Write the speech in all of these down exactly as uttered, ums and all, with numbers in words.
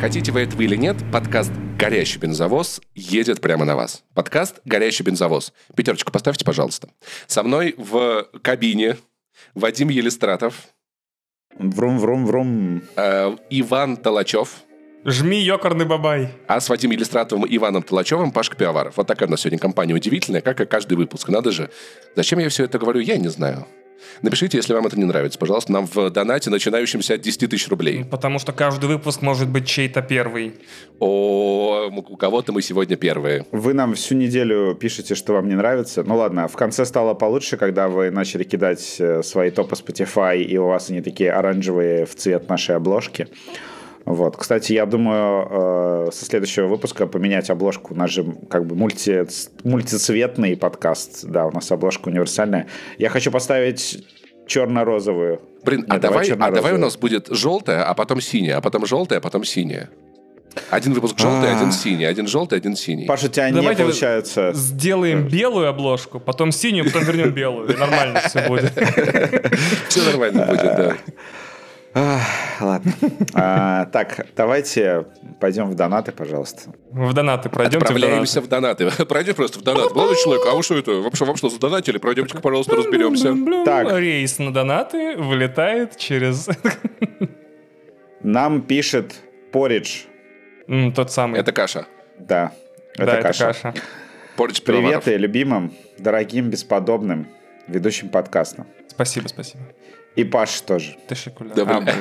Хотите вы этого или нет, подкаст «Горящий бензовоз» едет прямо на вас. Подкаст «Горящий бензовоз». Пятерочку поставьте, пожалуйста. Со мной в кабине Вадим Елистратов. Врум-врум-врум. Э, Иван Толачев. Жми, ёкарный бабай. А с Вадимом Елистратовым и Иваном Толачевым Пашка Пивоваров. Вот такая у нас сегодня компания удивительная, как и каждый выпуск. Надо же. Зачем я все это говорю, я не знаю. Напишите, если вам это не нравится, пожалуйста, нам в донате, начинающемся от десять тысяч рублей. Потому что каждый выпуск может быть чей-то первый. О, у кого-то мы сегодня первые. Вы нам всю неделю пишете, что вам не нравится. Ну ладно, в конце стало получше, когда вы начали кидать свои топы Spotify, и у вас они такие оранжевые в цвет нашей обложки. Вот. Кстати, я думаю, э, со следующего выпуска поменять обложку. У нас же как бы мульти, мультицветный подкаст. Да, у нас обложка универсальная. Я хочу поставить черно-розовую. Блин, Нет, а, давай, а давай у нас будет желтая, а потом синяя, а потом желтая, а потом синяя. Один выпуск желтый, один синий, один желтый, один синий. Паша, у тебя не получается. Сделаем белую обложку, потом синюю, потом вернем белую. И нормально все будет. Все нормально будет, да. Ладно. А, так, давайте пойдем в донаты, пожалуйста. В донаты пройдемте. Отправляемся в донаты. В донаты. Пройдем просто в донат. Молодой человек, а вы что это? Вообще, вам что, задонатили? Пройдемте-ка, пожалуйста, разберемся. Так. Рейс на донаты вылетает через... Нам пишет Поридж. Mm, тот самый. Это каша. Да, это да, каша. Это каша. Поридж Привет и любимым, дорогим, бесподобным ведущим подкаста. Спасибо, спасибо. И Паш тоже. Ты шикуля. Да, блин,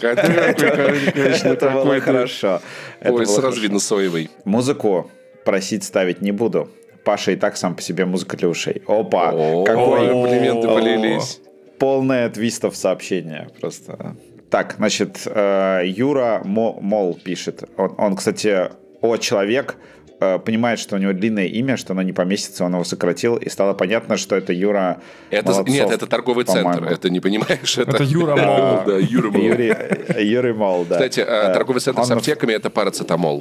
это было хорошо. Ой, сразу видно соевый. Музыку просить ставить не буду. Паша и так сам по себе музыка для ушей. Опа, какой комплименты полились. Полное твистов сообщение просто. Так, значит, Юра Мол пишет. Он, кстати, о, человек... понимает, что у него длинное имя, что оно не поместится, он его сократил, и стало понятно, что это Юра это, Молодцов, Нет, это торговый по-моему. центр, это не понимаешь? Это, это Юра Мол. Да, Юра Мол. Юрий Мол, да. Кстати, торговый центр он... с аптеками – это парацетамол.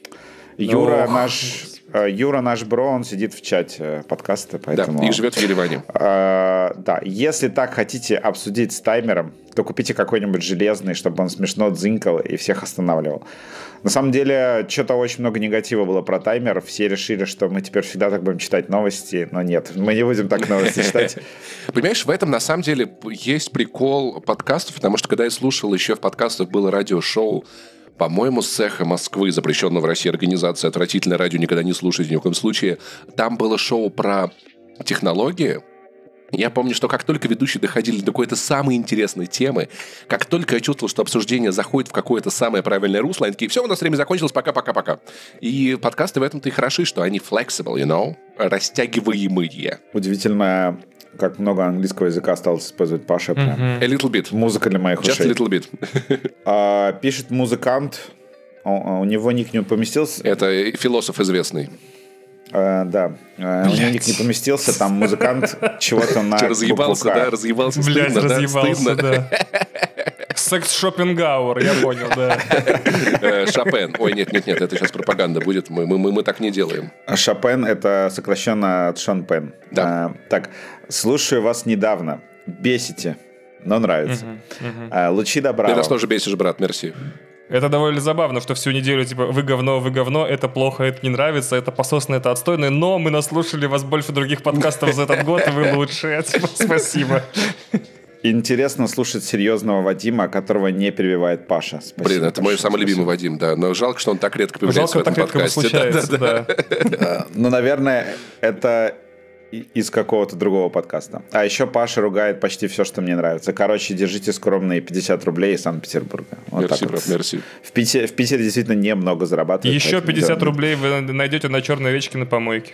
Юра наш... Юра наш бро, он сидит в чате подкаста, поэтому... Да, и живет в Ереване. А, да, если так хотите обсудить с таймером, то купите какой-нибудь железный, чтобы он смешно дзынькал и всех останавливал. На самом деле, что-то очень много негатива было про таймер. Все решили, что мы теперь всегда так будем читать новости, но нет, мы не будем так новости читать. Понимаешь, в этом на самом деле есть прикол подкастов, потому что когда я слушал, еще в подкастах было радиошоу, по-моему, с «Эхо Москвы», запрещенного в России организации, отвратительное радио, никогда не слушайте ни в коем случае. Там было шоу про технологии. Я помню, что как только ведущие доходили до какой-то самой интересной темы, как только я чувствовал, что обсуждение заходит в какое-то самое правильное русло, они такие: все, у нас время закончилось, пока-пока-пока. И подкасты в этом-то и хороши, что они flexible, you know, растягиваемые. Удивительно, как много английского языка осталось использовать Паша. Mm-hmm. A little bit. Музыка для моих Just ушей. a little bit. а, пишет музыкант. У, у него ник не поместился. Это философ известный. А, да. А, у него ник не поместился. Там музыкант чего-то на Что, разъебался, да? Разъебался, Блядь, стыдно, разъебался, да? Стыдно. Да. Секс-шоппингауэр, я понял, да. Шопен. Ой, нет-нет-нет, это сейчас пропаганда будет. Мы, мы, мы так не делаем. Шопен — это сокращенно от Шон Пен. Да. А, так, слушаю вас недавно. Бесите, но нравится. Угу, угу. А, лучи добра. Ты нас тоже бесишь, брат, мерси. Это довольно забавно, что всю неделю, типа, вы говно, вы говно, это плохо, это не нравится, это пососно, это отстойно, но мы наслушали вас больше других подкастов за этот год, и вы лучшие. Спасибо. Интересно слушать серьезного Вадима, которого не перебивает Паша. Спасибо, Блин, это Паша, мой самый спасибо. любимый Вадим, да. Но жалко, что он так редко появляется жалко, в этом так редко подкасте. Случается, да, да, да. Ну, наверное, это из какого-то другого подкаста. А еще Паша ругает почти все, что мне нравится. Короче, держите скромные пятьдесят рублей из Санкт-Петербурга. Вот мерси, так брат, вот. мерси. В Питере, в Питере действительно немного зарабатывают. Еще пятьдесят рублей вы найдете на черной овечке на помойке.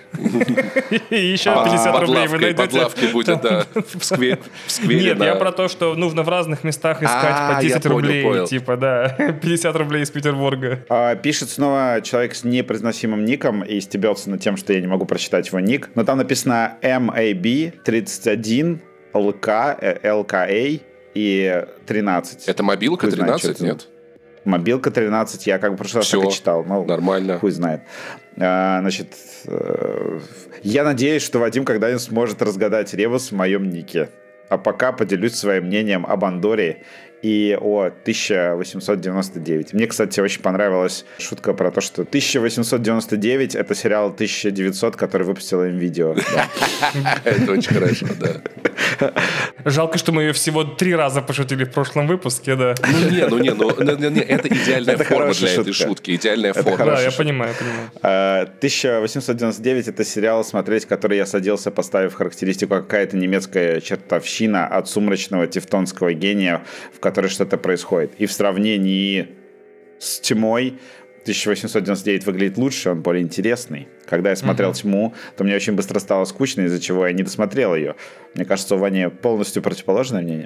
И еще пятьдесят рублей вы найдете... Под лавкой будет, да, в сквере. Нет, я про то, что нужно в разных местах искать по десять рублей. Типа, да, пятьдесят рублей из Петербурга. Пишет снова человек с непроизносимым ником и стебется над тем, что я не могу прочитать его ник. Но там написано эм эй би тридцать один эл ка эл ка эй и тринадцать. Это мобилка Хуй знает, тринадцать, нет? Мобилка тринадцать, я как бы в прошлый раз так и читал. Ну, нормально. Хуй знает. А, значит, э, я надеюсь, что Вадим когда-нибудь сможет разгадать ребус в моем нике. А пока поделюсь своим мнением об Андоре и о тысяча восемьсот девяносто девять. Мне, кстати, очень понравилась шутка про то, что тысяча восемьсот девяносто девять — это сериал тысяча девятьсот, который выпустил м-видео. Это очень хорошо, да. Жалко, что мы ее всего три раза пошутили в прошлом выпуске, да. Ну не, ну не, ну это идеальная форма для этой шутки. Идеальная форма. Да, я понимаю, понимаю. тысяча восемьсот девяносто девять — это сериал, смотреть который я садился, поставив характеристику какая-то немецкая чертовщина от сумрачного тевтонского гения, в которой что-то происходит. И в сравнении с «Тьмой» тысяча восемьсот девяносто девять выглядит лучше, он более интересный. Когда я смотрел uh-huh. «Тьму», то мне очень быстро стало скучно, из-за чего я не досмотрел ее. Мне кажется, у Вани полностью противоположное мнение.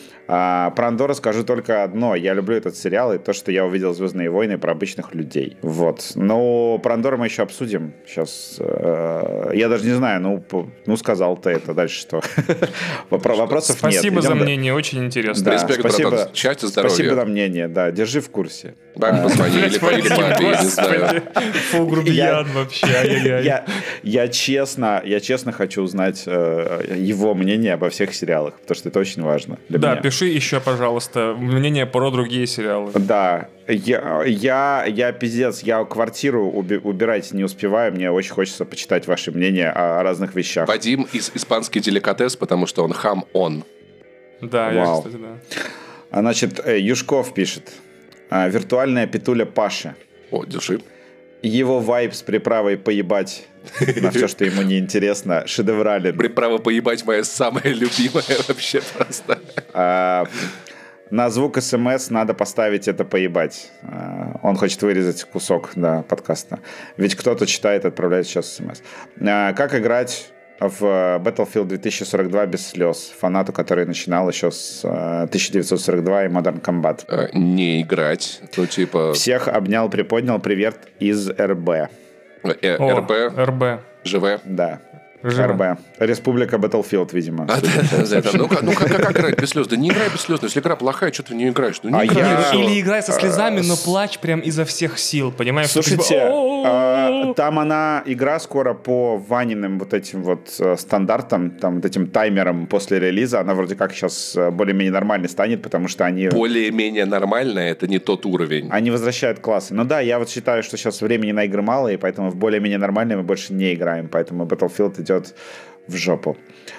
А, про Андору скажу только одно. Я люблю этот сериал и то, что я увидел «Звездные войны» про обычных людей. Вот. Но про Андору мы еще обсудим. Сейчас. Э, я даже не знаю, ну, ну сказал ты это. Дальше что? Вопросов нет. Спасибо за мнение, очень интересно. Респект, братан. Счастья, здоровья. Спасибо за мнение, да. Держи в курсе. Бак позвонили, или папе, я не знаю. Фу, грубиян вообще. Я честно, я честно хочу узнать его мнение обо всех сериалах, потому что это очень важно для меня. Да, пиши еще, пожалуйста, мнение про другие сериалы. Да, я, я, я пиздец, я квартиру уби- убирать не успеваю, мне очень хочется почитать ваше мнение о разных вещах. Вадим из испанский деликатес, потому что он хам-он. Да, Вау. я, кстати, да. Значит, Юшков пишет. Виртуальная петуля Паши. О, держи. Его вайб с приправой поебать на все, что ему не интересно, шедеврален. Приправа поебать моя самая любимая вообще просто. А, на звук СМС надо поставить это поебать. А, он хочет вырезать кусок, да, подкаста. Ведь кто-то читает и отправляет сейчас СМС. А, как играть в Battlefield две тысячи сорок два без слез? Фанату, который начинал еще с тысяча девятьсот сорок два и Modern Combat. А, не играть. Ну, типа... Всех обнял, приподнял. Привет из РБ. Э, О, РБ. РБ. ЖВ. Да. Живо. РБ. Республика Battlefield, видимо. А, да, да, да. Ну, как, ну как, как играть без слез? Да не играй без слез. Если игра плохая, что ты не играешь? Ну, не А играй. я- Или, или играй со слезами, но плачь прям изо всех сил, понимаешь? что Слушайте, типа, «О-о-о-о». а, там она, игра скоро по Ваниным вот этим вот э, стандартам, там вот этим таймерам после релиза, она вроде как сейчас э, более-менее нормальной станет, потому что они, Более-менее нормально, это не тот уровень. они возвращают классы. Ну да, я вот считаю, что сейчас времени на игры мало, и поэтому в более-менее нормальные мы больше не играем, поэтому Battlefield идет в жопу.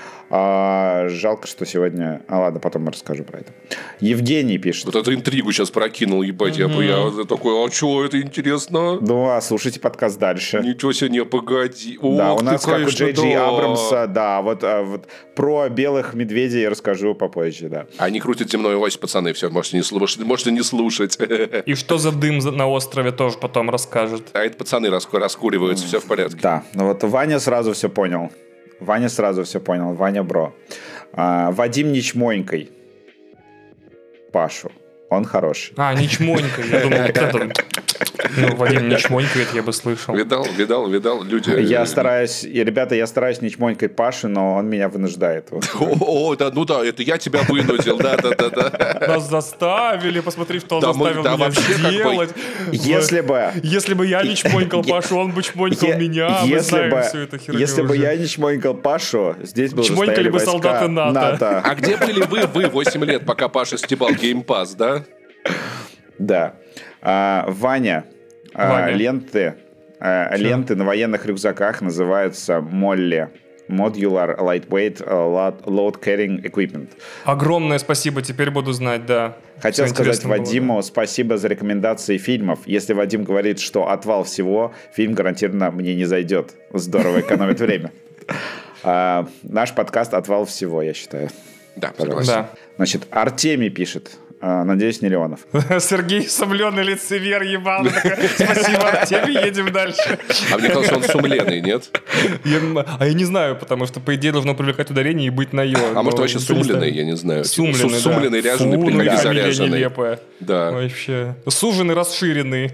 А, жалко, что сегодня... А ладно, потом я расскажу про это. Евгений пишет. Вот эту интригу сейчас прокинул, ебать. Я, я такой, а что это интересно? Ну, а слушайте подкаст дальше. Ничего себе, не, погоди. Да, Ох у нас, ты, как у конечно, Джей Джей да. Абрамса, да, вот, а, вот про белых медведей я расскажу попозже, да. Они крутят земной ось, пацаны, все, можете не слушать. Можете не слушать. И что за дым за- на острове тоже потом расскажет. А это пацаны раску- раскуриваются, все в порядке. Да, ну вот Ваня сразу все понял. Ваня сразу все понял. Ваня бро. А, Вадим не чмонькой Пашу. Он хороший. А, не чмонька. Я думал, вот это... Ну, Вадим, не чмонька, это я бы слышал. Видал, видал, видал, люди. Я стараюсь, и, ребята, я стараюсь не чмонькой Паши, но он меня вынуждает. Вот. О, о, да, ну да, это я тебя вынудил, да, да, да, да. Нас заставили, посмотри, что он Да, мы- заставил да, меня вообще, как бы, сделать. Если бы... Если бы я не чмонькал Е- Пашу, он бы чмонькал Е- меня. Мы Если знаем бы, всю эту херню если бы уже. я не чмонькал Пашу, здесь бы уже Чмонькали стояли бы войска солдаты НАТО. А где были вы, вы, восемь лет, пока Паша стебал геймпас, да? Да. А, Ваня, а, Ваня. ленты, а, ленты на военных рюкзаках называются Молли. Modular Lightweight uh, Load Carrying Equipment. Огромное спасибо, теперь буду знать, да. Хотел Всё сказать интересно было, Вадиму спасибо за рекомендации фильмов. Если Вадим говорит, что отвал всего, фильм гарантированно мне не зайдет. Здорово экономит время. А, Наш подкаст «Отвал всего», я считаю. Да, да. согласен. Да. Значит, Артемий пишет. а, Надеюсь, не Леонов. Сергей сомленый лицемер ебал. Спасибо, Артемий, едем дальше. А мне казалось, он сумленный, нет? Я- А я не знаю, потому что, по идее, должно привлекать ударение и быть на «ё». А но может, вообще никто не сумленный, знает. я не знаю. Сумленный, Су- да. Сумленный, ряженый, Фу, ну, приходи фамилия заряженный. нелепая. Да. Вообще. Суженный, расширенный.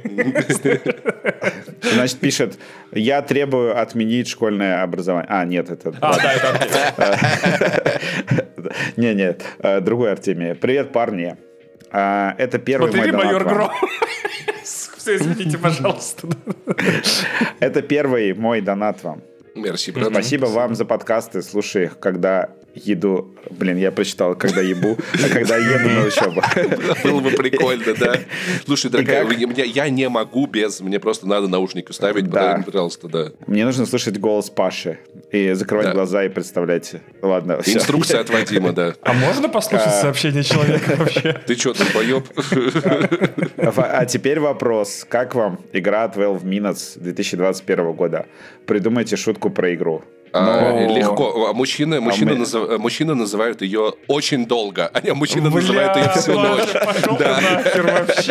Значит, пишет, я требую отменить школьное образование. А, нет, это... А, да, это Артемий. Не, нет, э, другой Артемий. Привет, парни. А, Это первый мой Смотри, донат майор вам. Гром. Все, извините, пожалуйста. Это первый мой донат вам. Мерси, брат. Спасибо вам за подкасты. Слушай их, когда еду... Блин, я прочитал, когда ебу, а когда еду на учебу. Было бы прикольно, да. Слушай, дорогая, я не могу без... Мне просто надо наушники ставить, пожалуйста, да. Мне нужно слышать голос Паши и закрывать глаза и представлять. Ладно, все. Инструкция от Вадима, да. А можно послушать сообщение человека вообще? Ты что, долбоеб? А теперь вопрос. Как вам игра twelve Minutes две тысячи двадцать первого года? Придумайте шутку про игру. А, легко. Мужчины, мужчины, а назыв... мы... мужчины называют ее очень долго, а не мужчины Бля, называют ее всю ночь. Пошел да. ты нахер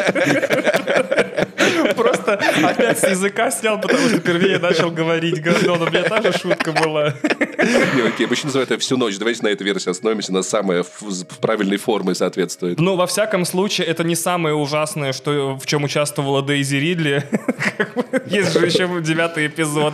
вообще. Просто опять с языка снял, потому что впервые начал говорить говно, но у меня та же шутка была. Не, окей, мужчины называют ее всю ночь. Давайте на этой версии остановимся, она самая в, в правильной форме соответствует. Ну, во всяком случае, это не самое ужасное, что, в чем участвовала Дейзи Ридли. Есть же еще девятый эпизод.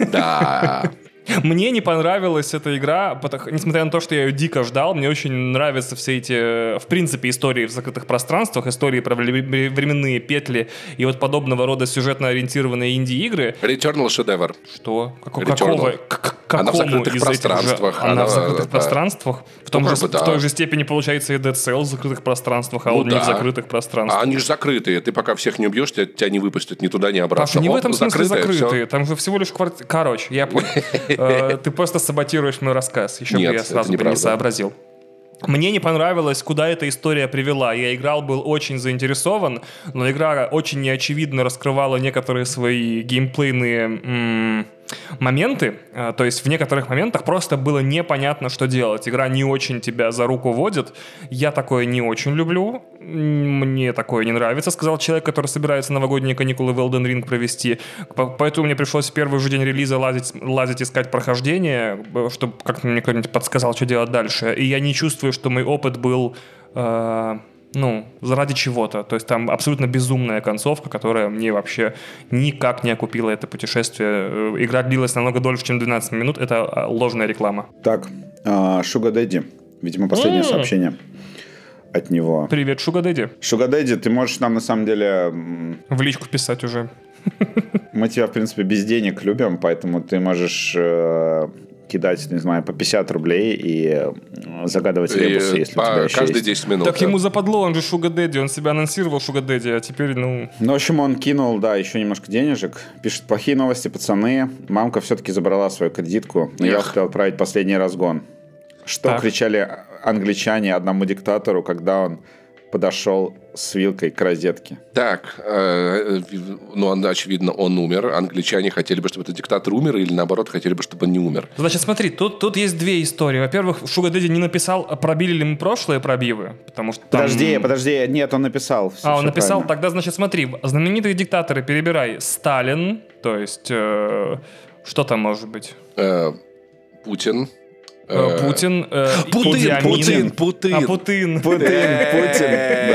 Да. Мне не понравилась эта игра, потому, несмотря на то, что я ее дико ждал. Мне очень нравятся все эти, в принципе, истории в закрытых пространствах, истории про временные петли и вот подобного рода сюжетно-ориентированные инди-игры. Returnal шедевр. Что? Как, какого? К- какому она в закрытых из пространствах. Она, она в закрытых да. пространствах? В, том ну, же, бы, да. в той же степени получается и Dead Cells в закрытых пространствах, а ну, он да. не в закрытых пространствах. А они же закрытые. Ты пока всех не убьешь, тебя, тебя не выпустят ни туда, ни обратно. Паша, не Оп, в этом смысле закрытые. закрытые. Там же всего лишь квартира. Короче, я понял. Ты просто саботируешь мой рассказ. Еще бы я сразу бы не сообразил. Мне не понравилось, куда эта история привела. Я играл, был очень заинтересован, но игра очень неочевидно раскрывала некоторые свои геймплейные м- моменты. То есть в некоторых моментах просто было непонятно, что делать. Игра не очень тебя за руку водит. Я такое не очень люблю. Мне такое не нравится, сказал человек, который собирается новогодние каникулы в Elden Ring провести. Поэтому мне пришлось в первый же день релиза лазить, лазить искать прохождение, чтобы как-то мне кто-нибудь подсказал, что делать дальше. И я не чувствую, что мой опыт был... Э- ну, заради чего-то. То есть там абсолютно безумная концовка, которая мне вообще никак не окупила это путешествие. Игра длилась намного дольше, чем двенадцать минут. Это ложная реклама. Так, Sugar Daddy. Видимо, последнее mm. сообщение от него. Привет, Sugar Daddy. Sugar Daddy, ты можешь нам на самом деле... В личку писать уже. Мы тебя, в принципе, без денег любим, поэтому ты можешь... кидать, не знаю, по пятьдесят рублей и загадывать ребусы, если по у тебя еще каждые есть. десять минут. Так да. Ему западло, он же Sugar Daddy, он себя анонсировал Sugar Daddy, а теперь, ну... Ну, в общем, он кинул, да, еще немножко денежек. Пишет: плохие новости, пацаны. Мамка все-таки забрала свою кредитку, но Эх. я успел отправить последний разгон. Что так. кричали англичане одному диктатору, когда он подошел с вилкой к розетке? Так, э, ну, очевидно, он умер. Англичане хотели бы, чтобы этот диктатор умер, или наоборот, хотели бы, чтобы он не умер. Значит, смотри, тут, тут есть две истории. Во-первых, Sugar Daddy не написал, пробили ли мы прошлые пробивы, потому что там... Подожди, подожди, нет, он написал. Все, а, он все написал? правильно. Тогда, значит, смотри, знаменитые диктаторы перебирай. Сталин, то есть, э, что там может быть? Э, Путин. Путин, э, Путин, Путин, Путин, а Путин, Путин, Путин,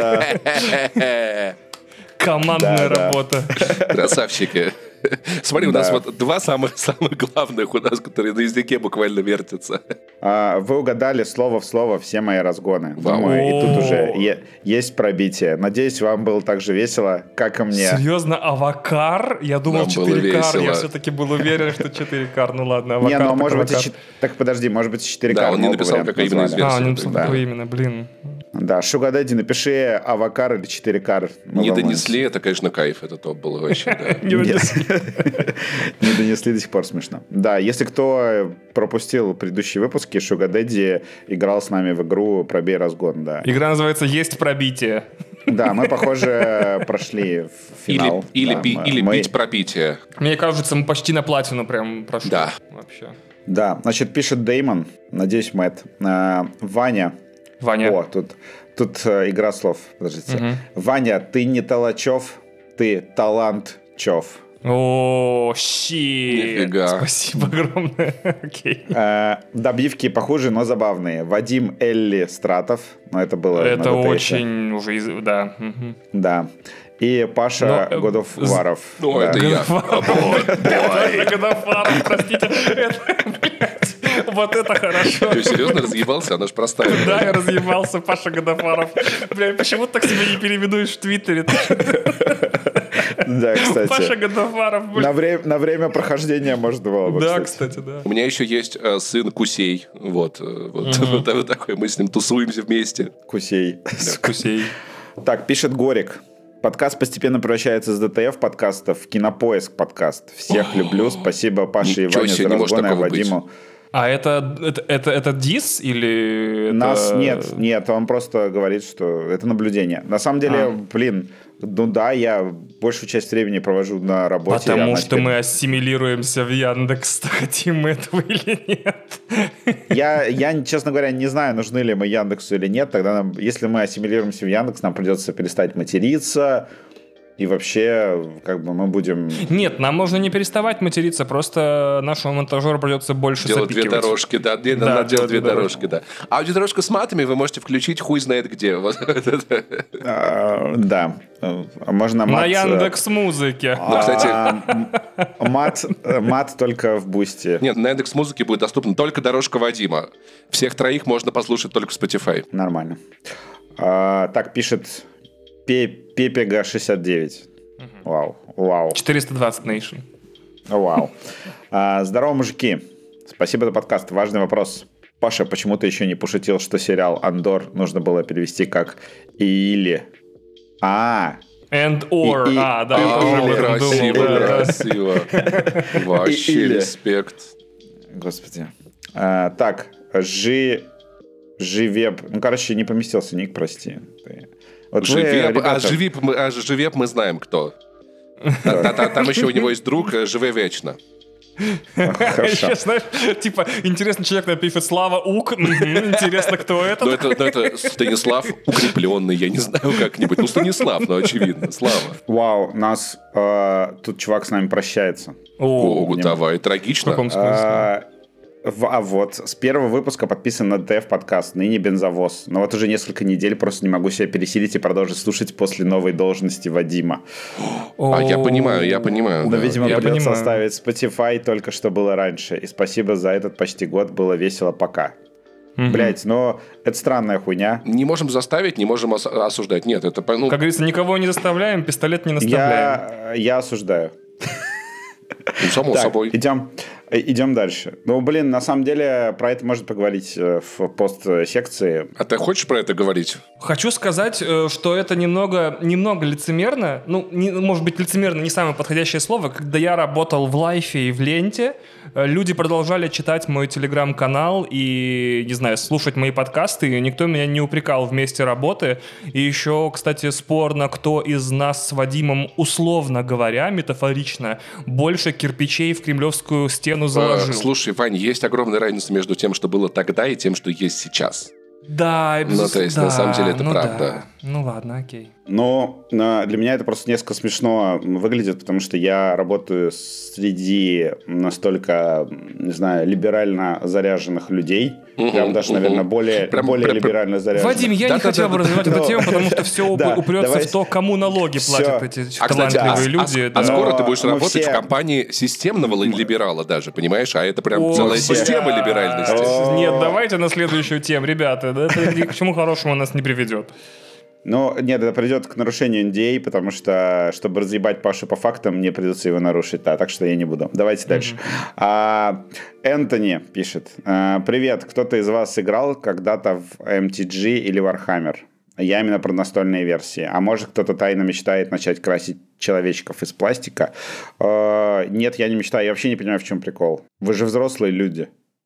да. Командная работа. Красавчики. Смотри, у нас вот два самых самых главных у нас, которые на языке буквально вертятся. А, вы угадали слово в слово все мои разгоны. Думаю, и тут уже е- есть пробитие. Надеюсь, вам было так же весело, как и мне. Серьезно, авакар? Я думал четыре кар. Я все-таки был уверен, что четыре кар. Ну ладно, авакар. Не, ну может быть и... Так, подожди, может быть четыре кар. Да, он не написал, какая именно из версий. А, он не написал, какой именно, блин. Да, Sugar Daddy, напиши авакар или четыре кар. Не донесли, это, конечно, кайф. Это топ было вообще, да. Не донесли. Не донесли, до сих пор смешно. Да, если кто пропустил предыдущие выпуски, Sugar Daddy играл с нами в игру «Пробей разгон», да. Игра называется «Есть пробитие». Да, мы, похоже, прошли в финал. Или, да, или, мы, или мы... бить пробитие. Мне кажется, мы почти на платину прям прошли. Да. Вообще. Да, значит, пишет Дэймон, надеюсь, Мэтт. А, Ваня. Ваня. О, тут, тут а, игра слов, подождите. Угу. Ваня, ты не Толачев, ты талант-чев. О, щит. Нифига. Спасибо огромное. Окей. А, добивки похуже, но забавные. Вадим Элли Стратов. Ну, это было... Это очень уже... Из... Да. Угу. Да. И Паша но, God of War. Ну, да. это я. God of War, простите. Вот это хорошо. Ты серьезно разъебался? Она же простая. Да, я разъебался, Паша God of War. Бля, почему ты так себя не переименуешь в Твиттере? Да, кстати. Паша Годофаров. На время, на время прохождения можно было бы, Да, кстати. кстати, да. У меня еще есть э, сын Кусей. Вот, э, вот, вот, вот такой. Мы с ним тусуемся вместе. Кусей. Кусей. Так, пишет Горик. Подкаст постепенно превращается из ДТФ подкастов в Кинопоиск подкаст. Всех люблю. Спасибо Паше и Ване за разгоны, а Вадиму... А это, это, это, это дис или... Это... Нас нет, нет, он просто говорит, что это наблюдение. На самом деле, а. блин, ну да, я большую часть времени провожу на работе. Потому что теперь... мы ассимилируемся в Яндекс, хотим мы этого или нет. Я, я, честно говоря, не знаю, нужны ли мы Яндексу или нет. Тогда нам, если мы ассимилируемся в Яндекс, нам придется перестать материться. И вообще, как бы мы будем... Нет, нам можно не переставать материться, просто нашему монтажеру придется больше делать запикивать. Две дорожки, да. Не, да надо делать две дорожки, да. А аудиодорожку с матами вы можете включить хуй знает где. А, да. Можно мат... На Яндекс.Музыке. Ну, кстати... Мат, мат только в Бусти. Нет, на Яндекс.Музыке будет доступна только дорожка Вадима. Всех троих можно послушать только в Spotify. Нормально. А, так, пишет... Пепега шестьдесят девять. Угу. Вау, вау. четыреста двадцать Nation. Вау. А, здорово, мужики. Спасибо за подкаст. Важный вопрос. Паша, почему ты еще не пошутил, что сериал «Андор» нужно было перевести как «или»? А, And or. И, и, а, да, я тоже об этом думал. Красиво, красиво. Вообще респект. Господи. А, так, жи... Живеп. Ну, короче, не поместился ник, прости. Вот Живеп, вы, а, Живеп, мы, а Живеп мы знаем кто. Там еще у него есть друг «Живе вечно». Еще, знаешь, типа, интересный человек напишет «Слава Ук». Интересно, кто это? Ну, это Станислав Укрепленный, я не знаю как-нибудь. Ну, Станислав, ну, очевидно, Слава. Вау, нас тут чувак с нами прощается. О, давай, трагично. В каком смысле? А вот, с первого выпуска подписан на ДТФ подкаст, ныне бензовоз. Но вот уже несколько недель просто не могу себя пересилить и продолжить слушать после новой должности Вадима. А я понимаю, я понимаю. Но, видимо, придется оставить Spotify только что было раньше. И спасибо за этот почти год, было весело, пока. Mm-hmm. Блять, но это странная хуйня. Не можем заставить, не можем ос- осуждать. Нет, это... Ну... Как говорится, никого не заставляем, пистолет не наставляем. Я, я осуждаю. Ну, само так, собой. Идем, идем дальше. Ну, блин, на самом деле, про это можно поговорить в постсекции. А ты хочешь про это говорить? Хочу сказать, что это немного, немного лицемерно. Ну, не, может быть, лицемерно не самое подходящее слово. Когда я работал в Лайфе и в Ленте, люди продолжали читать мой телеграм-канал и, не знаю, слушать мои подкасты. И никто меня не упрекал в месте работы. И еще, кстати, спорно, кто из нас с Вадимом, условно говоря, метафорично, больше кирпичей в кремлевскую стену заложил. Слушай, Вань, есть огромная разница между тем, что было тогда, и тем, что есть сейчас. Да, ну, то есть, да, на самом деле, это ну правда. Да. Ну ладно, окей. Но для меня это просто несколько смешно выглядит, потому что я работаю среди настолько, не знаю, либерально заряженных людей. Угу, прям даже, угу. наверное, более, прям, более прям, либерально заряженных. Вадим, я да, не да, хотел да, бы да, развивать да, эту да. тему, потому что все да, упрется давай... в то, кому налоги платят эти а, талантливые кстати, люди. А, да. а скоро ты будешь Но работать все... в компании системного либерала даже, понимаешь? А это прям О, целая все... система либеральности. О... Нет, давайте на следующую тему, ребята. Это ни к чему хорошему нас не приведет. Ну, нет, это придет к нарушению эн ди эй, потому что, чтобы разъебать Пашу по фактам, мне придется его нарушить, да, так что я не буду. Давайте дальше. Mm-hmm. А, Энтони пишет. Привет, кто-то из вас играл когда-то в эм ти джи или Warhammer? Я именно про настольные версии. А может, кто-то тайно мечтает начать красить человечков из пластика? А, нет, я не мечтаю, я вообще не понимаю, в чем прикол. Вы же взрослые люди.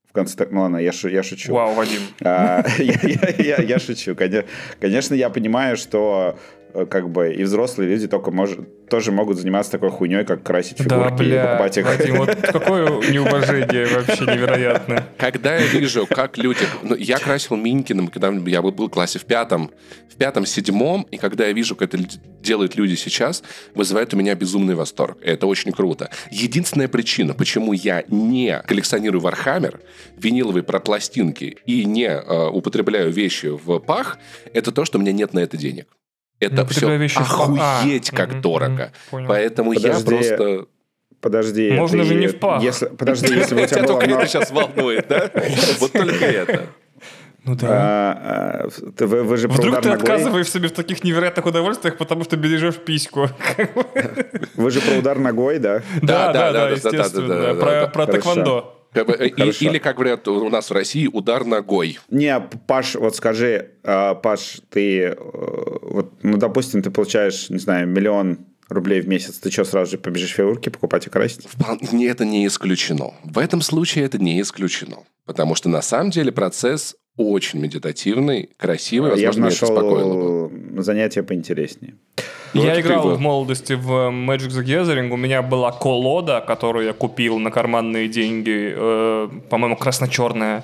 Ну ладно, я, шу, я шучу. Вау, Вадим. А, я, я, я, я шучу. Конечно, я понимаю, что как бы и взрослые люди только может, тоже могут заниматься такой хуйней, как красить фигурки да, бля, и покупать их. Вадим, вот какое неуважение вообще невероятное. Когда я вижу, как люди... Ну, я красил Минькиным, когда я был в классе в пятом, в пятом-седьмом, и когда я вижу, как это делают люди сейчас, вызывает у меня безумный восторг. Это очень круто. Единственная причина, почему я не коллекционирую Warhammer, виниловые пластинки и не э, употребляю вещи в пах, это то, что у меня нет на это денег. Это ну, все охуеть а, как угу, дорого. Угу, Поэтому Подожди. я просто... Подожди. Можно ты... же не в пах. Если... Подожди, если бы у тебя было... Только это сейчас волнует, да? Вот только это. Ну да. А, а, вы, вы же Вдруг ты отказываешь себе в таких невероятных удовольствиях, потому что бережешь письку. Вы же про удар ногой, да? Да, да, да, естественно. Про тэквондо. Или, как говорят у нас в России, удар ногой. Не, Паш, вот скажи, Паш, ты, вот, ну, допустим, ты получаешь, не знаю, миллион рублей в месяц, ты что, сразу же побежишь фигурки покупать и красить? Вполне это не исключено. В этом случае это не исключено. Потому что на самом деле процесс очень медитативный, красивый. Я возможно, нашел занятие поинтереснее. Ну, я играл в молодости в Magic the Gathering. У меня была колода, которую я купил на карманные деньги, э, по-моему, красно-черная.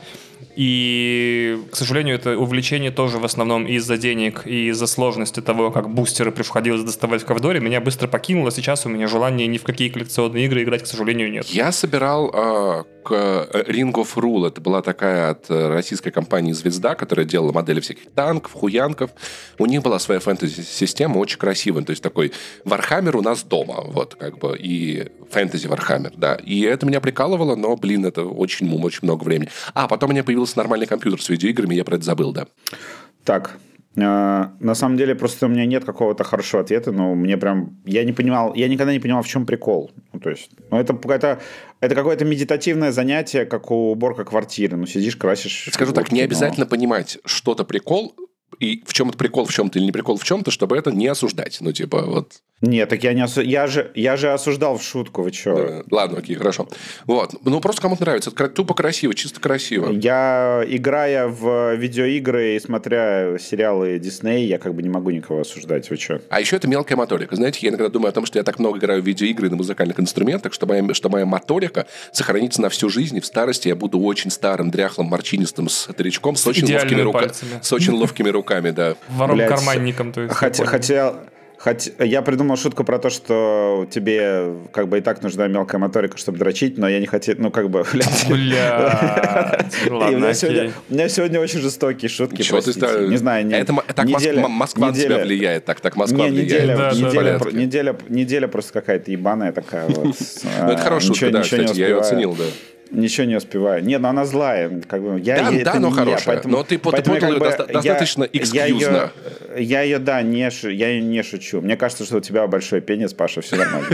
И, к сожалению, это увлечение тоже в основном из-за денег и из-за сложности того, как бустеры приходилось доставать в Ковдоре, меня быстро покинуло. Сейчас у меня желания ни в какие коллекционные игры играть, к сожалению, нет. Я собирал э, к Ring of Rule. Это была такая от российской компании «Звезда», которая делала модели всяких танков, хуянков. У них была своя фэнтези-система, очень красивая. То есть такой Warhammer у нас дома. Вот, как бы, и фэнтези Warhammer, да. И это меня прикалывало, но, блин, это очень-очень много времени. А, потом у меня появился нормальный компьютер с видеоиграми, я про это забыл, да. Так, э, на самом деле просто у меня нет какого-то хорошего ответа, но мне прям, я не понимал, я никогда не понимал, в чем прикол. Ну, то есть, ну, это какое-то, это какое-то медитативное занятие, как уборка квартиры. Ну, сидишь, красишь. Скажу фигурки, так, не но... обязательно понимать, что-то прикол, и в чем-то прикол в чем-то или не прикол в чем-то, чтобы это не осуждать. Ну, типа, вот... Нет, так я не осу... я же я же осуждал в шутку, вы чё? Да. Ладно, окей, хорошо. Вот. Ну, просто кому-то нравится. Это тупо красиво, чисто красиво. Я, играя в видеоигры и смотря сериалы Дисней, я как бы не могу никого осуждать, вы чё? А еще это мелкая моторика. Знаете, я иногда думаю о том, что я так много играю в видеоигры и на музыкальных инструментах, что моя, что моя моторика сохранится на всю жизнь, и в старости я буду очень старым, дряхлым, морщинистым старичком с, с очень ловкими руками. С очень ловкими руками, да. Вором-карманником, то есть. Хотел... Хоть я придумал шутку про то, что тебе как бы и так нужна мелкая моторика, чтобы дрочить, но я не хотел, ну как бы, блядь. Блядь, ладно, у, меня сегодня, у меня сегодня очень жестокие шутки, Чего простите. Ты, не знаю, не, это так неделя, Москва неделя, на тебя влияет, так, так Москва не, влияет. Неделя, да, неделя, да, про, неделя, неделя просто какая-то ебаная такая вот. Ну это хорошая шутка, да, кстати, я ее оценил, да. Ничего не успеваю. Не, ну она злая. Как бы, я, да, я, да, но хорошая. Я, поэтому, но ты поэтому подал ее бы, доста- достаточно экскьюзно. Я, я ее, да, не, шу, я ее не шучу. Мне кажется, что у тебя большой пенис, Паша, все нормально.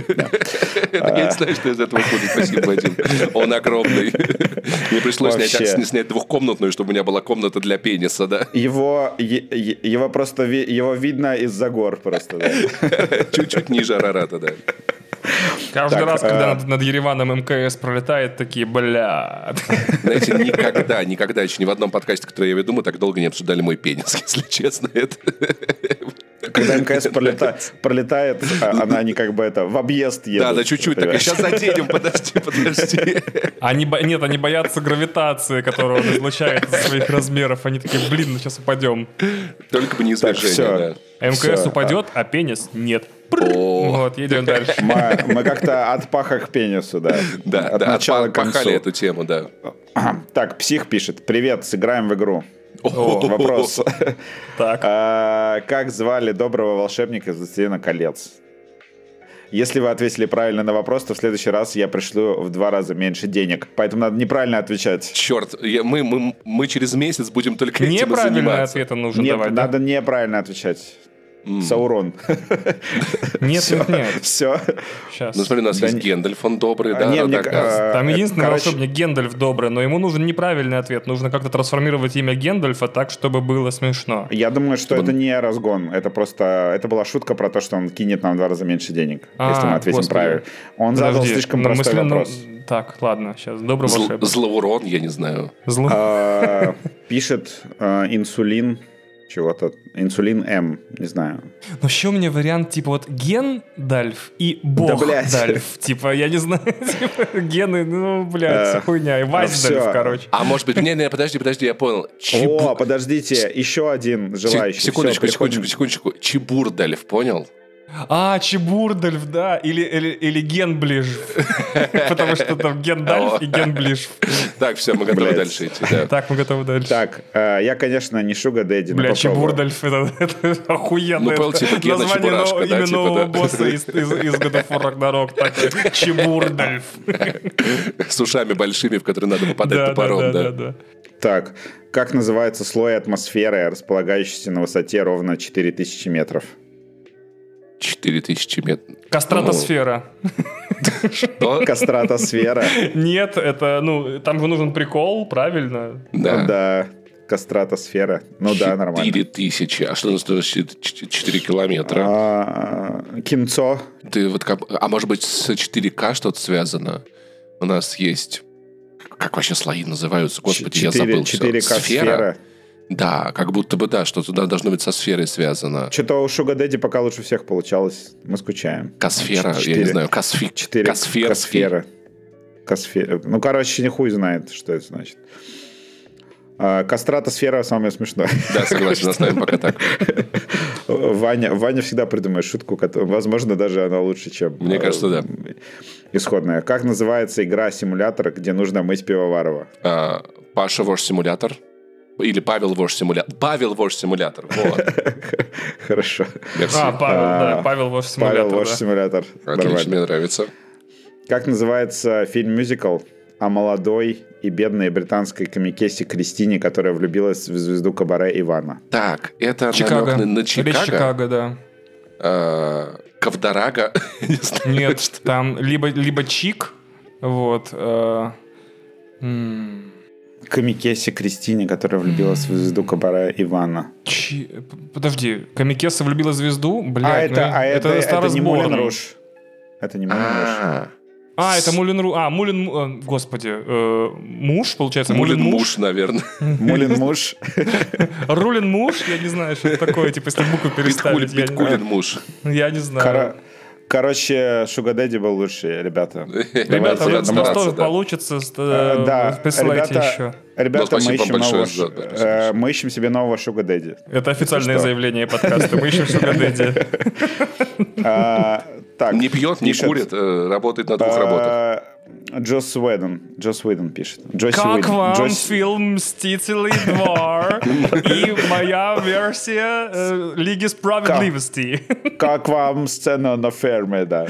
Я не знаю, что из этого будет. Спасибо, Вадим. Он огромный. Мне пришлось снять двухкомнатную, чтобы у меня была комната для пениса, да? Его его просто его видно из-за гор просто, да. Чуть-чуть ниже Арарата, да. Каждый так, раз, когда а... над, над Ереваном МКС пролетает, такие, бля. Знаете, никогда, никогда еще ни в одном подкасте, который я веду, мы так долго не обсуждали мой пенис, если честно. Это... Когда МКС пролетает, пролетает, она не как бы это, в объезд едет. Да, да, чуть-чуть. Так, сейчас заденем, подожди, подожди. Они, нет, они боятся гравитации, которую он излучает из своих размеров. Они такие, блин, ну сейчас упадем. Только бы не извержение, да. МКС все. упадет, а пенис нет. О. Вот, едем дальше. Мы, мы как-то от паха к пенису, да. Да, от да, начала к концу. Пахали эту тему, да. Так, Псих пишет. Привет, сыграем в игру. О, вопрос. Так. А, как звали доброго волшебника из «Властелина колец»? Если вы ответили правильно на вопрос, то в следующий раз я пришлю в два раза меньше денег. Поэтому надо неправильно отвечать. Черт, я, мы, мы, мы через месяц будем только этим заниматься. Неправильный ответ нужно Нет, давать. Надо да? неправильно отвечать. Mm. Саурон. Нет, все, нет, нет. Все. Сейчас. Ну, смотри, у нас да есть не... Гендальф, он добрый, да? Не, да, мне, да. Там единственный короче... волшебник Гендальф добрый, но ему нужен неправильный ответ. Нужно как-то трансформировать имя Гендальфа так, чтобы было смешно. Я думаю, что чтобы... это не разгон. Это просто... Это была шутка про то, что он кинет нам в два раза меньше денег, а, если мы ответим господи. правильно. Он Подожди, задал слишком простой мысли... вопрос. Так, ладно, сейчас. Добрый Зл... волшебник. Злоурон, я не знаю. Зло... А, пишет инсулин... Чего-то. Инсулин М, не знаю. Но еще у меня вариант, типа, вот Гендальф и Бог да, Дальф. Типа, я не знаю, типа, гены, ну, блядь, а, хуйня. И Ваздальф, ну, короче. А может быть, не-не, подожди, подожди, я понял. Чебу... О, подождите, еще один желающий. Секундочку, Все, секундочку, секундочку. Чебурдальф, понял? А, Чебурдальф, да, или, или, или Генближ, потому что там Гендальф и Генближ. Так, все, мы готовы дальше идти. Так, мы готовы дальше. Так, я, конечно, не Шуга Дэдди. Бля, Чебурдальф, это охуенное название имя нового босса из God of War Ragnarok. Чебурдальф. С ушами большими, в которые надо попадать топором, да. Так, как называется слой атмосферы, располагающийся на высоте ровно четыре тысячи метров? четыре тысячи метров. Кастратосфера. Что? Кастратосфера. Нет, это, ну, там же нужен прикол, правильно? Да. Да, кастратосфера. Ну да, нормально. четыре тысячи. А что у нас четыре километра? А, кинцо. Ты вот как... А может быть, с четыре ка что-то связано? У нас есть... Как вообще слои называются? Господи, я забыл. четыре ка сфера. Да, как будто бы, да, что-то должно быть со сферой связано. Что-то у Шуга Дэдди пока лучше всех получалось. Мы скучаем. Косфера, я не знаю, косфи... Косфера. Косфера. Ну, короче, не хуй знает, что это значит. А, кастратосфера самое смешное. Да, согласен, оставим пока так. Ваня, Ваня всегда придумает шутку, которая, возможно, даже она лучше, чем... Мне кажется, да. Исходная. Как называется игра-симулятор, где нужно мыть Пивоварова? А, Паша Вож-симулятор. Или Павел Вож-симулятор. Павел Вож-симулятор. Вот. Хорошо. А, Павел, да. Павел Вож-симулятор. Павел Вож-симулятор. Отлично, мне нравится. Как называется фильм-мюзикл о молодой и бедной британской комикессе Кристине, которая влюбилась в звезду кабаре Ивана? Так, это Чикаго. намек на Чикаго? Речь Чикаго, да. А, Ковдорага? Нет, там либо, либо Чик, вот. А, м- Комикессе Кристине, которая влюбилась в звезду кабаре Ивана. Чи... Подожди, Комикесса влюбилась в звезду? Блядь, а это, ну, а это, это, это не Мулен Борн. Руж. Это не Мулен Руж. А, это Мулен Руж. А, Мулен... Господи. Э, муж, получается? Мулен Муж, наверное. Мулен Муж. Рулен Муж? Я не знаю, что это такое. Типа, если букву переставить. Питкулин Муж. Я не знаю. Короче, Шуга Дэдди был лучший, ребята. Ребята, у нас тоже получится. Да, присылайте еще. Ребята, мы ищем, нового, э, мы ищем себе нового Шуга Дэдди. Это официальное заявление подкаста. Мы ищем Шуга Дэдди. Не пьет, не курит, работает на двух работах. Джос Уидон. Джос Уидон пишет. Как вам фильм «Мстители два» и моя версия э, Лиги Справедливости? Как вам сцена на ферме, да?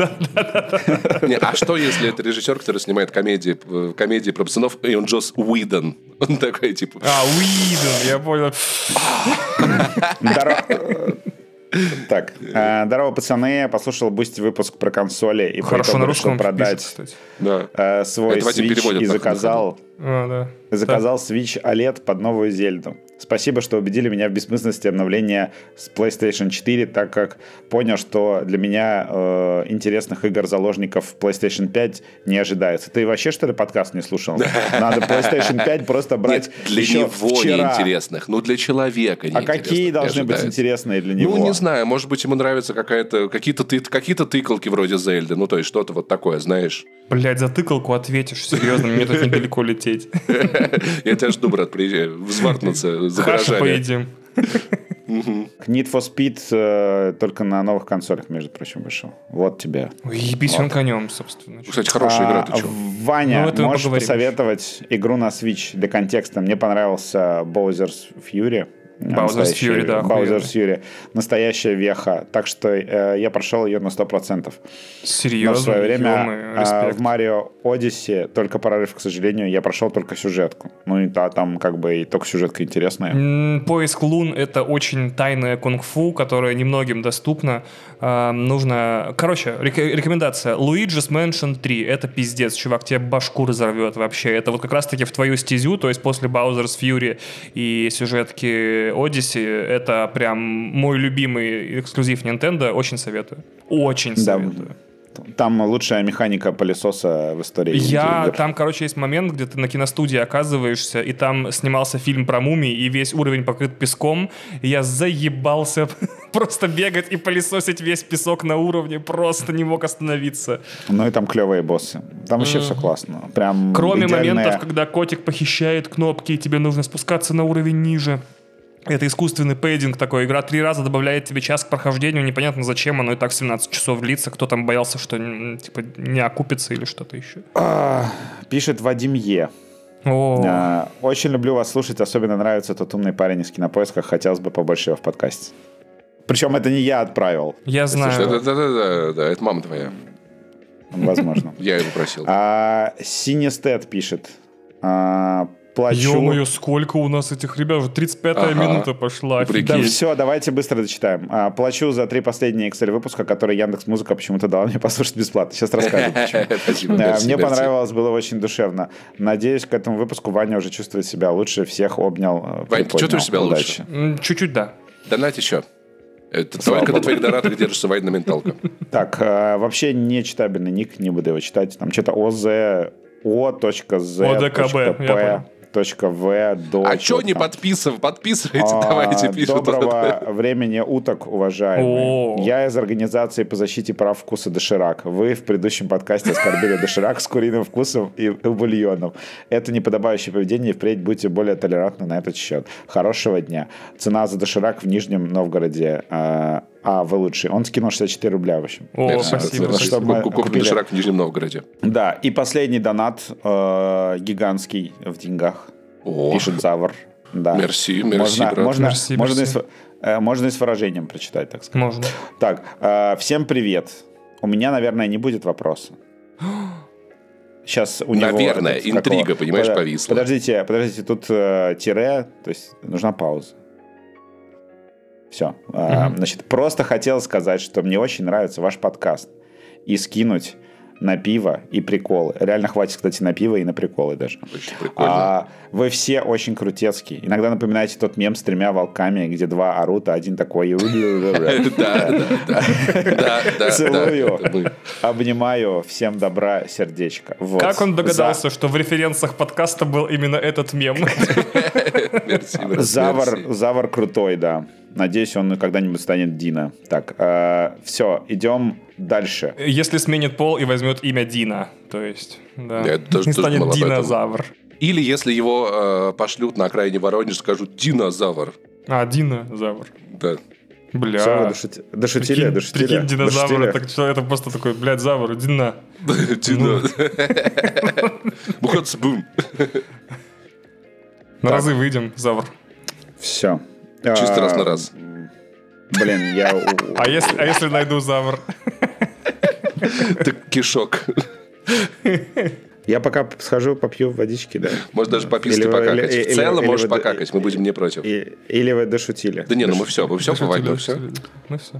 А что, если это режиссер, который снимает комедии, комедии про пацанов, и он Джос Уидон? Он такой, типа... А, Уидон, я понял. Так, э, здорово, пацаны. Я послушал Бусти выпуск про консоли и Хорошо, по на итогу решил русском продать пишет, э, свой Switch и заказал, а, да. заказал Switch о лед под новую Зельду. Спасибо, что убедили меня в бессмысленности обновления с PlayStation четыре, так как понял, что для меня э, интересных игр-заложников в PlayStation пять не ожидается. Ты вообще, что ли, подкаст не слушал? Надо PlayStation пять просто брать. Нет, для еще него вчера. неинтересных, ну для человека А какие должны быть интересные для него? Ну, не знаю, может быть, ему нравится какая-то, какие-то, ты, какие-то тыкалки вроде Зельды, ну, то есть что-то вот такое, знаешь. Блядь, за тыкалку ответишь, серьезно, мне тут недалеко лететь. Я тебя жду, брат, приезжай, взваркнуться за гаражами. Хаша поедим. Need for Speed э, только на новых консолях, между прочим, вышел. Вот тебе. Ой, ебись вот. Он конем, собственно. Кстати, хорошая а, игра, ты что? Ваня, ну, можешь посоветовать игру на Switch для контекста? Мне понравился Bowser's Fury. Bowser's Fury, да. Bowser's Fury. Настоящая веха. Так что э, я прошел ее на сто процентов. Серьезно? Но в свое время э, в Mario Odyssey, только прорыв, к сожалению, я прошел только сюжетку. Ну и да, там как бы и только сюжетка интересная. Mm, Поиск лун — это очень тайное кунг-фу, которое немногим доступно. Э, нужно... Короче, рек- рекомендация. Luigi's Mansion три. Это пиздец, чувак. Тебе башку разорвет вообще. Это вот как раз-таки в твою стезю, то есть после Bowser's Fury и сюжетки Odyssey, это прям мой любимый эксклюзив Nintendo. Очень советую. Очень советую. Да. Там лучшая механика пылесоса в истории. Я, игр. там, короче, есть момент, где ты на киностудии оказываешься, и там снимался фильм про мумий, и весь уровень покрыт песком, и я заебался просто бегать и пылесосить весь песок на уровне, просто не мог остановиться. Ну и там клевые боссы. Там вообще mm. все классно. Прям Кроме идеальная... моментов, когда котик похищает кнопки, и тебе нужно спускаться на уровень ниже. Это искусственный пейдинг такой. Игра три раза добавляет тебе час к прохождению. Непонятно зачем. Оно и так семнадцать часов длится. Кто там боялся, что типа не окупится или что-то еще. А, пишет Вадим Е. А, очень люблю вас слушать. Особенно нравится тот умный парень из Кинопоиска. Хотелось бы побольше его в подкасте. Причем это не я отправил. Я знаю. Да-да-да, это мама твоя. Возможно. Я его просил. Синестет пишет. Плачу. Ё-моё, сколько у нас этих ребят, уже тридцать пятая ага. минута пошла. Да, все, давайте быстро дочитаем. А, плачу за три последние Excel-выпуска, которые Яндекс.Музыка почему-то дала мне послушать бесплатно. Сейчас расскажу, почему. Мне понравилось, было очень душевно. Надеюсь, к этому выпуску Ваня уже чувствует себя лучше. Всех обнял. Вань, ты чувствуешь себя лучше? Чуть-чуть, да. Донать еще. Это только на твоих донатах держится Вайна менталка. Так, вообще нечитабельный ник, не буду его читать. Там что-то ОЗ, О.З.П. В. До а что не подписывай? Подписывайте, а, давайте пишут. Доброго времени уток, уважаемые. О. Я из организации по защите прав вкуса доширак. Вы в предыдущем подкасте оскорбили доширак с куриным вкусом и бульоном. Это неподобающее поведение, и впредь будьте более толерантны на этот счет. Хорошего дня. Цена за доширак в Нижнем Новгороде. А, а вы лучший. Он скинул шестьдесят четыре рубля, в общем. О, Нет, спасибо. Чтобы купили доширак в Нижнем Новгороде. Да, и последний донат э, гигантский в деньгах. О. Пишет Завр. Да. Мерси, мерси, можно, брат. Можно, мерси, можно, мерси. И с, э, можно и с выражением прочитать, так сказать. Можно. Так, э, всем привет. У меня, наверное, не будет вопроса. Сейчас у него... Наверное, этот, интрига, такого, понимаешь, под, повисла. Подождите, подождите, тут э, тире, то есть нужна пауза. Все. Mm-hmm. Значит, просто хотел сказать, что мне очень нравится ваш подкаст. И скинуть на пиво и приколы. Реально хватит, кстати, на пиво и на приколы даже. Очень прикольно. А, вы все очень крутецкие. Иногда напоминаете тот мем с тремя волками, где два орут, а один такой... Да, да, да. Целую. Обнимаю. Всем добра, сердечко. Как он догадался, что в референсах подкаста был именно этот мем? Завар крутой, да. Надеюсь, он когда-нибудь станет Дина. Так, э, все, идем дальше. Если сменит пол и возьмет имя Дина, то есть, да, Я тоже, не тоже станет динозавр. Или если его э, пошлют на окраине Воронеж, скажут динозавр. А, динозавр. Да. Бля. Все, вы дошути... дошутили, прикинь, дошутили. Прикинь, динозавр, это, что, это просто такой, блядь, завр, дина. Дина. Бухаться-бум. На разы выйдем, завр. Все. Чисто раз на раз. Блин, я... А если, а если найду завр? Так кишок. Я пока схожу, попью водички, да. Может даже пописать и покакать. В целом можешь покакать, мы будем не против. Или вы дошутили. Да не, ну мы все, мы все повалили, все. Мы все.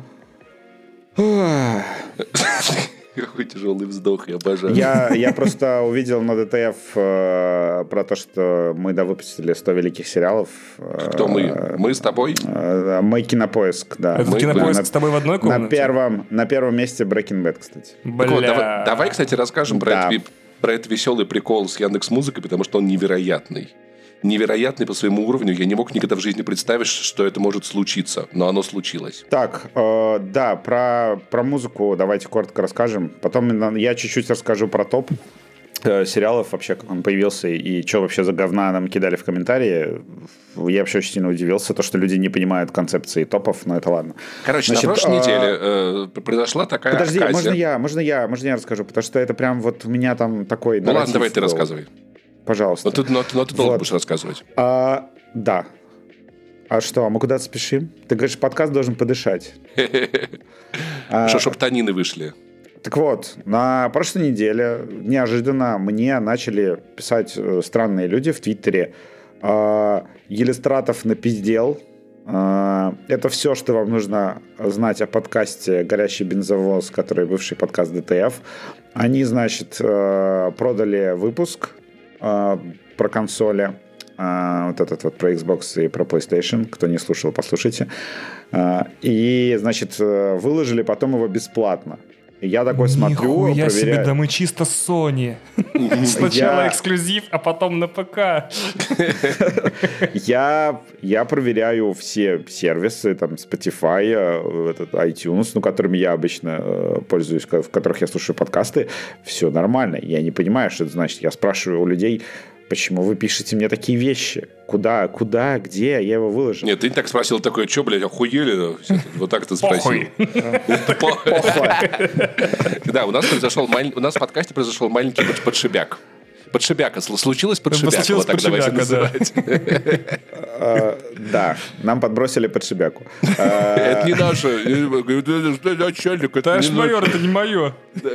Какой тяжелый вздох, я обожаю. Я, я просто увидел на ДТФ э, про то, что мы довыпустили сто великих сериалов. Э, Кто мы? Мы с тобой? Э, мы Кинопоиск, да. Это мы, Кинопоиск на, с тобой в одной комнате? На первом, на первом месте Breaking Bad, кстати. Бля. Вот, давай, давай, кстати, расскажем про, да. этот, про этот веселый прикол с Яндекс.Музыкой, потому что он невероятный. Невероятный по своему уровню. Я не мог никогда в жизни представить, что это может случиться. Но оно случилось. Так, э, да, про, про музыку давайте коротко расскажем. Потом я чуть-чуть расскажу про топ э, сериалов, вообще, как он появился, и что вообще за говна нам кидали в комментарии. Я вообще очень сильно удивился, то, что люди не понимают концепции топов, но это ладно. Короче, Значит, на прошлой э, неделе э, произошла такая Подожди, оказия. можно я, можно я, можно я расскажу, потому что это прям вот у меня там такой... Ну ладно, давай ты рассказывай. Пожалуйста. Но ты, но, но ты вот. должен будешь рассказывать. А, да. А что, а мы куда-то спешим? Ты говоришь, подкаст должен подышать. Что, чтоб танины вышли. Так вот, на прошлой неделе неожиданно мне начали писать странные люди в Твиттере. Елистратов напиздел. Это все, что вам нужно знать о подкасте «Горящий бензовоз», который бывший подкаст ДТФ. Они, значит, продали выпуск про консоли, вот этот вот про Xbox и про PlayStation. Кто не слушал, послушайте. И, значит, выложили потом его бесплатно. И я такой смотрю, Нихуя проверяю. себе, да мы чисто Sony. Сначала Я- эксклюзив, а потом на ПК. Я, я проверяю все сервисы, там, Spotify, э, этот, iTunes, ну, которыми я обычно э, пользуюсь, ко- в которых я слушаю подкасты. Все нормально. Я не понимаю, что это значит. Я спрашиваю у людей, почему вы пишете мне такие вещи? Куда, куда, где? Я его выложил. Нет, ты не так спросил, такой, что, блядь, охуели? Вот так ты спросил. Да, у нас произошел, у нас в подкасте произошел маленький подшибяк. Подшибяка. Случилось подшибяка. Случилось вот так давайте подшибяка, называть. Да, нам подбросили подшибяку. Это не наше. Начальник, это Товарищ майор, это не мое.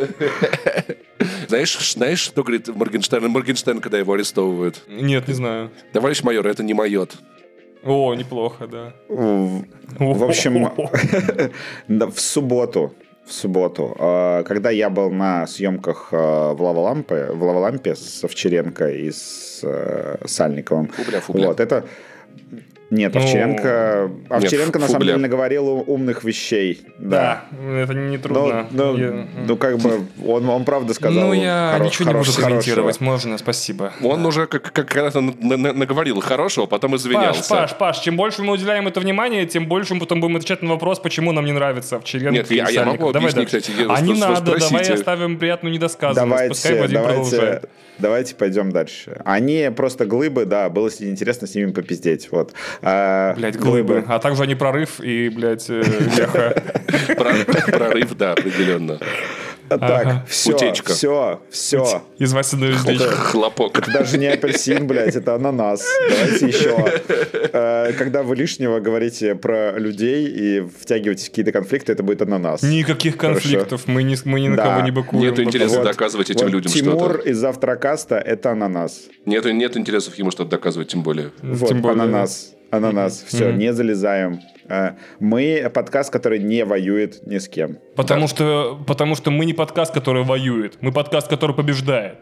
Знаешь, знаешь, что говорит Моргенштерн? Моргенштерн, когда его арестовывают. Нет, не знаю. Товарищ майор, это не майот. О, неплохо, да. В общем, в субботу в субботу, когда я был на съемках в Лавалампе, в Лавалампе с Овчаренко и с Сальниковым. Фубля, фубля. Вот, это... Нет, Овчаренко, ну, Овчаренко нет, на самом фубля. деле наговорил умных вещей. Да, да это не трудно. Ну, ну, я... ну как бы, он, он правда сказал. Ну, я хоро- ничего не буду хорошего. комментировать, можно, спасибо. Он уже как, как когда-то на- на- наговорил хорошего, потом извинялся. Паш, Паш, Паш, чем больше мы уделяем это внимание, тем больше мы потом будем отвечать на вопрос, почему нам не нравится Овчаренко. Нет, я, я могу давай объяснить, дальше. кстати. А не надо, спросите. давай оставим приятную недосказанность. Пускай Давайте, Вадим давайте, продолжает. давайте пойдем дальше. Они просто глыбы, да, было интересно с ними попиздеть. Вот. А, Блять, глыбы. А также они прорыв и, блядь, леха. Прорыв, да, определенно. Так, все, Утечка. все, все. Из Васиной Это- Хлопок. Это даже не апельсин, блядь, это ананас. Давайте еще. Э, Когда вы лишнего говорите про людей и втягиваетесь в какие-то конфликты, это будет ананас. Никаких конфликтов. Мы ни, мы ни на Да. кого не быкуем. Нету интереса Вот. доказывать этим Вот людям Тимур что-то. из Завтракаста — это ананас. Нету, нет интересов ему что-то доказывать, тем более. Вот, Тем более. ананас. Ананас. Все, Мгм. не залезаем. Э, Мы подкаст, который не воюет ни с кем. Потому, что, потому что мы не подкаст, который воюет. Мы подкаст, который побеждает.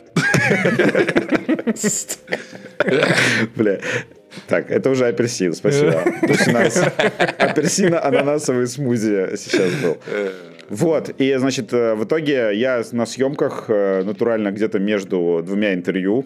Бля. Так, это уже апельсин, спасибо. То есть у нас апельсино-ананасовый смузи сейчас был. Вот, и, значит, э, в итоге я на съемках э, натурально где-то между двумя интервью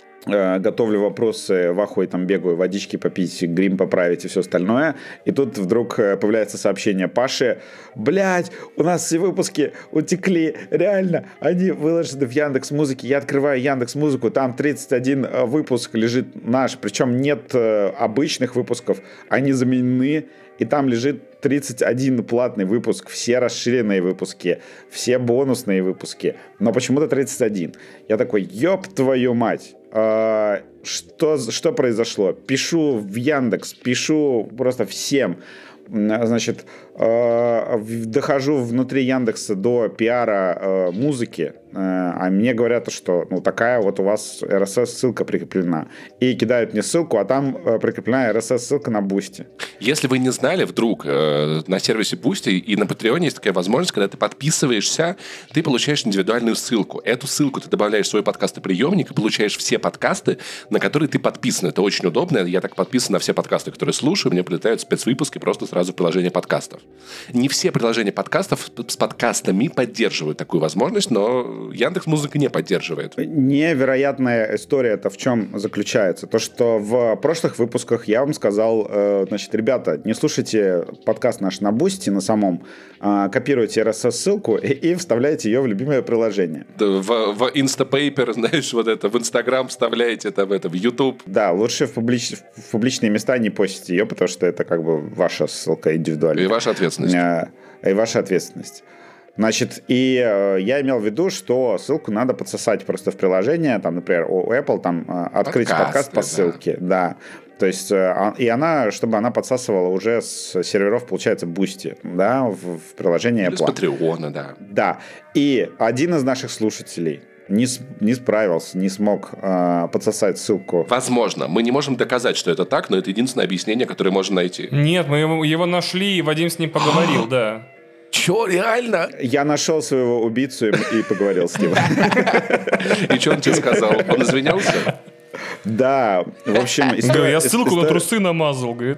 э, готовлю вопросы, в ахуе там бегаю, водички попить, грим поправить и все остальное. И тут вдруг э, появляется сообщение Паши: блять, у нас все выпуски утекли, реально, они выложены в Яндекс.Музыке. Я открываю Яндекс.Музыку, там тридцать один э, выпуск лежит наш, причем нет э, обычных выпусков, они заменены. И там лежит тридцать один платный выпуск, все расширенные выпуски, все бонусные выпуски, но почему-то тридцать один. Я такой, ёб твою мать, а, что, что произошло? Пишу в Яндекс, пишу просто всем. Значит, э, дохожу внутри Яндекса до пиара э, музыки, э, а мне говорят, что ну такая вот у вас эр эс эс-ссылка прикреплена. И кидают мне ссылку, а там э, прикреплена эр эс эс-ссылка на Boosty. Если вы не знали, вдруг э, на сервисе Boosty и на Патреоне есть такая возможность, когда ты подписываешься, ты получаешь индивидуальную ссылку. Эту ссылку ты добавляешь в свой подкастоприемник и получаешь все подкасты, на которые ты подписан. Это очень удобно. Я так подписан на все подкасты, которые слушаю. Мне прилетают спецвыпуски просто сразу в приложение подкастов. Не все приложения подкастов с подкастами поддерживают такую возможность, но Яндекс.Музыка не поддерживает. Невероятная история это в чем заключается? То, что в прошлых выпусках я вам сказал, э, значит, ребята, не слушайте подкаст наш на Boosty, на самом, э, копируйте эр эс эс-ссылку и, и вставляйте ее в любимое приложение. Да, в, в Instapaper, знаешь, вот это, в Instagram вставляете, там это, в YouTube. Да, лучше в, публич... в публичные места не постите ее, потому что это как бы ваша ссылка индивидуальная. И ваша ответственность. Э, и ваша ответственность. Значит, и э, я имел в виду, что ссылку надо подсосать просто в приложение, там, например, у Apple, там, э, открыть Подкасты, подкаст по да. ссылке, да. То есть, э, и она, чтобы она подсасывала уже с серверов, получается, Boosty, да, в, в приложение Или Apple. с Патреона, да. Да, и один из наших слушателей не, с- не справился, не смог э, подсосать ссылку. Возможно. Мы не можем доказать, что это так, но это единственное объяснение, которое можно найти. Нет, мы его, его нашли, и Вадим с ним поговорил, да. Че, реально? Я нашел своего убийцу и, и поговорил с ним. И что он тебе сказал? Он извинялся? Да, в общем... Да, история- я ссылку на история- трусы намазал, говорит.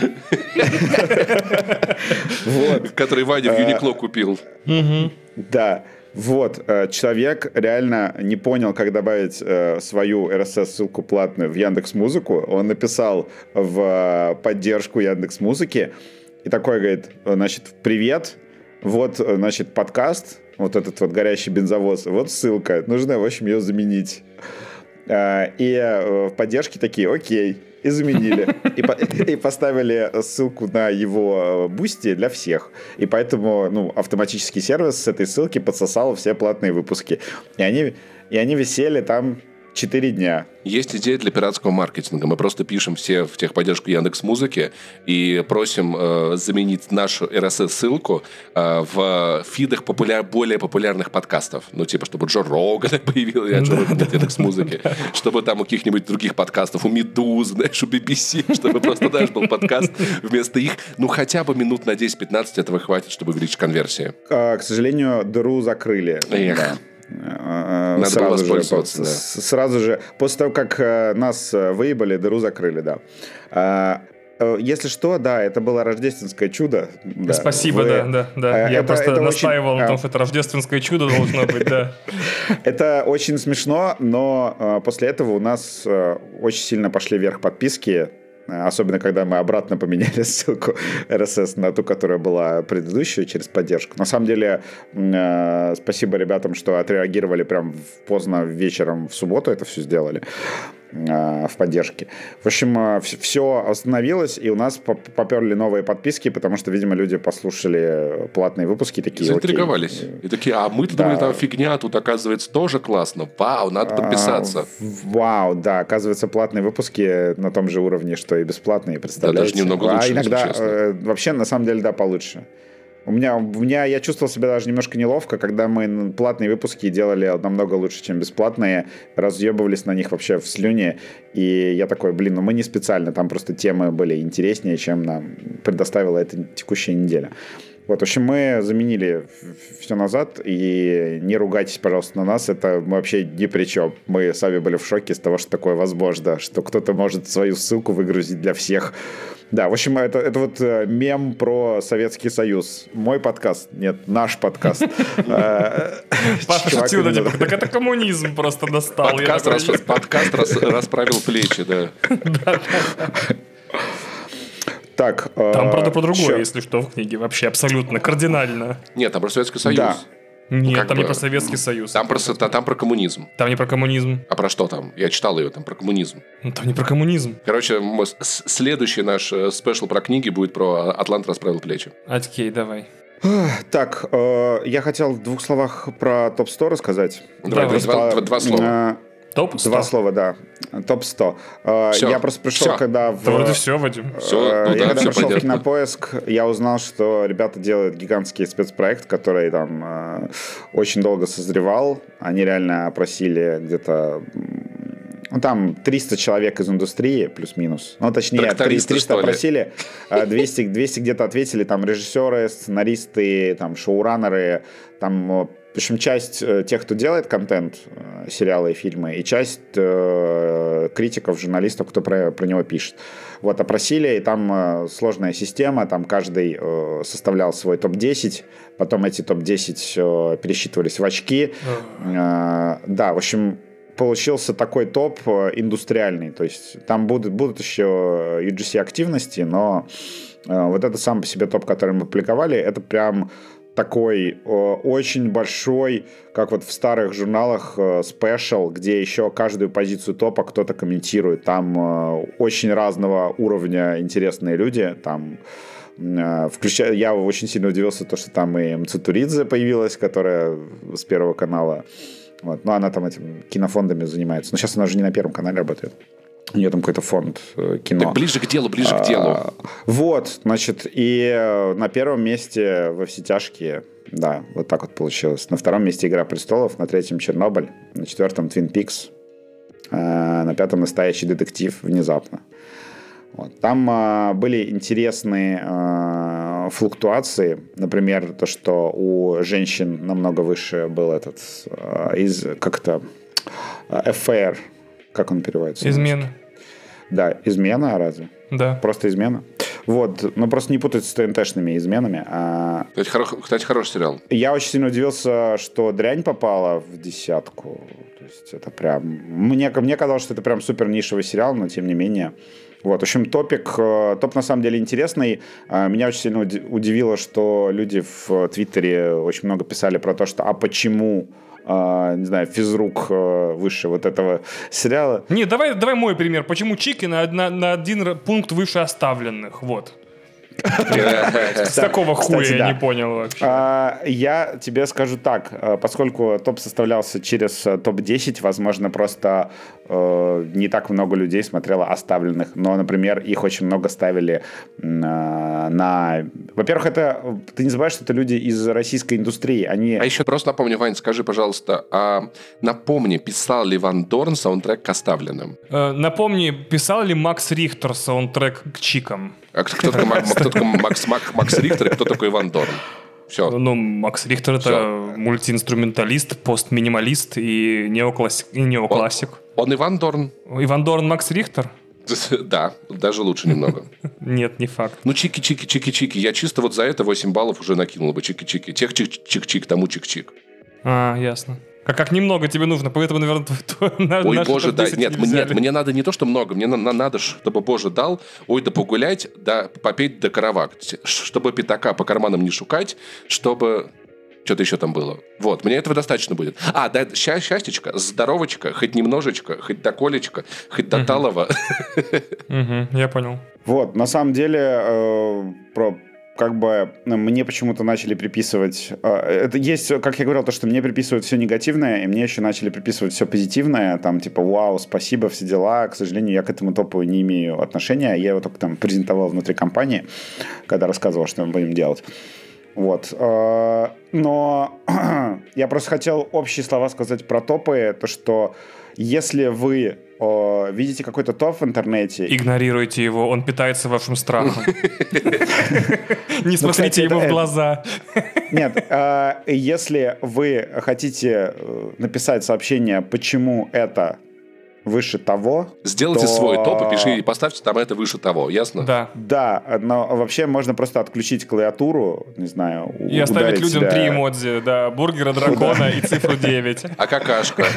Вот. Который Ваня в Юникло купил. Да, вот, э, человек реально не понял, как добавить э, свою эр эс эс-ссылку платную в Яндекс.Музыку. Он написал в э, поддержку Яндекс.Музыки и такой говорит, значит, привет, вот, э, значит, подкаст, вот этот вот горящий бензовоз, вот ссылка, нужно, в общем, ее заменить. И в поддержке такие, окей, и заменили. И, по, и поставили ссылку на его бусти для всех. И поэтому ну, автоматический сервис с этой ссылки подсосал все платные выпуски. И они, и они висели там четыре дня. Есть идея для пиратского маркетинга. Мы просто пишем все в техподдержку Яндекс.Музыки и просим э, заменить нашу эр эс эс-ссылку э, в фидах популяр... более популярных подкастов. Ну, типа, чтобы Джо Рогана появился, я Джо Рогана Яндекс.Музыки, чтобы там у каких-нибудь других подкастов, у Медузы, знаешь, у би би си, чтобы просто, знаешь, был подкаст вместо их. Ну, хотя бы минут на десять-пятнадцать этого хватит, чтобы увеличить конверсии. К сожалению, дыру закрыли. Эх. Надо сразу было воспользоваться, же, да. Сразу же, после того, как нас выебали, дыру закрыли, да. Если что, да, это было рождественское чудо. Да. Спасибо, Вы... да, да, да. Это, Я просто это настаивал очень... на том, что это рождественское чудо должно быть, да. Это очень смешно, но после этого у нас очень сильно пошли вверх подписки. Особенно, когда мы обратно поменяли ссылку эр эс эс на ту, которая была предыдущую, через поддержку. На самом деле, э, спасибо ребятам, что отреагировали прям поздно вечером в субботу, это все сделали э, в поддержке. В общем, э, все остановилось, и у нас поперли новые подписки, потому что, видимо, люди послушали платные выпуски такие. Заинтриговались. Окей. И такие, а мы-то да. думали, там фигня, тут, оказывается, тоже классно. Вау, надо подписаться. А, вау, да, оказывается, платные выпуски на том же уровне, что и бесплатные, представляете? Да, даже немного лучше, а иногда, э, вообще, на самом деле, да, получше. У меня, у меня, я чувствовал себя даже немножко неловко, когда мы платные выпуски делали намного лучше, чем бесплатные, разъебывались на них вообще в слюне, и я такой, блин, ну мы не специально, там просто темы были интереснее, чем нам предоставила эта текущая неделя. Вот, в общем, мы заменили все назад, и не ругайтесь, пожалуйста, на нас, это мы вообще ни при чем. Мы сами были в шоке с того, что такое возможно, что кто-то может свою ссылку выгрузить для всех. Да, в общем, это, это вот мем про Советский Союз. Мой подкаст. Нет, наш подкаст. Паша шутил, так это коммунизм просто достал. Подкаст расправил плечи, да. Так, там, правда, про другое, если что, в книге. Вообще абсолютно, кардинально. Нет, там про Советский Союз. Да. Нет, как там бы, не про Советский Союз. Там про, там про коммунизм. Там не про коммунизм. А про что там? Я читал ее, там про коммунизм. Ну, там не про коммунизм. Короче, мы, следующий наш спешл про книги будет про «Атлант расправил плечи». Окей, давай. Так, э, я хотел в двух словах про топ сто рассказать. Давай, давай. Два, два, два слова. топ сто? Два слова, да. топ сто. Все. Я просто пришел, все. когда... В... Да вроде все, Вадим. Все, ну, я да, когда все пришел понятно. в Кинопоиск, я узнал, что ребята делают гигантский спецпроект, который там э, очень долго созревал. Они реально опросили где-то... Ну, там триста человек из индустрии, плюс-минус. Ну, точнее, триста опросили, двести, двести где-то ответили, там, режиссеры, сценаристы, там, шоураннеры, там... В общем, часть тех, кто делает контент, сериалы и фильмы, и часть э, критиков, журналистов, кто про, про него пишет. Вот, опросили, и там э, сложная система, там каждый э, составлял свой топ десять, потом эти топ десять э, пересчитывались в очки. Э, да, в общем, получился такой топ индустриальный, то есть там будут, будут еще ю джи си-активности, но э, вот это сам по себе топ, который мы публиковали, это прям... такой э, очень большой, как вот в старых журналах, спешл, э, где еще каждую позицию топа кто-то комментирует. Там э, очень разного уровня интересные люди. Там, э, включая, я очень сильно удивился, то, что там и Мцатуридзе появилась, которая с Первого канала. Вот. Ну, она там этим кинофондами занимается. Но сейчас она уже не на Первом канале работает. У нее там какой-то фонд э, кино. Так ближе к делу, ближе а, к делу. Вот, значит, и на первом месте «Во все тяжкие», да, вот так вот получилось. На втором месте «Игра престолов», на третьем «Чернобыль», на четвертом «Твин Пикс», э, на пятом «Настоящий детектив» внезапно. Вот. Там э, были интересные э, флуктуации. Например, то, что у женщин намного выше был этот, э, из, как это, эф эй ар. Как он переводится? Измена. Да, измена разве? Да. Просто измена. Вот, ну просто не путать с ТНТ-шными изменами. А... Кстати, хоро... Кстати, хороший сериал. Я очень сильно удивился, что «Дрянь» попала в десятку. То есть это прям... Мне, мне казалось, что это прям супер нишевый сериал, но тем не менее Вот, в общем, топик, топ на самом деле интересный. Меня очень сильно удивило, что люди в Твиттере очень много писали про то, что а почему, не знаю, физрук выше вот этого сериала. Не, давай, давай мой пример. Почему Чики на, на, на один пункт выше оставленных? Вот. С такого хуя я не понял вообще. Я тебе скажу так, поскольку топ составлялся через топ десять, возможно, просто не так много людей смотрело оставленных, но, например, их очень много ставили на... Во-первых, это... Ты не забываешь, что это люди из российской индустрии, они... А еще просто напомню, Вань, скажи, пожалуйста, а напомни, писал ли Ван Дорн саундтрек к оставленным? Напомни, писал ли Макс Рихтер саундтрек к Чикам? А кто такой Макс, Макс, Макс Рихтер и кто такой Ван Дорн? Все. Ну, Макс Рихтер — это Все. мультиинструменталист, постминималист и неоклассик. И неоклассик. Он, он Иван Дорн. Иван Дорн Макс Рихтер? Да, даже лучше немного. Нет, не факт. Ну, чики-чики-чики-чики. Я чисто вот за это восемь баллов уже накинул бы чики-чики. Тех чик-чик-чик, тому чик-чик. А, ясно. Как, как немного тебе нужно, поэтому, наверное, твой, ой, Боже, да, нет, мне, мне надо не то, что много, мне на, на, надо, чтобы, Боже, дал, ой, да погулять, да попеть до каравак, чтобы пятака по карманам не шукать, чтобы... Что-то еще там было. Вот, мне этого достаточно будет. А, да, ща, счастечко, здоровочка, хоть немножечко, хоть до колечка, хоть до талого. Я понял. Вот, на самом деле, про... как бы мне почему-то начали приписывать... Это есть, как я говорил, то, что мне приписывают все негативное, и мне еще начали приписывать все позитивное, там, типа, вау, спасибо, все дела. К сожалению, я к этому топу не имею отношения. Я его только там презентовал внутри компании, когда рассказывал, что мы будем делать. Вот. Но я просто хотел общие слова сказать про топы, то, что если вы о, видите какой-то топ в интернете... Игнорируйте его, он питается вашим страхом. Не смотрите ему в глаза. Нет, если вы хотите написать сообщение, почему это выше того... Сделайте то... свой топ и пишите, поставьте там это выше того, ясно? Да. Да, но вообще можно просто отключить клавиатуру, не знаю, и оставить людям себя... три эмодзи, да, бургера, дракона и цифру девять. А какашка.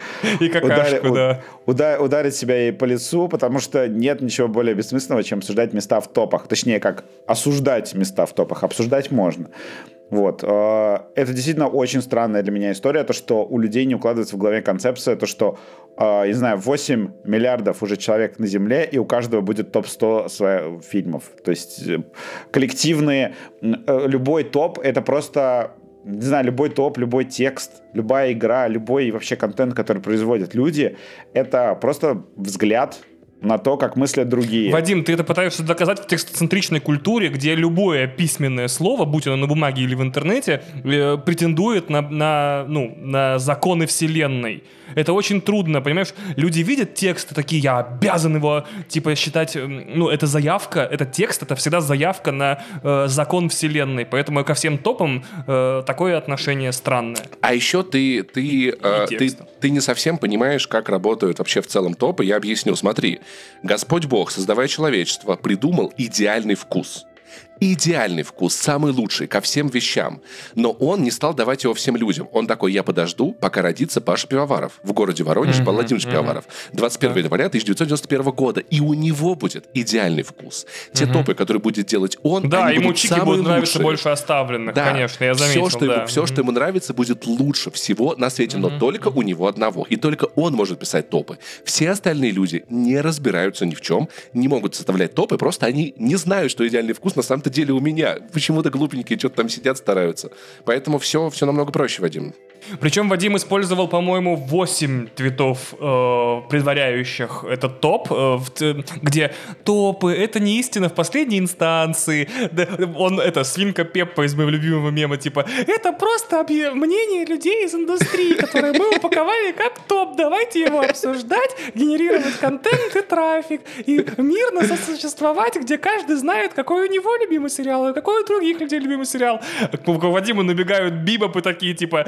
И какашку, да. Ударить себя и по лицу, потому что нет ничего более бессмысленного, чем обсуждать места в топах. Точнее, как осуждать места в топах. Обсуждать можно. Вот. Это действительно очень странная для меня история, то, что у людей не укладывается в голове концепция, то, что, я не знаю, восемь миллиардов уже человек на Земле, и у каждого будет топ сто своих фильмов. То есть коллективные, любой топ — это просто, не знаю, любой топ, любой текст, любая игра, любой вообще контент, который производят люди, это просто взгляд на то, как мыслят другие. Вадим, ты это пытаешься доказать в текстоцентричной культуре, где любое письменное слово, будь оно на бумаге или в интернете, э, претендует на, на, ну, на законы вселенной. Это очень трудно, понимаешь? Люди видят текст и такие, я обязан его, типа, считать... Ну, это заявка, это текст, это всегда заявка на э, закон вселенной. Поэтому ко всем топам э, такое отношение странное. А еще ты, ты, э, ты, ты не совсем понимаешь, как работают вообще в целом топы. Я объясню. Смотри, Господь Бог, создавая человечество, придумал идеальный вкус. Идеальный вкус, самый лучший ко всем вещам. Но он не стал давать его всем людям. Он такой, я подожду, пока родится Паша Пивоваров. В городе Воронеж, mm-hmm, Павел Владимирович mm-hmm. Пивоваров. двадцать первого января тысяча девятьсот девяносто первого года. И у него будет идеальный вкус. Те mm-hmm. топы, которые будет делать он, да, они ему будут чики самые будут лучшие. Нравиться больше оставленных, да. конечно, я заметил. Все, что, да. ему, все, mm-hmm. что ему нравится, будет лучше всего на свете. Mm-hmm. Но только у него одного. И только он может писать топы. Все остальные люди не разбираются ни в чем, не могут составлять топы, просто они не знают, что идеальный вкус на самом-то деле у меня. Почему-то глупенькие что-то там сидят, стараются. Поэтому все, все намного проще, Вадим. Причем Вадим использовал, по-моему, восемь твитов, э, предваряющих этот топ, э, в, где топы — это не истина в последней инстанции. Да, он, это, свинка Пеппа из моего любимого мема, типа, это просто мнение людей из индустрии, которые мы упаковали как топ. Давайте его обсуждать, генерировать контент и трафик, и мирно сосуществовать, где каждый знает, какой у него любимый сериал, и какой у других людей любимый сериал. К Вадиму набегают бибопы такие, типа...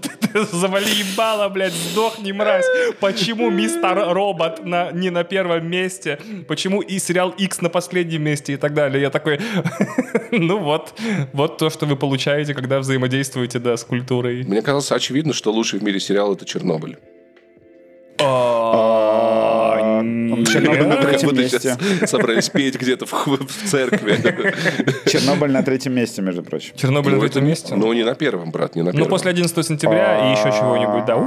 Завали ебало, блядь, сдохни, мразь. Почему Мистер Робот на, не на первом месте? Почему и сериал X на последнем месте и так далее? Я такой, ну вот, вот то, что вы получаете, когда взаимодействуете, да, с культурой. Мне казалось очевидно, что лучший в мире сериал — это «Чернобыль». Чернобыль на третьем месте. Собрались петь где-то в церкви. Чернобыль на третьем месте, между прочим. Чернобыль на третьем месте? Ну, не на первом, брат, не на первом. Ну, после одиннадцатого сентября и еще чего-нибудь, да.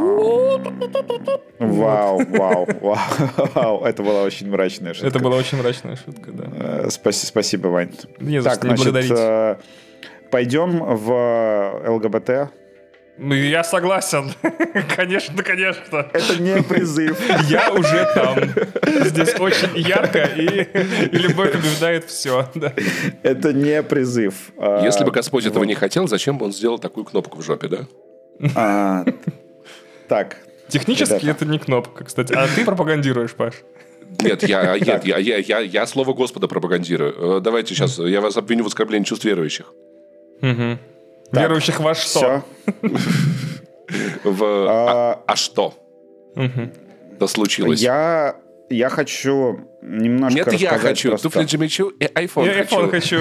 Вау, вау, вау. Это была очень мрачная шутка. Это была очень мрачная шутка, да. Спасибо, Вань. Не за что, не благодарить. Пойдем в ЛГБТ. Я согласен. Конечно, конечно. Это не призыв. Я уже там. Здесь очень ярко, и, и любовь побеждает все. Да. Это не призыв. Если бы Господь этого не хотел, зачем бы он сделал такую кнопку в жопе, да? А, так. Технически ребята. Это не кнопка, кстати. А ты пропагандируешь, Паш? Нет, я, нет я, я, я, я слово Господа пропагандирую. Давайте сейчас, я вас обвиню в оскорблении чувств верующих. Угу. Так, верующих во что? В... А, а что? Угу. Да случилось. Я, я хочу немножко Нет, я хочу. Просто... Туфли Джимичу и айфон я хочу. Я хочу.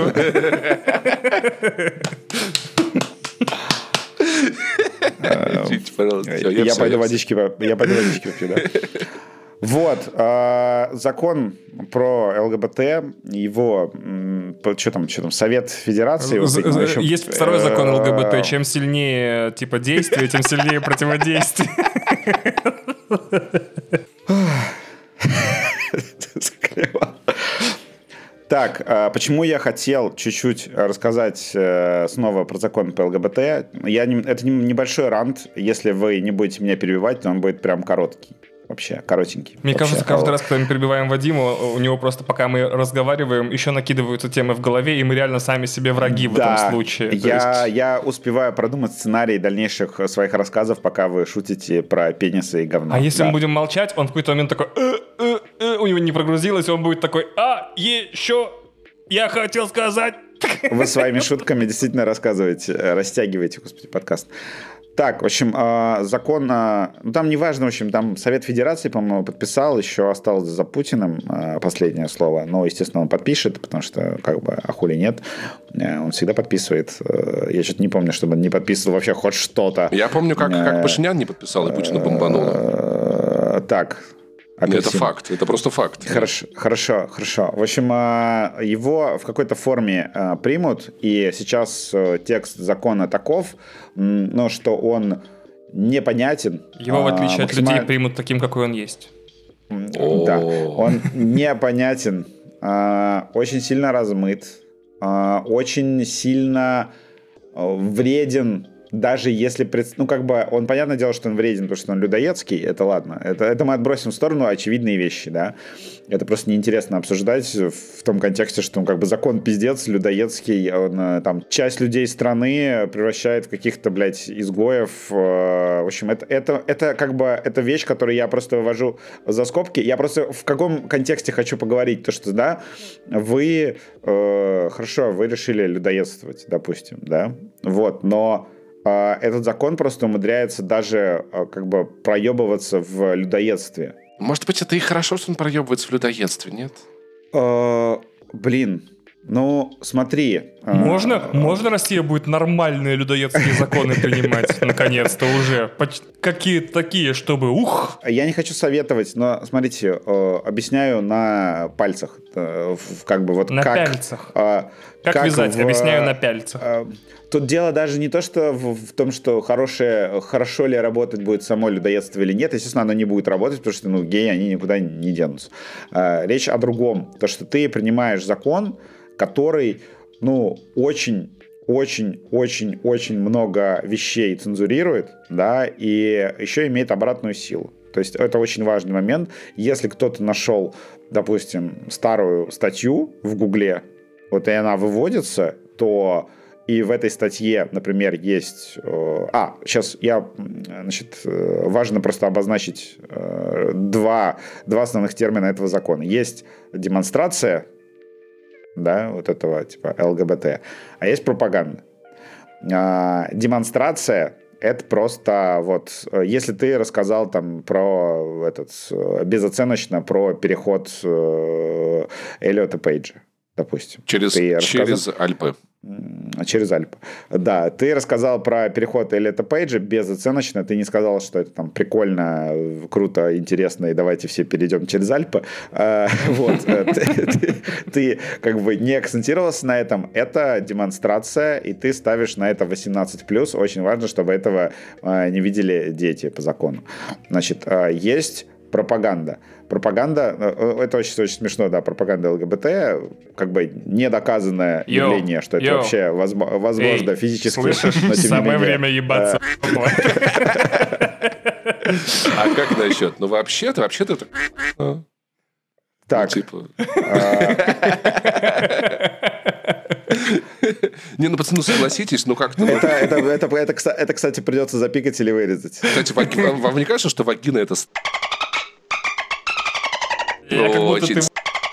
Я пойду водички попью, да. Вот, э, закон про ЛГБТ, его, что там, что там, Совет Федерации. Вот, еще, есть второй закон ЛГБТ, чем сильнее типа действие, тем сильнее противодействие. Так, почему я хотел чуть-чуть рассказать снова про закон по ЛГБТ. Я не, это небольшой рант, если вы не будете меня перебивать, то он будет прям короткий. Вообще, коротенький. Мне вообще, кажется, каждый раз, когда мы перебиваем Вадима, у него просто, пока мы разговариваем, еще накидываются темы в голове, и мы реально сами себе враги в да, этом случае. Я, есть... я успеваю продумать сценарий дальнейших своих рассказов, пока вы шутите про пенисы и говно. А если да. мы будем молчать, он в какой-то момент такой, э, э, э, у него не прогрузилось, он будет такой, а, еще я хотел сказать... Вы своими шутками действительно рассказываете, растягиваете, господи, подкаст. Так, в общем, закон, ну там неважно, в общем, там Совет Федерации, по-моему, подписал, еще осталось за Путиным последнее слово, но, естественно, он подпишет, потому что, как бы, а хули нет, он всегда подписывает. Я что-то не помню, чтобы он не подписывал вообще хоть что-то. Я помню, как, как Пашинян не подписал, и Путина бомбануло. Так. Апельсин. Это факт, это просто факт. Хорошо, хорошо, хорошо. В общем, его в какой-то форме примут, и сейчас текст закона таков, но что он непонятен. Его, в отличие а, от максималь... людей, примут таким, какой он есть. Да, он непонятен, очень сильно размыт, очень сильно вреден. Даже если, ну, как бы, он, понятное дело, что он вреден, потому что он людоедский, это ладно. Это, это мы отбросим в сторону очевидные вещи, да. Это просто неинтересно обсуждать в том контексте, что, он, как бы, закон пиздец, людоедский, он, там, часть людей страны превращает в каких-то, блядь, изгоев. В общем, это, это, это, как бы, это вещь, которую я просто вывожу за скобки. Я просто в каком контексте хочу поговорить, то, что, да, вы, э, хорошо, вы решили людоедствовать, допустим, да, вот, но... Этот закон просто умудряется даже как бы проебываться в людоедстве. Может быть, это и хорошо, что он проебывается в людоедстве, нет? Э, блин, ну смотри. Можно, э, можно Россия будет нормальные людоедские законы принимать, наконец-то уже? Какие-то такие, чтобы ух! Я не хочу советовать, но смотрите, объясняю на пальцах. Как бы вот на как, пяльцах. Как, как вязать, в, объясняю на пяльцах. Тут дело даже не то, что в, в том, что хорошее, хорошо ли работать будет само людоедство или нет. Естественно, оно не будет работать, потому что, ну, геи, они никуда не денутся. А, речь о другом. То, что ты принимаешь закон, который, ну, очень, очень, очень, очень много вещей цензурирует, да, и еще имеет обратную силу. То есть это очень важный момент. Если кто-то нашел, допустим, старую статью в Гугле, вот и она выводится, то... И в этой статье, например, есть... Э, а, сейчас я... Значит, э, важно просто обозначить э, два, два основных термина этого закона. Есть демонстрация, да, вот этого типа ЛГБТ, а есть пропаганда. Э, демонстрация — это просто вот... Если ты рассказал там про этот... Безоценочно про переход э, Эллиота Пейджа, допустим. Через, через Альпы. через Альпы. Да, ты рассказал про переход Эллиота Пейджа безоценочно. Ты не сказал, что это там прикольно, круто, интересно, и давайте все перейдем через Альпы. Вот. Ты как бы не акцентировался на этом. Это демонстрация, и ты ставишь на это восемнадцать плюс. Очень важно, чтобы этого не видели дети по закону. Значит, есть пропаганда. Пропаганда, это очень, очень смешно, да, пропаганда ЛГБТ, как бы недоказанное йо, явление, что это йо. вообще возможно, возможно Эй, физически. Слышишь, но, самое менее, время ебаться. А как насчет? Ну, вообще-то, вообще-то... Так. Не, ну, пацаны, согласитесь, ну как-то... Это, это, это, это, это, кстати, придется запикать или вырезать. Кстати, вам не кажется, что вагина это... Я как будто ты...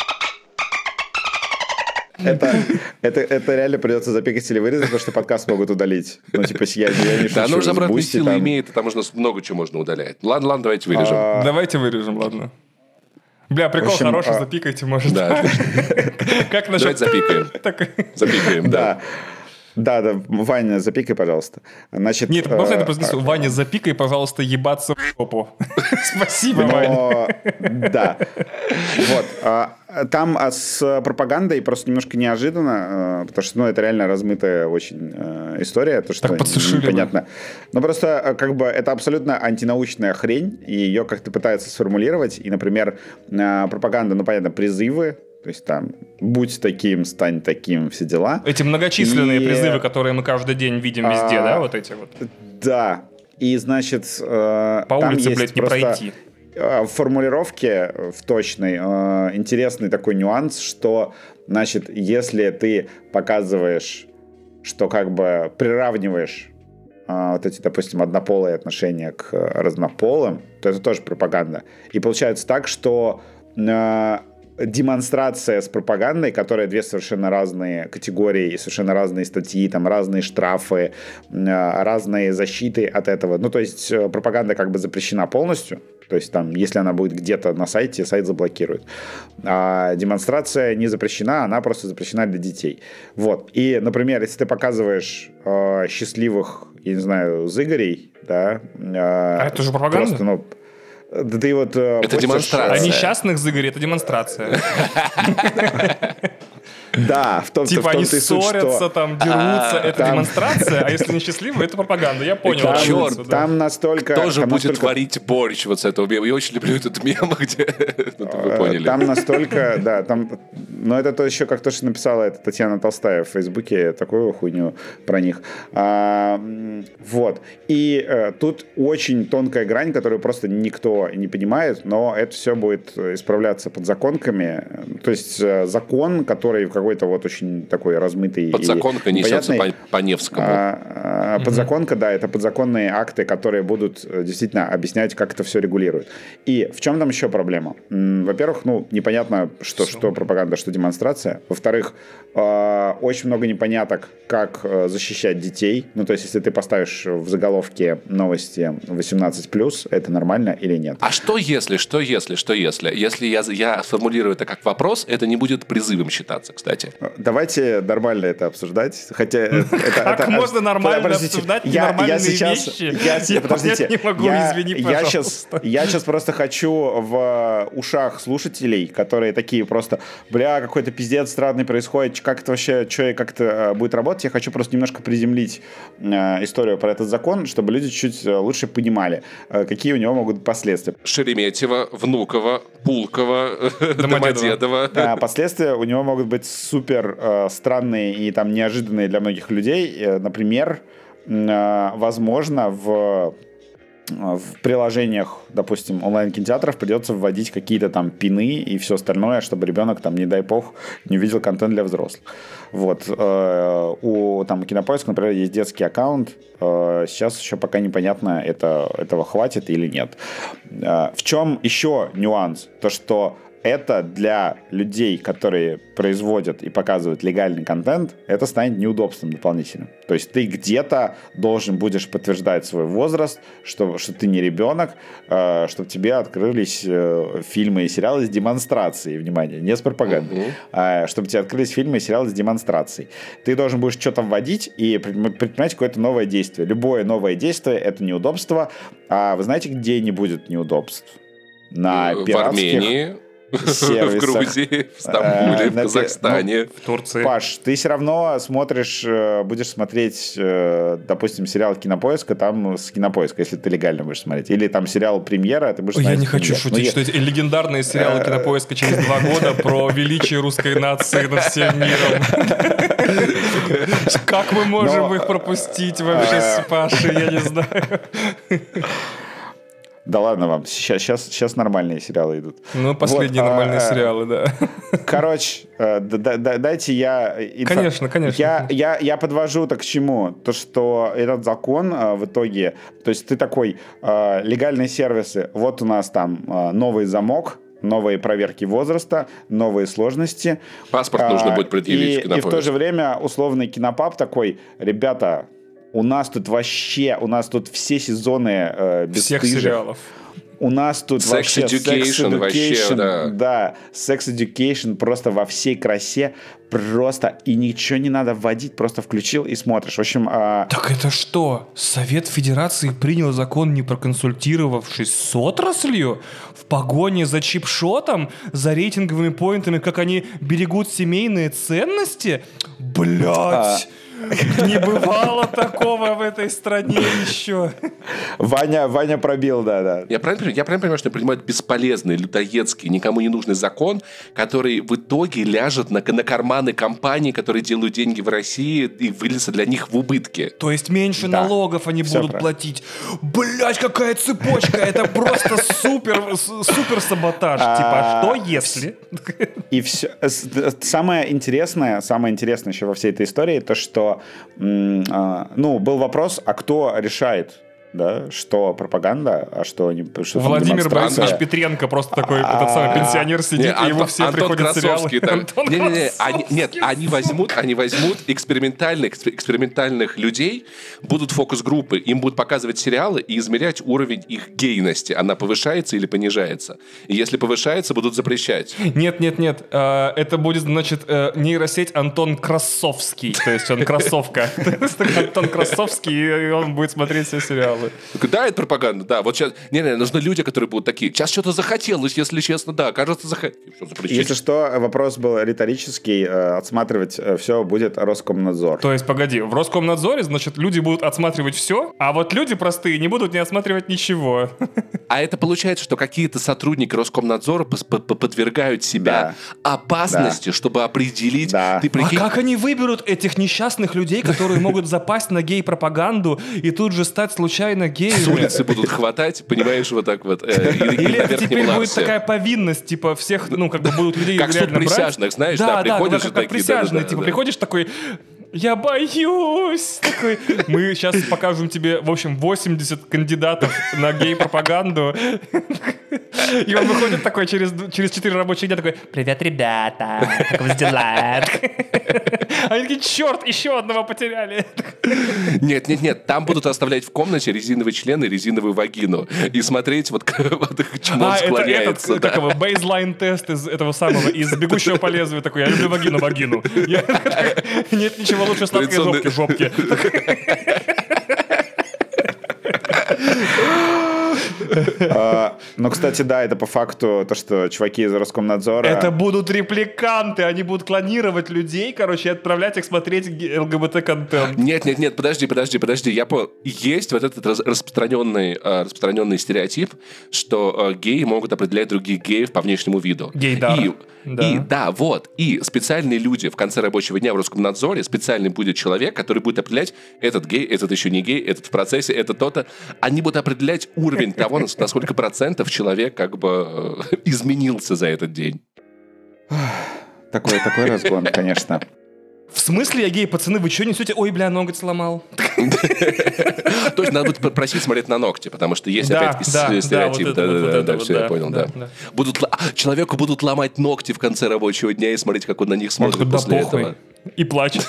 Это, это, это реально придется запикать или вырезать, потому что подкаст могут удалить. Ну, типа, я, я не шучу. Да, оно уже обратную силу там... имеет, и там можно много чего можно удалять. Ладно, ладно, давайте вырежем. А... Давайте вырежем, ладно. Бля, прикол общем, хороший, а... запикайте, может. Да, как насчет... Давайте запикаем. Запикаем, да. Да, да, Ваня, запикай, пожалуйста. Значит, Нет, можно это произнести? Ваня, запикай, пожалуйста, ебаться в попу. Спасибо, Ваня. Да. Вот. Там с пропагандой просто немножко неожиданно, потому что, ну, это реально размытая очень история. То, что так подсушили. Непонятно. Но просто, как бы, это абсолютно антинаучная хрень, и ее как-то пытаются сформулировать. И, например, пропаганда, ну, понятно, призывы. То есть там «будь таким, стань таким», все дела. Эти многочисленные и... призывы, которые мы каждый день видим везде, а... да, вот эти вот? Да. И, значит, по там улице, есть блядь, не пройти. В формулировке в точной интересный такой нюанс, что, значит, если ты показываешь, что как бы приравниваешь вот эти, допустим, однополые отношения к разнополым, то это тоже пропаганда. И получается так, что... демонстрация с пропагандой, которая две совершенно разные категории и совершенно разные статьи, там разные штрафы, разные защиты от этого. Ну, то есть пропаганда как бы запрещена полностью. То есть там, если она будет где-то на сайте, сайт заблокируют. А демонстрация не запрещена, она просто запрещена для детей. Вот. И, например, если ты показываешь э, счастливых, я не знаю, зыгорей, да. Э, а это же пропаганда? Просто, ну, да ты вот... Это постишь... демонстрация. А несчастных зыгорей — это демонстрация. Да, в том-то Типа в том они суть, ссорятся, что... там, дерутся, это там... демонстрация, а если несчастливы, это пропаганда. Я понял. Там, черт, да. там настолько... Тоже там будет настолько... творить борщ вот с этого мема. Я очень люблю этот мем, где... ну, вы поняли. Там настолько, да, там... Но это то еще, как то, что написала это Татьяна Толстая в Фейсбуке, такую хуйню про них. А, вот. И а, тут очень тонкая грань, которую просто никто не понимает, но это все будет исправляться подзаконками. То есть закон, который в какой-то вот очень такой размытый. Подзаконка несется по, по Невскому. А, а, подзаконка, mm-hmm. да, это подзаконные акты, которые будут действительно объяснять, как это все регулирует. И в чем там еще проблема? Во-первых, ну, непонятно, что, что пропаганда, что демонстрация. Во-вторых, э, очень много непоняток, как э, защищать детей. Ну, то есть, если ты поставишь в заголовке новости восемнадцать плюс, это нормально или нет? А что если, что если, что если? Если я, я сформулирую это как вопрос, это не будет призывом считаться, кстати. Давайте нормально это обсуждать. Хотя это, как это, можно нормально подождите, обсуждать я, нормальные я сейчас, вещи? Я, я подождите, не могу, я, извини, я сейчас, я сейчас просто хочу в ушах слушателей, которые такие просто, бля, какой-то пиздец странный происходит, как это вообще, что и как это будет работать. Я хочу просто немножко приземлить э, историю про этот закон, чтобы люди чуть лучше понимали, э, какие у него могут быть последствия. Шереметьево, Внуково, Пулково, Домодедово. Да, последствия у него могут быть супер э, странные и там неожиданные для многих людей. Э, например, э, возможно, в в приложениях, допустим, онлайн-кинотеатров придется вводить какие-то там пины и все остальное, чтобы ребенок там, не дай бог, не увидел контент для взрослых. Вот. У там, Кинопоиска, например, есть детский аккаунт. Сейчас еще пока непонятно, это, этого хватит или нет. В чем еще нюанс? То, что это для людей, которые производят и показывают легальный контент, это станет неудобством дополнительным. То есть ты где-то должен будешь подтверждать свой возраст, что, что ты не ребенок, э, чтобы тебе открылись э, фильмы и сериалы с демонстрацией, внимание, не с пропагандой, uh-huh. а, чтобы тебе открылись фильмы и сериалы с демонстрацией. Ты должен будешь что-то вводить и предпринимать какое-то новое действие. Любое новое действие — это неудобство. А вы знаете, где не будет неудобств? На в пиратских... Армении. Сервисах. В Грузии, в Стамбуле, в Казахстане. В Турции. Паш, ты все равно смотришь, будешь смотреть, допустим, сериал Кинопоиска, там с Кинопоиска, если ты легально будешь смотреть. Или там сериал Премьера, ты будешь Ой, смотреть. Я не хочу шутить, ну, что я... эти легендарные сериалы Кинопоиска через два года про величие русской нации над всем миром. Как мы можем их пропустить вообще с Пашей, я не знаю. Да ладно вам, сейчас, сейчас, сейчас нормальные сериалы идут. Ну, последние вот, нормальные а, сериалы, да. Короче, да, да, дайте я... Инфо... Конечно, конечно. Я, я, я подвожу так к чему? То, что этот закон в итоге... То есть ты такой, легальные сервисы, вот у нас там новый замок, новые проверки возраста, новые сложности. Паспорт а, нужно будет предъявить. И, и в то же время условный кинопаб такой, ребята... У нас тут вообще, у нас тут все сезоны э, бесстыжих. Всех сериалов. У нас тут Sex вообще education, Sex Education, вообще, да. да, Sex Education просто во всей красе, просто, и ничего не надо вводить, просто включил и смотришь. В общем... А... Так это что, Совет Федерации принял закон, не проконсультировавшись с отраслью? В погоне за чипшотом, за рейтинговыми поинтами, как они берегут семейные ценности? Блять! А... Не бывало такого в этой стране еще. Ваня, Ваня пробил, да, да. Я правильно, я правильно понимаю, что принимают бесполезный, людоедский, никому не нужный закон, который в итоге ляжет на, на карманы компаний, которые делают деньги в России, и выльется для них в убытки. То есть меньше да. налогов они Все будут правильно. платить. Блять, какая цепочка! Это просто супер, супер саботаж. Типа, а что если? И все. Самое интересное, самое интересное еще во всей этой истории, то, что ну, был вопрос, а кто решает, да, что пропаганда, а что не что Владимир Борисович Петренко просто такой этот самый пенсионер сидит, и ему все приходят сериалы. Нет, они возьмут, они возьмут экспериментальных, экспериментальных людей, будут фокус-группы, им будут показывать сериалы и измерять уровень их гейности. Она повышается или понижается. И если повышается, будут запрещать. Нет, нет, нет. Это будет, значит, нейросеть Антон Красовский. То есть он кроссовка. Антон Красовский, и он будет смотреть все сериалы. Да, это пропаганда, да. Вот сейчас, не-не, нужны люди, которые будут такие. Сейчас что-то захотелось, если честно, да, кажется, захотелось. Если что, вопрос был риторический, отсматривать все будет Роскомнадзор. То есть, погоди, в Роскомнадзоре, значит, люди будут отсматривать все, а вот люди простые не будут не отсматривать ничего. А это получается, что какие-то сотрудники Роскомнадзора подвергают себя да. опасности, да. чтобы определить... Да. Ты прикинь... А как они выберут этих несчастных людей, которые могут запасть на гей-пропаганду и тут же стать случайно геями? С улицы будут хватать, понимаешь, вот так вот. Э, и, Или это теперь Марсе. Будет такая повинность, типа, всех, ну, как бы будут людей как реально брать. Как суд присяжных, знаешь, да, да, приходишь да, как, как присяжные, да, да, типа, да. приходишь такой... Я боюсь. Такой, мы сейчас покажем тебе, в общем, восемьдесят кандидатов на гей-пропаганду. И он выходит такой через, через четыре рабочих дня такой: привет, ребята, как у вас дела? Они такие: черт, еще одного потеряли. Нет, нет, нет, там будут оставлять в комнате резиновый член и резиновую вагину и смотреть, вот, вот их чмо а, склоняется. Это, этот, да. Как его, бейзлайн-тест из этого самого, из «Бегущего по лезвию». Такой: я люблю вагину, вагину. Я, нет ничего лучше сладкой жопки, жопки. Uh, ну, кстати, да, это по факту то, что чуваки из Роскомнадзора... Это будут репликанты, они будут клонировать людей, короче, и отправлять их смотреть ЛГБТ-контент. Нет, нет, нет, подожди, подожди, подожди. Я понял. Есть вот этот распространенный, распространенный стереотип, что геи могут определять других геев по внешнему виду. Гейдар. И, да. и да, вот. И специальные люди в конце рабочего дня в Роскомнадзоре, специальный будет человек, который будет определять, этот гей, этот еще не гей, этот в процессе, это то-то. Они будут определять уровень того, на сколько процентов человек как бы э, изменился за этот день. Такой, такой разгон, конечно. В смысле я гей, пацаны, вы что несете? Ой, бля, ноготь сломал. То есть надо будет попросить смотреть на ногти, потому что есть опять стереотип. Да-да-да, все, я понял, да. Человеку будут ломать ногти в конце рабочего дня и смотреть, как он на них смотрит после этого. И плачет.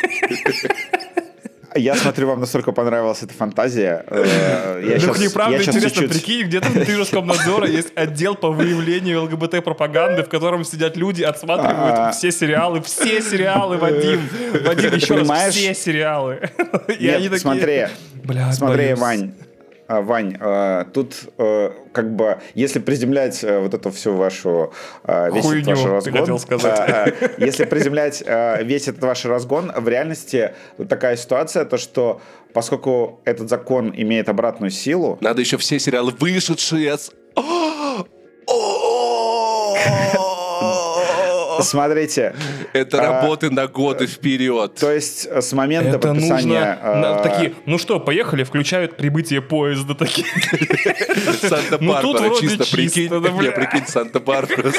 Я смотрю, вам настолько понравилась эта фантазия. Ну, мне правда интересно, прикинь, где-то внутри Роскомнадзора есть отдел по выявлению ЛГБТ-пропаганды, в котором сидят люди, отсматривают все сериалы, все сериалы, Вадим. Вадим, еще раз, все сериалы. Нет, смотри, смотри, Вань. Вань, тут как бы, если приземлять вот эту всю вашу весь Хуйню, этот ваш разгон, ты хотел сказать. если приземлять весь этот ваш разгон, в реальности такая ситуация, то что поскольку этот закон имеет обратную силу, надо еще все сериалы, вышедшие с... Смотрите. Это а, работы на годы вперед. То есть с момента это подписания... Нужно, а... такие, ну что, поехали, включают прибытие поезда. Такие. Санта-Барбара, чисто, прикинь. Я прикинь, Санта-Барбара.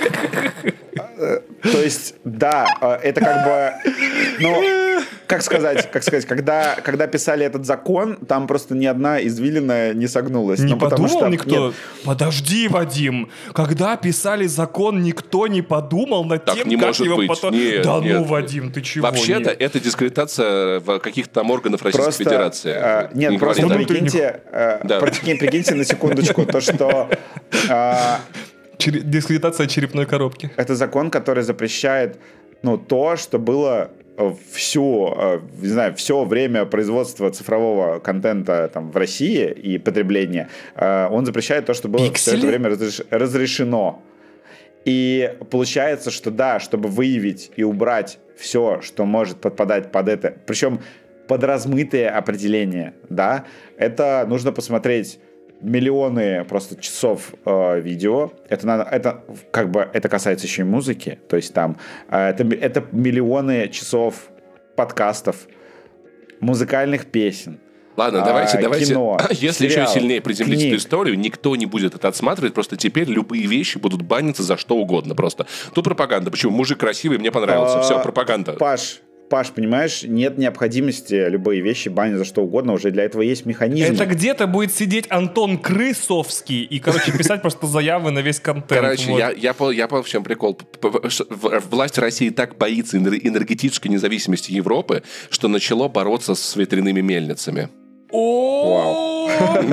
То есть, да, это как бы... Ну, как сказать, как сказать, когда, когда писали этот закон, там просто ни одна извилина не согнулась. Не ну, подумал что, никто? Нет. Подожди, Вадим, когда писали закон, никто не подумал над так тем, не как может его быть. потом... Нет, да нет. ну, Вадим, ты чего? Вообще-то нет. это дискредитация в каких-то там органов Российской просто, Федерации. А, нет, не просто прикиньте, а, да. прикиньте, прикиньте на секундочку то, что... А, Чер... Дискредитация черепной коробки. Это закон, который запрещает ну, то, что было всю, не знаю, все время производства цифрового контента там, в России и потребления. Он запрещает то, что было Пиксели? Все это время разреш... разрешено. И получается, что да, чтобы выявить и убрать все, что может подпадать под это, причем под размытые определения, да, это нужно посмотреть миллионы просто часов э, видео. Это надо, это как бы это касается еще и музыки. То есть там э, это, это миллионы часов подкастов, музыкальных песен. Ладно, давайте, а, давайте. Кино, если сериал, еще сильнее приземлить книг. эту историю, никто не будет это отсматривать. Просто теперь любые вещи будут баниться за что угодно. Просто. Тут пропаганда. Почему? Мужик красивый, мне понравился. А, Все, пропаганда. Паш, Паш, понимаешь, нет необходимости любые вещи банить за что угодно, уже для этого есть механизм. Это где-то будет сидеть Антон Крысовский и, короче, писать просто заявы на весь контент. Короче, вот. я, я, я, я понял, в чем прикол. Власть России так боится энергетической независимости Европы, что начало бороться с ветряными мельницами. Вау.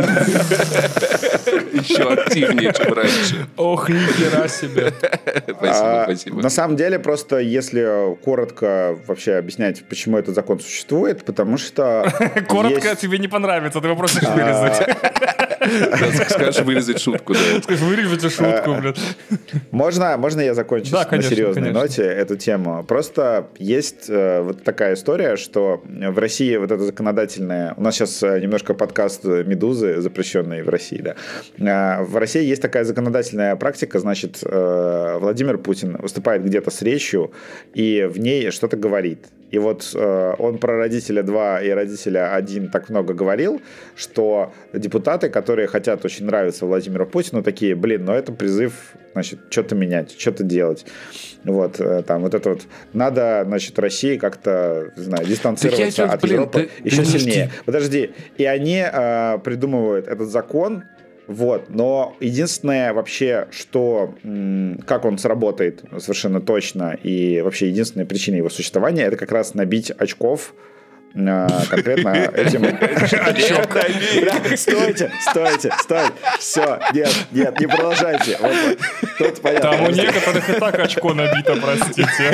Еще активнее, чем раньше. Ох, нихера себе. Спасибо, спасибо. На самом деле, просто если коротко вообще объяснять, почему этот закон существует, потому что... Коротко тебе не понравится, ты попросишь вырезать. Скажешь вырезать шутку, да. Скажешь, вырежите шутку, блядь. Можно, можно я закончу да, на конечно, серьезной конечно. ноте эту тему? Просто есть э, вот такая история, что в России вот это законодательное... У нас сейчас немножко подкаст «Медузы», запрещенный в России, да. А в России есть такая законодательная практика, значит, э, Владимир Путин выступает где-то с речью и в ней что-то говорит. И вот э, он про родителя два и родителя один так много говорил, что депутаты, которые хотят очень нравиться Владимиру Путину, такие, блин, ну это призыв, значит, что-то менять, что-то делать. Вот, э, там, вот это вот. Надо, значит, России как-то, не знаю, дистанцироваться от блин, Европы да, еще подожди. сильнее. Подожди. И они э, придумывают этот закон, вот, но единственное вообще, что, как он сработает совершенно точно, и вообще единственная причина его существования, это как раз набить очков конкретно этим очком. Стойте, стойте, стойте. Все, нет, нет, не продолжайте. Тут понятно. Там у некоторых и так очко набито, простите.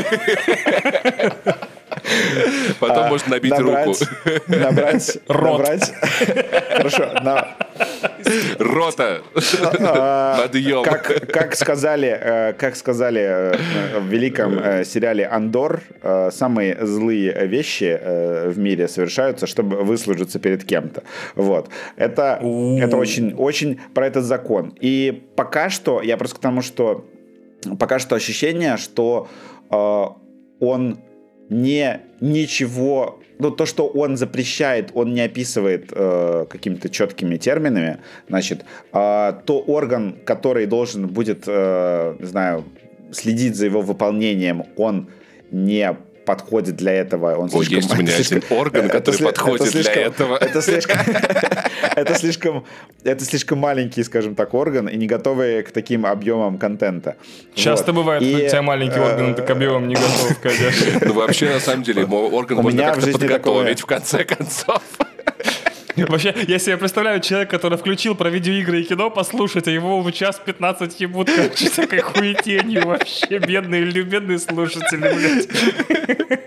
Потом а, можно набить набрать, руку. Набрать, Рот. Набрать. Хорошо. На... Рота. Подъем. Как, как, сказали, как сказали в великом сериале «Андор», самые злые вещи в мире совершаются, чтобы выслужиться перед кем-то. Вот. Это, это очень, очень про этот закон. И пока что, я просто к тому, что пока что ощущение, что он не ничего, ну то, что он запрещает, он не описывает э, какими-то четкими терминами, значит, э, то орган, который должен будет, э, не знаю, следить за его выполнением, он не подходит для этого. Он О, слишком, есть у меня слишком, один орган, который это, подходит это слишком, для этого. Это слишком, это, слишком, это слишком маленький, скажем так, орган, и не готовый к таким объемам контента. Часто вот. бывает, и, что у тебя маленький орган, ты к объемам не готов, конечно. Ну, вообще, на самом деле, орган можно как-то подготовить, в конце концов. Вообще, я себе представляю человека, который включил про видеоигры и кино послушать, а его в час пятнадцать ебут всякой хуетенью вообще. Бедные, бедные слушатели, блядь.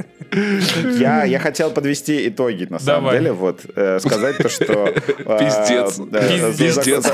Я, я хотел подвести итоги, на самом Давай. деле, вот, э, сказать то, что... Пиздец. Пиздец.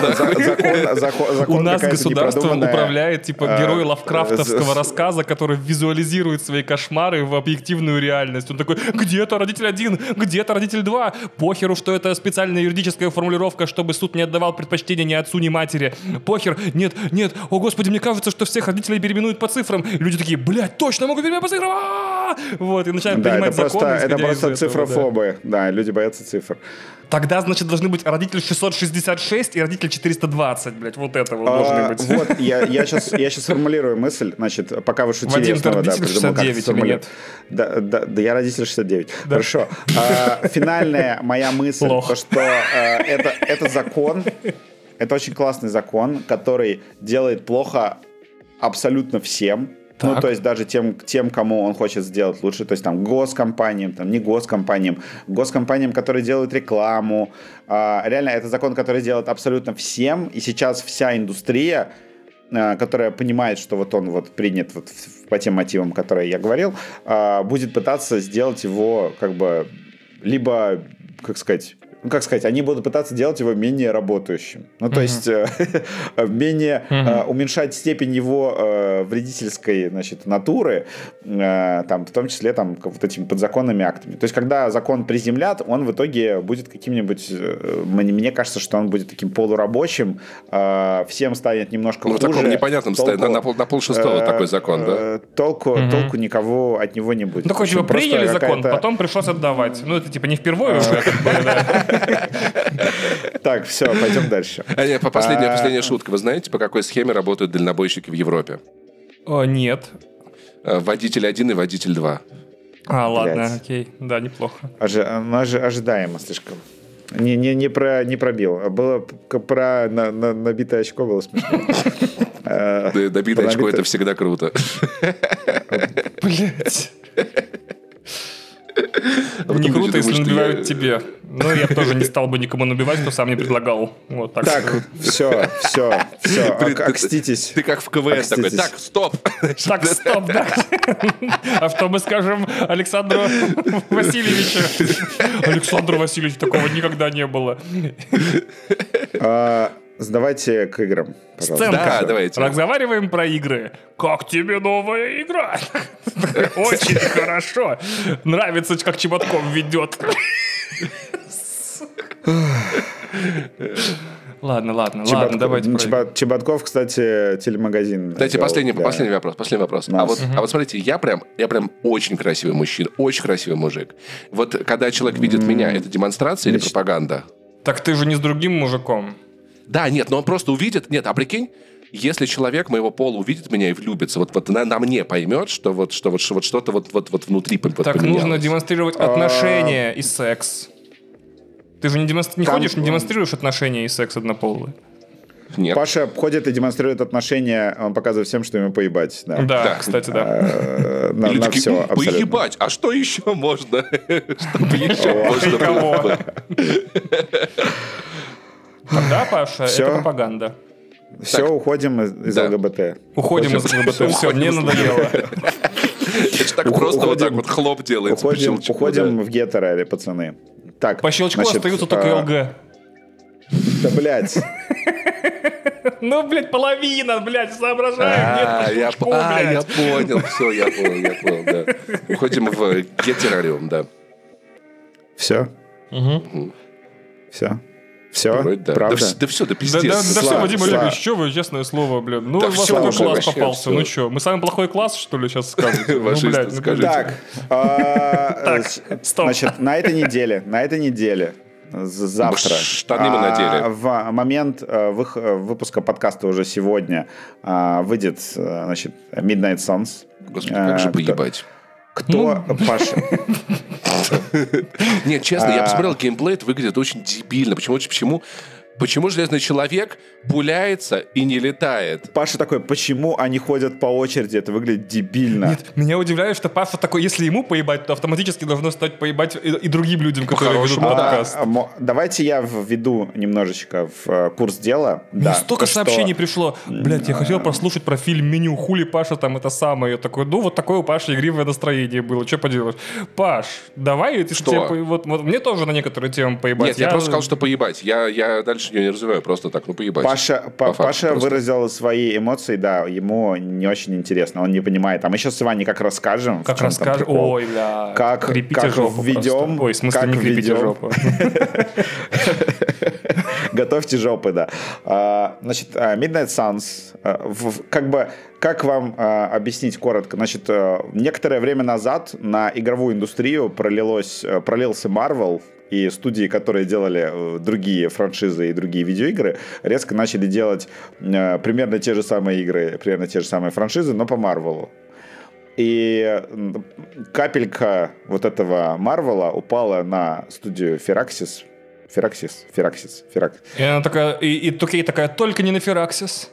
У нас государством управляет, типа, герой лавкрафтовского рассказа, который визуализирует свои кошмары в объективную реальность. Он такой, где-то родитель один, где-то родитель два. Похеру, что это специальная юридическая формулировка, чтобы суд не отдавал предпочтения ни отцу, ни матери. Похер, нет, нет, о господи, мне кажется, что всех родителей переименуют по цифрам. И люди такие, блядь, точно могу переименовать по цифрам. Вот, и начинают да, принимать это законы. Просто, это просто цифрофобы. Да. да, люди боятся цифр. Тогда, значит, должны быть родитель шестьсот шестьдесят шесть и родитель четыреста двадцать, блядь. Вот это вот а, должны быть. Вот, я, я, сейчас, я сейчас формулирую мысль. Значит, пока вы шутили, Вадим, я снова, ты родитель да, шестьдесят девять формули... или нет? Да, да, да, я родитель шестьдесят девять. Да. Хорошо. А, финальная моя мысль, то, что а, это, это закон, это очень классный закон, который делает плохо абсолютно всем. Так. Ну, то есть даже тем, тем, кому он хочет сделать лучше, то есть там госкомпаниям, там не госкомпаниям, госкомпаниям, которые делают рекламу. А, реально, это закон, который делает абсолютно всем, и сейчас вся индустрия, а, которая понимает, что вот он вот принят вот по тем мотивам, которые я говорил, а, будет пытаться сделать его как бы либо, как сказать... Ну, как сказать, они будут пытаться делать его менее работающим. Ну, то uh-huh. есть, э, менее uh-huh. э, уменьшать степень его э, вредительской, значит, натуры, э, там, в том числе, там, вот этими подзаконными актами. То есть, когда закон приземлят, он в итоге будет каким-нибудь... Э, мне, мне кажется, что он будет таким полурабочим, э, всем станет немножко ну, хуже. Ну, в таком непонятном состоянии, на, на, на полшестого э, такой закон, да? Э, толку, uh-huh. толку никого от него не будет. Ну, такой, типа, приняли закон, потом пришлось отдавать. Ну, это, типа, не впервые уже, как бы, да. Так, все, пойдем дальше. А, нет, последняя, последняя шутка. Вы знаете, по какой схеме работают дальнобойщики в Европе? О, нет. Водитель один и водитель два. А, ладно, Блять. окей. Да, неплохо. Ожи, ну, ожи, ожидаемо слишком. Не, не, не, про, не пробил. Было про на, на, набитое очко было смешно. Набитое очко — это всегда круто. Блять. Не круто, если набивают тебе. Ну, я тоже не стал бы никому набивать, кто сам не предлагал. Вот так. Так, все, все, все. Окститесь. Ты как в КВН такой. Так, стоп. Так, стоп, да. А что мы скажем Александру Васильевичу? Александр Васильевич, такого никогда не было. Давайте к играм, пожалуйста. Сценка. Да, давайте. Разговариваем про игры. Как тебе новая игра? Очень хорошо. Нравится, как Чеботков ведет. Ладно, ладно, Чебат... ладно, давайте. Чебат... Чеботков, кстати, телемагазин. Кстати, последний, для... последний вопрос. Последний вопрос. А вот, угу. а вот смотрите, я прям, я прям очень красивый мужчина, очень красивый мужик. Вот когда человек видит mm. меня, это демонстрация Значит... или пропаганда? Так ты же не с другим мужиком. Да, нет, но он просто увидит... Нет, а прикинь, если человек моего пола увидит меня и влюбится, вот, вот на, на мне поймет, что вот, что вот, что вот что-то вот, вот, вот внутри вот так поменялось. Нужно демонстрировать отношения и секс. Ты же не, демонстр... не Там... ходишь, не демонстрируешь отношения и секс однополые. Нет. Паша ходит и демонстрирует отношения, он показывает всем, что ему поебать. Да, да, да. Кстати, да. На, на все, поебать, а что еще можно? Что еще можно? Да, Паша, это пропаганда. Все, уходим из ЛГБТ. Уходим из ЛГБТ, все, мне надоело. Это так просто вот так вот хлоп делается. Уходим в гетеро, пацаны. Так, по щелчку остаются только ЛГ. Да, блядь. Ну, блядь, половина, блядь, соображаем. А, я понял, все, я понял, я понял, да. Уходим в гетерариум, да. Все? Угу. Все? Все? Вроде, да. Правда? Да, да все, да пиздец. Да, да, да все, Вадим Олегович, что вы, честное слово, блин. Ну, да у вас все, такой класс вообще, попался. Все. Ну что, мы самый плохой класс, что ли, сейчас скажете? Ну, блядь, скажите. Так, так, стоп. Значит, на этой неделе, на этой неделе, завтра, штаны мы надели. В момент выпуска подкаста уже сегодня выйдет, значит, Midnight Suns. Господи, как же поебать. Кто Паша? Нет, честно, я посмотрел геймплей, это выглядит очень дебильно. Почему? Почему? Почему Железный Человек пуляется и не летает? Паша такой, почему они ходят по очереди? Это выглядит дебильно. Нет, меня удивляет, что Паша такой, если ему поебать, то автоматически должно стать поебать и, и другим людям, которые ведут подкаст. А, а, давайте я введу немножечко в uh, курс дела. Мне да, столько то, сообщений что... пришло. Блядь, я хотел послушать про фильм «Меню». Хули Паша там это самое. Я такой, ну вот такое у Паши игривое настроение было. Что поделаешь? Паш, давай... Что? Тебе, вот, вот, мне тоже на некоторые темы поебать. Нет, я, я просто сказал, что поебать. Я, я дальше не развиваю, просто так, ну поебать. Паша, по, Паша выразил свои эмоции, да, ему не очень интересно, он не понимает. А мы сейчас с Ваней как расскажем. Как расскажем? Ой, бля. Как, как введем. Ой, в смысле, как не крепите жопу. Готовьте жопы, да. Значит, Midnight Suns, как бы, как вам объяснить коротко? Значит, некоторое время назад на игровую индустрию пролилось, пролился Marvel, и студии, которые делали другие франшизы и другие видеоигры, резко начали делать э, примерно те же самые игры, примерно те же самые франшизы, но по Марвелу. И капелька вот этого Марвела упала на студию Firaxis. Firaxis, Firaxis, Firaxis. И она такая, и, и Тукей такая, только не на Firaxis.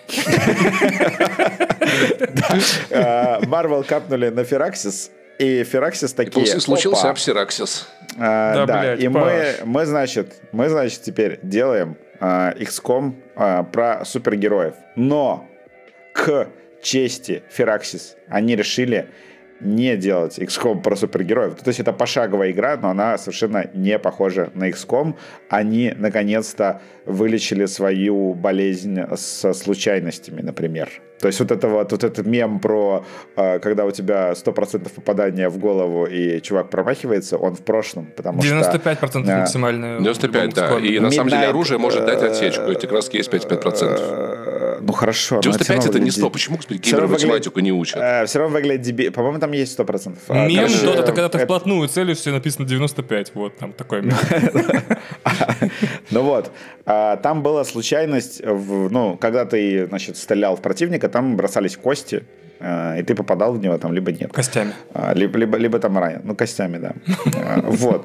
Марвел капнули на Firaxis, и Firaxis такие... И случился Апсираксис. А, да, да. Блядь, и мы, мы, значит, мы, значит, теперь делаем а, икс ком а, про супергероев. Но к чести Firaxis они решили не делать икс ком про супергероев. То есть это пошаговая игра, но она совершенно не похожа на икс ком. Они, наконец-то, вылечили свою болезнь со случайностями, например. То есть вот это вот, вот этот мем про, э, когда у тебя сто процентов попадания в голову и чувак промахивается, он в прошлом, потому девяносто пять процентов что... максимальное. девяносто пять процентов, да. И на самом деле оружие может дать отсечку. Эти краски есть пять процентов. Ну хорошо. девяносто пять это не сто. Почему, господи, геймеры математику не учат? Все равно выглядит дебильно. По-моему, там есть сто процентов. Мем тот, это когда ты вплотную целишься, написано девяносто пять. Вот там такой мем. Ну вот. Там была случайность, ну, когда ты, значит, стрелял в противника, там бросались кости, и ты попадал в него там, либо нет. Костями. Либо, либо, либо там ранен. Ну, костями, да. Вот.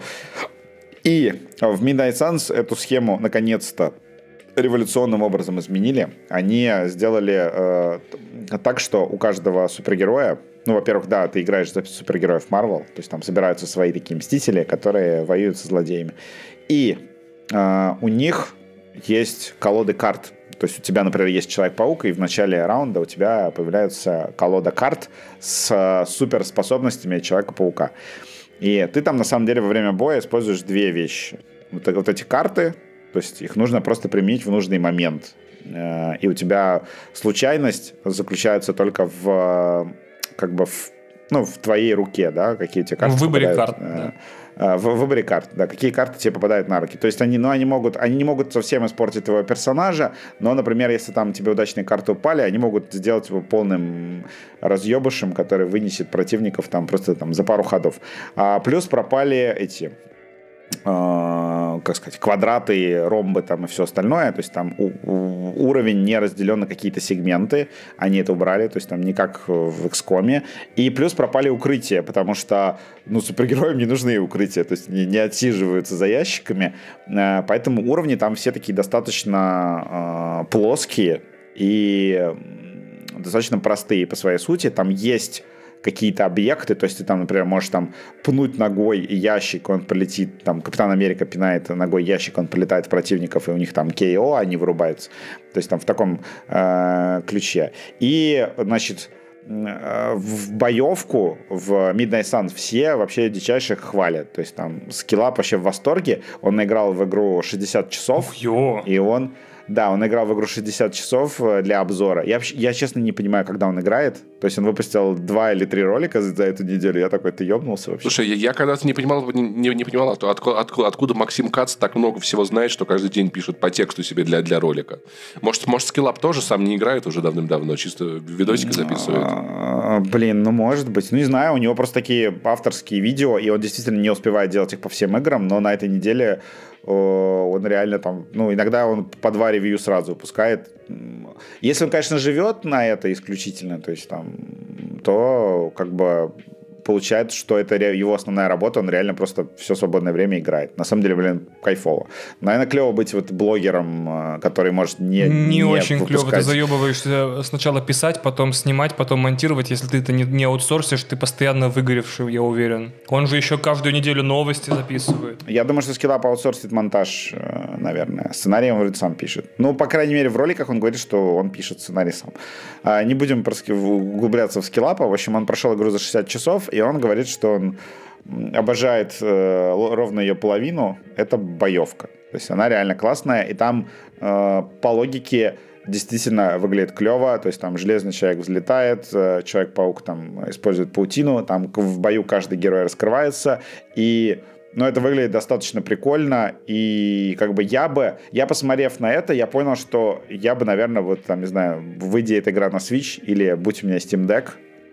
И в Midnight Suns эту схему, наконец-то, революционным образом изменили. Они сделали э, так, что у каждого супергероя, ну, во-первых, да, ты играешь за супергероев Marvel, то есть там собираются свои такие мстители, которые воюют со злодеями. И э, у них есть колоды карт. То есть у тебя, например, есть Человек-паук, и в начале раунда у тебя появляется колода карт с суперспособностями Человека-паука. И ты там, на самом деле, во время боя используешь две вещи. Вот, вот эти карты, то есть их нужно просто применить в нужный момент. И у тебя случайность заключается только в, как бы в, ну, в твоей руке, да, какие тебе карты в выборе попадают, карт. Да. В, в выборе карт, да, какие карты тебе попадают на руки. То есть они, ну, они могут, они не могут совсем испортить твоего персонажа, но, например, если там тебе удачные карты упали, они могут сделать его полным разъебышем, который вынесет противников там просто там за пару ходов. А плюс пропали эти... Uh, как сказать, квадраты, ромбы там и все остальное, то есть там у, у, уровень не разделен на какие-то сегменты, они это убрали, то есть там не как в икс ком, и плюс пропали укрытия, потому что, ну, супергероям не нужны укрытия, то есть не, не отсиживаются за ящиками, uh, поэтому уровни там все такие достаточно uh, плоские и достаточно простые по своей сути, там есть какие-то объекты, то есть ты там, например, можешь там пнуть ногой ящик, он полетит, там Капитан Америка пинает ногой ящик, он полетает в противников, и у них там кей о, они вырубаются. То есть там в таком э, ключе. И, значит, э, в боевку в Midnight Suns все вообще дичайше хвалят. То есть там Скиллап вообще в восторге. Он наиграл в игру шестьдесят часов, Ё. и он... Да, он играл в игру шестьдесят часов для обзора. Я, я, честно, не понимаю, когда он играет. То есть он выпустил два или три ролика за, за эту неделю. Я такой, ты ёбнулся вообще? Слушай, я, я когда-то не понимал, не, не понимал от, откуда, откуда, откуда Максим Кац так много всего знает, что каждый день пишет по тексту себе для, для ролика. Может, может, Скиллап тоже сам не играет уже давным-давно, чисто видосики записывает? А, блин, ну может быть. Ну не знаю, у него просто такие авторские видео, и он действительно не успевает делать их по всем играм, но на этой неделе... он реально там, ну, иногда он по два ревью сразу выпускает. Если он, конечно, живет на это исключительно, то есть там, то как бы получается, что это его основная работа, он реально просто все свободное время играет. На самом деле, блин, кайфово. Наверное, клево быть вот блогером, который может не Не, не очень выпускать. клево. Ты заебываешься сначала писать, потом снимать, потом монтировать. Если ты это не, не аутсорсишь, ты постоянно выгоревший, я уверен. Он же еще каждую неделю новости записывает. Я думаю, что Skillup аутсорсит монтаж, наверное. Сценарий он вроде сам пишет. Ну, по крайней мере, в роликах он говорит, что он пишет сценарий сам. Не будем углубляться в Skillup. В общем, он прошел игру за шестьдесят часов, и он говорит, что он обожает э, ровно ее половину. Это боевка. То есть она реально классная, и там э, по логике действительно выглядит клево. То есть там железный человек взлетает, э, Человек-паук там использует паутину, там в бою каждый герой раскрывается, и но это выглядит достаточно прикольно, и как бы я бы, я посмотрев на это, я понял, что я бы, наверное, вот там, не знаю, выйдя эта игра на Switch, или будь у меня Steam Deck,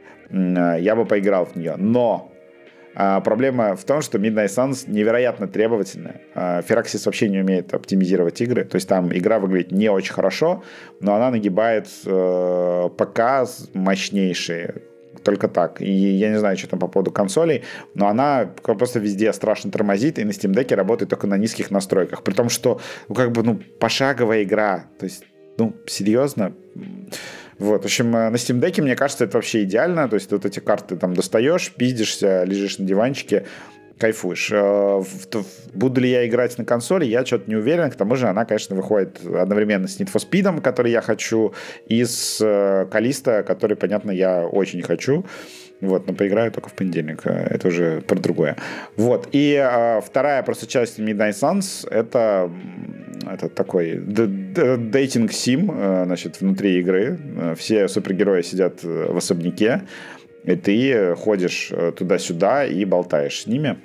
я бы поиграл в нее. Но а, проблема в том, что Midnight Suns невероятно требовательная. А, Firaxis вообще не умеет оптимизировать игры, то есть там игра выглядит не очень хорошо, но она нагибает э, ПК мощнейшие, только так. И я не знаю, что там по поводу консолей, но она просто везде страшно тормозит, и на Steam Deck работает только на низких настройках. При том, что ну, как бы, ну, пошаговая игра. То есть, ну, серьезно. Вот, в общем, на Steam Deck, мне кажется, это вообще идеально. То есть, ты вот эти карты там достаешь, пиздишься, лежишь на диванчике, кайфуешь. Буду ли я играть на консоли, я что-то не уверен. К тому же она, конечно, выходит одновременно с Need for Speed, который я хочу, и с Callisto, который, понятно, я очень хочу. Вот, но поиграю только в понедельник. Это уже про другое. Вот. И а, вторая просто часть Midnight Suns — это, это такой дейтинг-сим, значит, внутри игры. Все супергерои сидят в особняке, и ты ходишь туда-сюда и болтаешь с ними.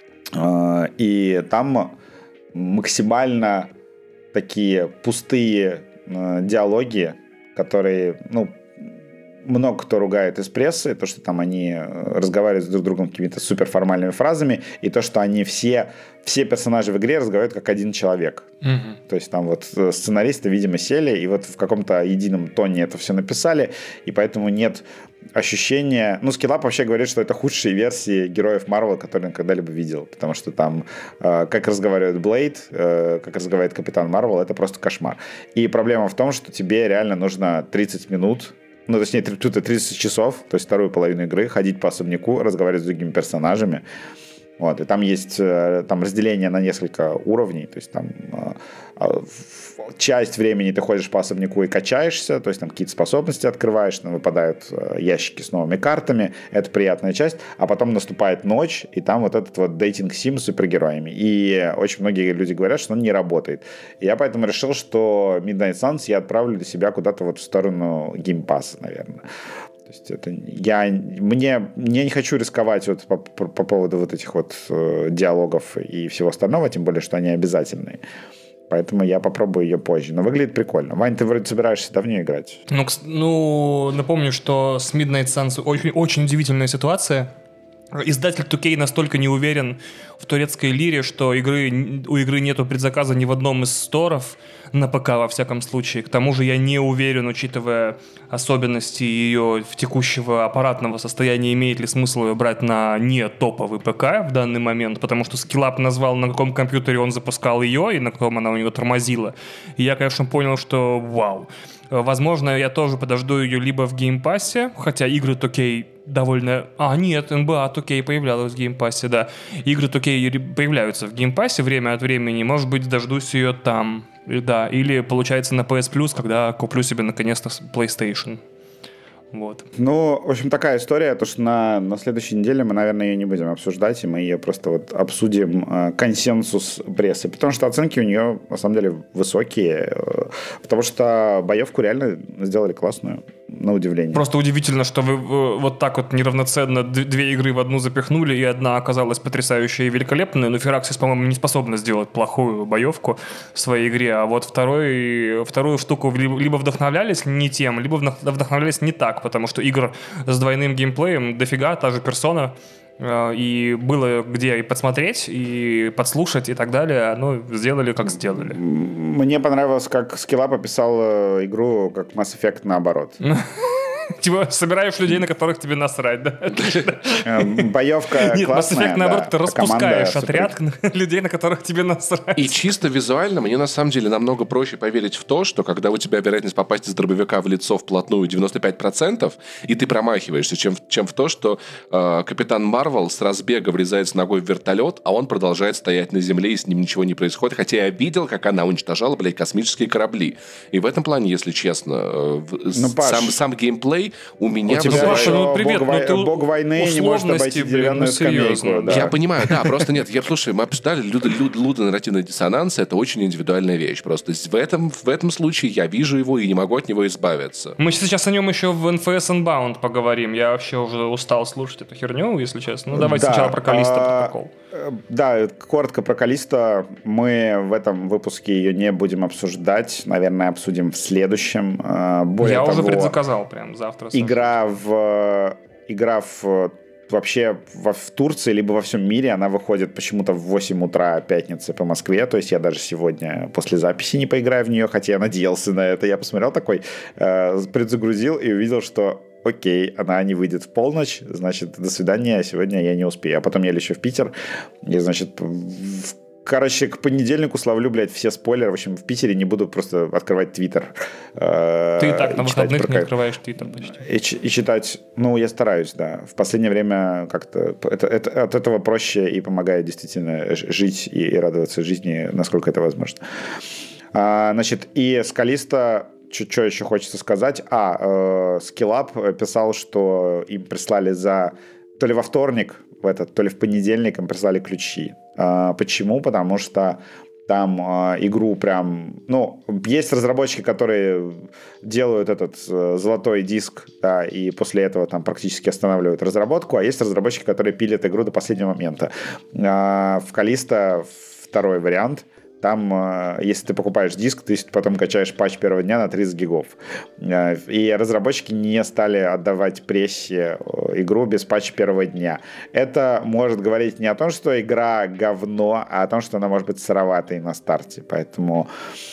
И там максимально такие пустые диалоги, которые, ну, много кто ругает из прессы, то, что там они разговаривают с друг другом какими-то суперформальными фразами, и то, что они все, все персонажи в игре разговаривают как один человек. Mm-hmm. То есть там вот сценаристы, видимо, сели и вот в каком-то едином тоне это все написали, и поэтому нет ощущения... Ну, Skillup вообще говорит, что это худшие версии героев Marvel, которые он когда-либо видел, потому что там э, как разговаривает Блейд, э, как разговаривает Капитан Марвел, это просто кошмар. И проблема в том, что тебе реально нужно тридцать минут, ну, точнее, тут тридцать часов, то есть вторую половину игры, ходить по особняку, разговаривать с другими персонажами. Вот, и там есть там разделение на несколько уровней, то есть там часть времени ты ходишь по особняку и качаешься, то есть там какие-то способности открываешь, там выпадают ящики с новыми картами, это приятная часть, а потом наступает ночь, и там вот этот вот дейтинг-сим с супергероями. И очень многие люди говорят, что он не работает. И я поэтому решил, что Midnight Suns я отправлю для себя куда-то вот в сторону Game Pass, наверное. То есть это я, мне, я не хочу рисковать вот по, по, по поводу вот этих вот э, диалогов и всего остального, тем более, что они обязательные. Поэтому я попробую ее позже. Но выглядит прикольно. Вань, ты вроде собираешься да в нее играть? Ну, ну, напомню, что с Midnight Suns очень, очень удивительная ситуация. Издатель ту кей настолько не уверен в турецкой лире, что игры, у игры нету предзаказа ни в одном из сторов, на ПК во всяком случае. К тому же я не уверен, учитывая особенности ее текущего аппаратного состояния, имеет ли смысл ее брать на не топовый ПК в данный момент, потому что Skillup назвал, на каком компьютере он запускал ее и на каком она у него тормозила. И я, конечно, понял, что вау. Возможно, я тоже подожду ее либо в геймпассе, хотя игры ту кей довольно... А, нет, эн би эй ту кей появлялась в геймпассе, да. Игры ту кей появляются в геймпассе время от времени, может быть, дождусь ее там. Да, или, получается, на пи эс Plus, когда куплю себе, наконец-то, PlayStation. Вот. Ну, в общем, такая история, то, что на, на следующей неделе мы, наверное, ее не будем обсуждать, и мы ее просто вот обсудим э, консенсус прессы, потому что оценки у нее, на самом деле, высокие, э, потому что боевку реально сделали классную, на удивление. Просто удивительно, что вы вот так вот неравноценно две игры в одну запихнули, и одна оказалась потрясающей и великолепной, но Firaxis, по-моему, не способна сделать плохую боевку в своей игре, а вот второй, вторую штуку либо вдохновлялись не тем, либо вдохновлялись не так, потому что игр с двойным геймплеем дофига, та же персона, и было где и подсмотреть, и подслушать, и так далее, но сделали, как сделали. Мне понравилось, как Skillup описал игру как Mass Effect наоборот. Типа собираешь людей, на которых тебе насрать, да? Боевка Нет, Mass Effect, наоборот, ты распускаешь отряд супер... людей, на которых тебе насрать. И чисто визуально мне на самом деле намного проще поверить в то, что когда у тебя вероятность попасть из дробовика в лицо вплотную девяносто пять процентов, и ты промахиваешься, чем, чем в то, что э, Капитан Марвел с разбега врезается ногой в вертолет, а он продолжает стоять на земле, и с ним ничего не происходит. Хотя я видел, как она уничтожала, блядь, космические корабли. И в этом плане, если честно, э, ну, сам, сам геймплей у меня... У тебя вызывает... Паша, ну, привет, бог, ну, ты бог войны не может обойти деревянную ну, скамейку. Да. Я понимаю, да, просто нет, я, слушай, мы обсуждали лудонарративный диссонанс, это очень индивидуальная вещь. Просто в этом, в этом случае я вижу его и не могу от него избавиться. Мы сейчас о нем еще в эн эф эс Unbound поговорим. Я вообще уже устал слушать эту херню, если честно. Ну, давайте да, сначала про Каллисто а, протокол. Да, коротко про Каллисто. Мы в этом выпуске ее не будем обсуждать. Наверное, обсудим в следующем. Более я того, уже предзаказал прям завтра. Игра в... Игра в... Вообще в, в Турции, либо во всем мире она выходит почему-то в восемь утра пятницы по Москве. То есть я даже сегодня после записи не поиграю в нее, хотя я надеялся на это. Я посмотрел такой, э, предзагрузил и увидел, что окей, она не выйдет в полночь, значит, до свидания, сегодня я не успею. А потом я лечу в Питер, и, значит, в Короче, к понедельнику словлю, блядь, все спойлеры. В общем, в Питере не буду просто открывать Твиттер. Ты и так на выходных про... не открываешь Твиттер почти. И, и читать, ну, я стараюсь, да. В последнее время как-то это, это, от этого проще и помогает действительно жить и, и радоваться жизни, насколько это возможно. А, значит, и с Каллисто... Что еще хочется сказать? А, э, Skillup писал, что им прислали за... То ли во вторник, в этот, то ли в понедельник им прислали ключи. А, почему? Потому что там э, игру прям... Ну, есть разработчики, которые делают этот э, золотой диск, да, и после этого там практически останавливают разработку, а есть разработчики, которые пилят игру до последнего момента. А, в Каллисто второй вариант. Там, если ты покупаешь диск, ты потом качаешь патч первого дня на тридцать гигов. И разработчики не стали отдавать прессе игру без патча первого дня. Это может говорить не о том, что игра говно, а о том, что она может быть сыроватой на старте. Поэтому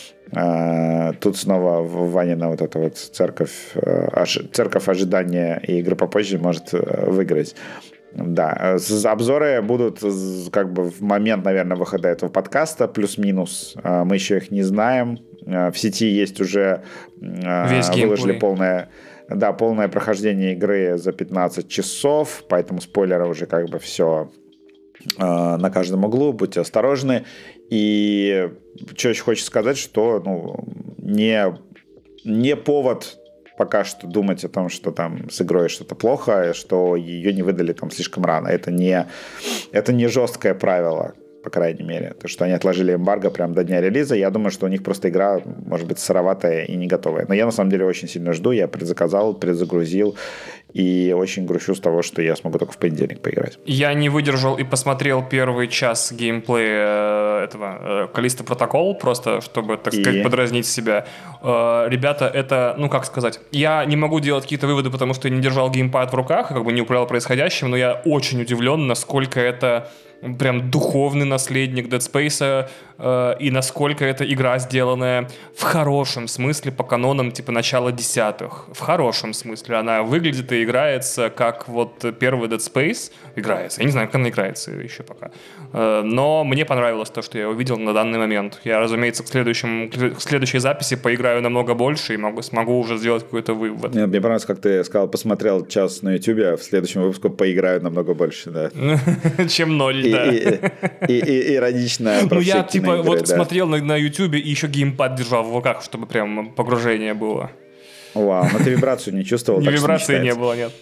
э, тут снова Ванина вот эта вот церковь, э, церковь ожидания и игры попозже может выиграть. Да, обзоры будут как бы в момент, наверное, выхода этого подкаста, плюс-минус. Мы еще их не знаем. В сети есть уже... Весь выложили геймплей. полное, да, полное прохождение игры за пятнадцать часов, поэтому спойлеры уже как бы все на каждом углу. Будьте осторожны. И что еще хочется сказать, что ну, не, не повод... пока что думать о том, что там с игрой что-то плохо, что ее не выдали там слишком рано. Это не, это не жесткое правило, по крайней мере. То, что они отложили эмбарго прямо до дня релиза, я думаю, что у них просто игра может быть сыроватая и не готовая. Но я на самом деле очень сильно жду, я предзаказал, предзагрузил, и очень грущу с того, что я смогу только в понедельник поиграть. Я не выдержал и посмотрел первый час геймплея этого Каллисто Протокол, просто чтобы, так сказать, и... подразнить себя. Ребята, это, ну как сказать, я не могу делать какие-то выводы, потому что я не держал геймпад в руках, как бы не управлял происходящим, но я очень удивлен, насколько это прям духовный наследник Dead Space, э, и насколько эта игра сделанная в хорошем смысле, по канонам типа начала десятых. В хорошем смысле. Она выглядит и играется как вот первый Dead Space. Играется. Я не знаю, как она играется еще пока. Э, но мне понравилось то, что я увидел на данный момент. Я, разумеется, к, следующему, к следующей записи поиграю намного больше и могу, смогу уже сделать какой-то вывод. Нет, мне понравилось, как ты сказал, посмотрел час на YouTube, а в следующем выпуске поиграю намного больше, да. Чем ноль. И, и, и, и иронично. Ну, я типа игры, вот да. смотрел на, на YouTube и еще геймпад держал в руках, чтобы прям погружение было. Вау, но ты вибрацию не чувствовал? Ни вибрации не было, нет.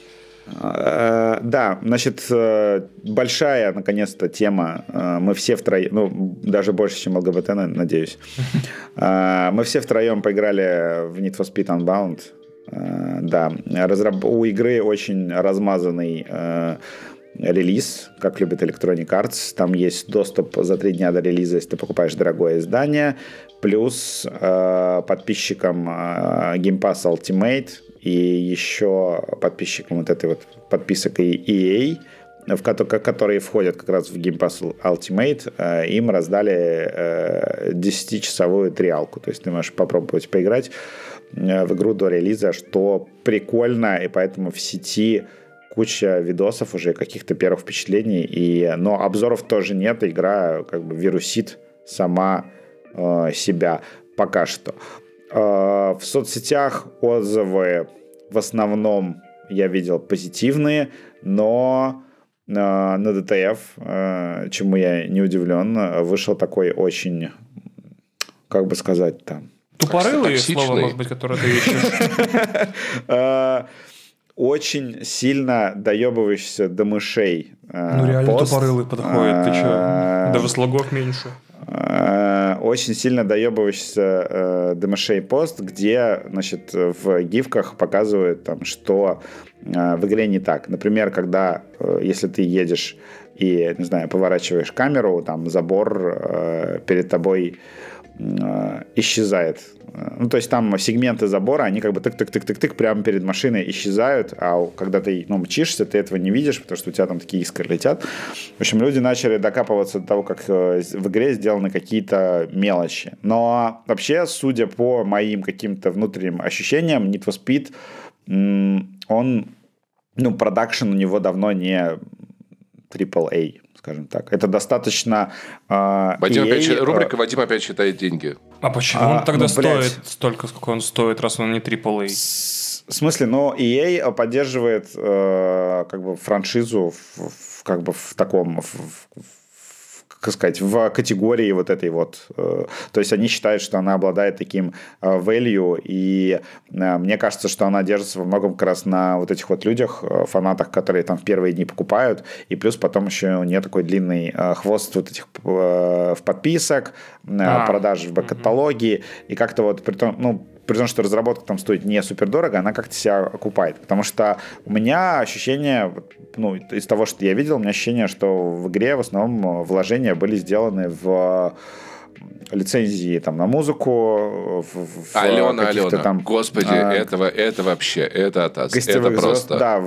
Да, значит, большая, наконец-то, тема. Мы все втроем, ну, даже больше, чем ЛГБТ, надеюсь. Мы все втроем поиграли в Need for Speed Unbound. Да, у игры очень размазанный релиз, как любит Electronic Arts. Там есть доступ за три дня до релиза, если ты покупаешь дорогое издание, плюс э, подписчикам э, Game Pass Ultimate и еще подписчикам вот этой вот подписок и и эй, в ко- которые входят как раз в Game Pass Ultimate, э, им раздали э, десятичасовую триалку. То есть ты можешь попробовать поиграть. в игру до релиза, что прикольно, и поэтому в сети куча видосов уже, каких-то первых впечатлений, и, но обзоров тоже нет, игра как бы вирусит сама э, себя пока что. Э, в соцсетях отзывы в основном я видел позитивные, но э, на ди ти эф, э, чему я не удивлен, вышел такой очень, как бы сказать там... Тупорылые слова, может быть, которые ты ищешь. Очень сильно доебываешься до мышей. Ну, реально пост. Тупорылый подходит. Ты что? Даже слогов меньше. Очень сильно доебываешься до мышей пост, где, значит, в гифках показывают, там, что в игре не так. Например, когда, если ты едешь и, не знаю, поворачиваешь камеру, там забор перед тобой исчезает. Ну, то есть там сегменты забора, они как бы тык-тык-тык-тык-тык прямо перед машиной исчезают, а когда ты, ну, мчишься, ты этого не видишь, потому что у тебя там такие искры летят. В общем, люди начали докапываться до того, как в игре сделаны какие-то мелочи. Но вообще, судя по моим каким-то внутренним ощущениям, Need for Speed, он, ну, продакшн у него давно не трипл эй. Скажем так. Это достаточно... Э, Вадим и эй, опять, рубрика э, «Вадим опять считает деньги». А почему а, он тогда ну, стоит столько, сколько он стоит, раз он не трипл эй? В смысле, но и эй поддерживает э, как бы франшизу в, в, как бы в таком... В, в, как сказать, в категории вот этой вот. Э, то есть они считают, что она обладает таким э, value, и э, мне кажется, что она держится во многом как раз на вот этих вот людях, э, фанатах, которые там в первые дни покупают, и плюс потом еще у нее такой длинный э, хвост вот этих э, в подписок, э, а, продаж в бэк-каталоге, угу. И как-то вот при том, ну, при том, что разработка там стоит не супер дорого, она как-то себя окупает. Потому что у меня ощущение, ну, из того, что я видел, у меня ощущение, что в игре в основном вложения были сделаны в лицензии там, на музыку, в, в Алена, Алена, там, господи, а, этого, это вообще, это атас, это звезд, просто... Да,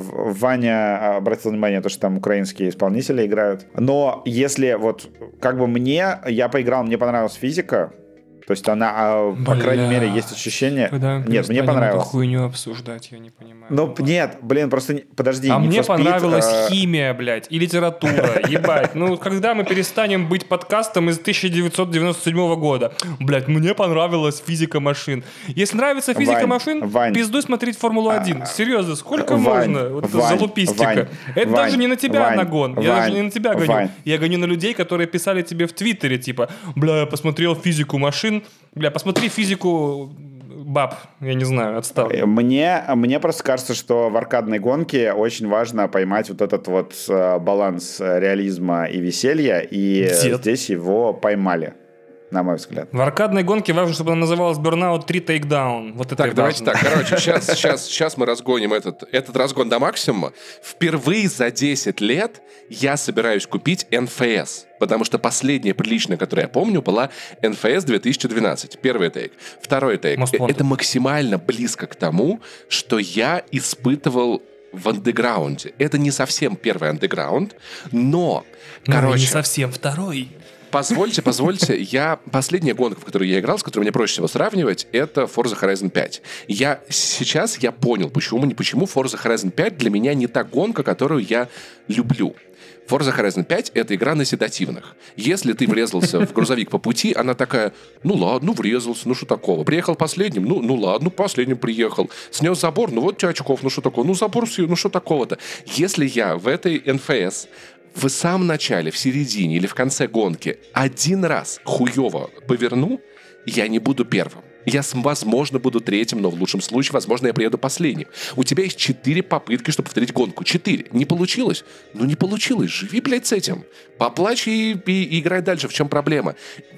Ваня обратил внимание на то, что там украинские исполнители играют. Но если вот, как бы мне, я поиграл, мне понравилась физика, то есть она, Бля, по крайней мере, есть ощущение... Нет, мне понравилось. Эту хуйню обсуждать, я не понимаю. Ну, нет, блин, просто... Подожди. А мне понравилась а... химия, блядь, и литература, ебать. Ну, когда мы перестанем быть подкастом из тысяча девятьсот девяносто седьмого года? Блядь, мне понравилась физика машин. Если нравится физика Вань, машин, Вань, пиздуй смотреть Формулу-один. Серьезно, сколько Вань, можно? Вот это Вань, залупистика. Вань, это Вань, даже не на тебя Вань, нагон. Вань, Я даже не на тебя гоню. Вань. Я гоню на людей, которые писали тебе в Твиттере, типа, бля, я посмотрел физику машин. Бля, посмотри физику баб, я не знаю, отстал. Мне, мне просто кажется, что в аркадной гонке очень важно поймать вот этот вот баланс реализма и веселья, и Дед. здесь его поймали, на мой взгляд. В аркадной гонке важно, чтобы она называлась Burnout три Takedown. Вот это так, давайте так, короче, сейчас, сейчас, сейчас мы разгоним этот, этот разгон до максимума. Впервые за десять лет я собираюсь купить эн эф эс, потому что последняя приличная, которую я помню, была эн эф эс две тысячи двенадцать. Первый тейк. Второй тейк. Это максимально близко к тому, что я испытывал в андеграунде. Это не совсем первый андеграунд, но, ну, короче... не совсем второй... Позвольте, позвольте, я... Последняя гонка, в которой я играл, с которой мне проще всего сравнивать, это Forza Horizon пять. Я... Сейчас я понял, почему, почему Forza Horizon пять для меня не та гонка, которую я люблю. Forza Horizon пять — это игра на седативных. Если ты врезался в грузовик по пути, она такая, ну ладно, ну врезался, ну что такого. Приехал последним, ну, ну ладно, ну последним приехал. Снес забор, ну вот тебе очков, ну что такого. Ну забор, ну что такого-то. Если я в этой эн эф эс в самом начале, в середине или в конце гонки один раз хуёво поверну, я не буду первым. Я, возможно, буду третьим, но в лучшем случае, возможно, я приеду последним. У тебя есть четыре попытки, чтобы повторить гонку. Четыре. Не получилось? Ну, не получилось. Живи, блядь, с этим. Поплачь и, и, и играй дальше. В чем проблема?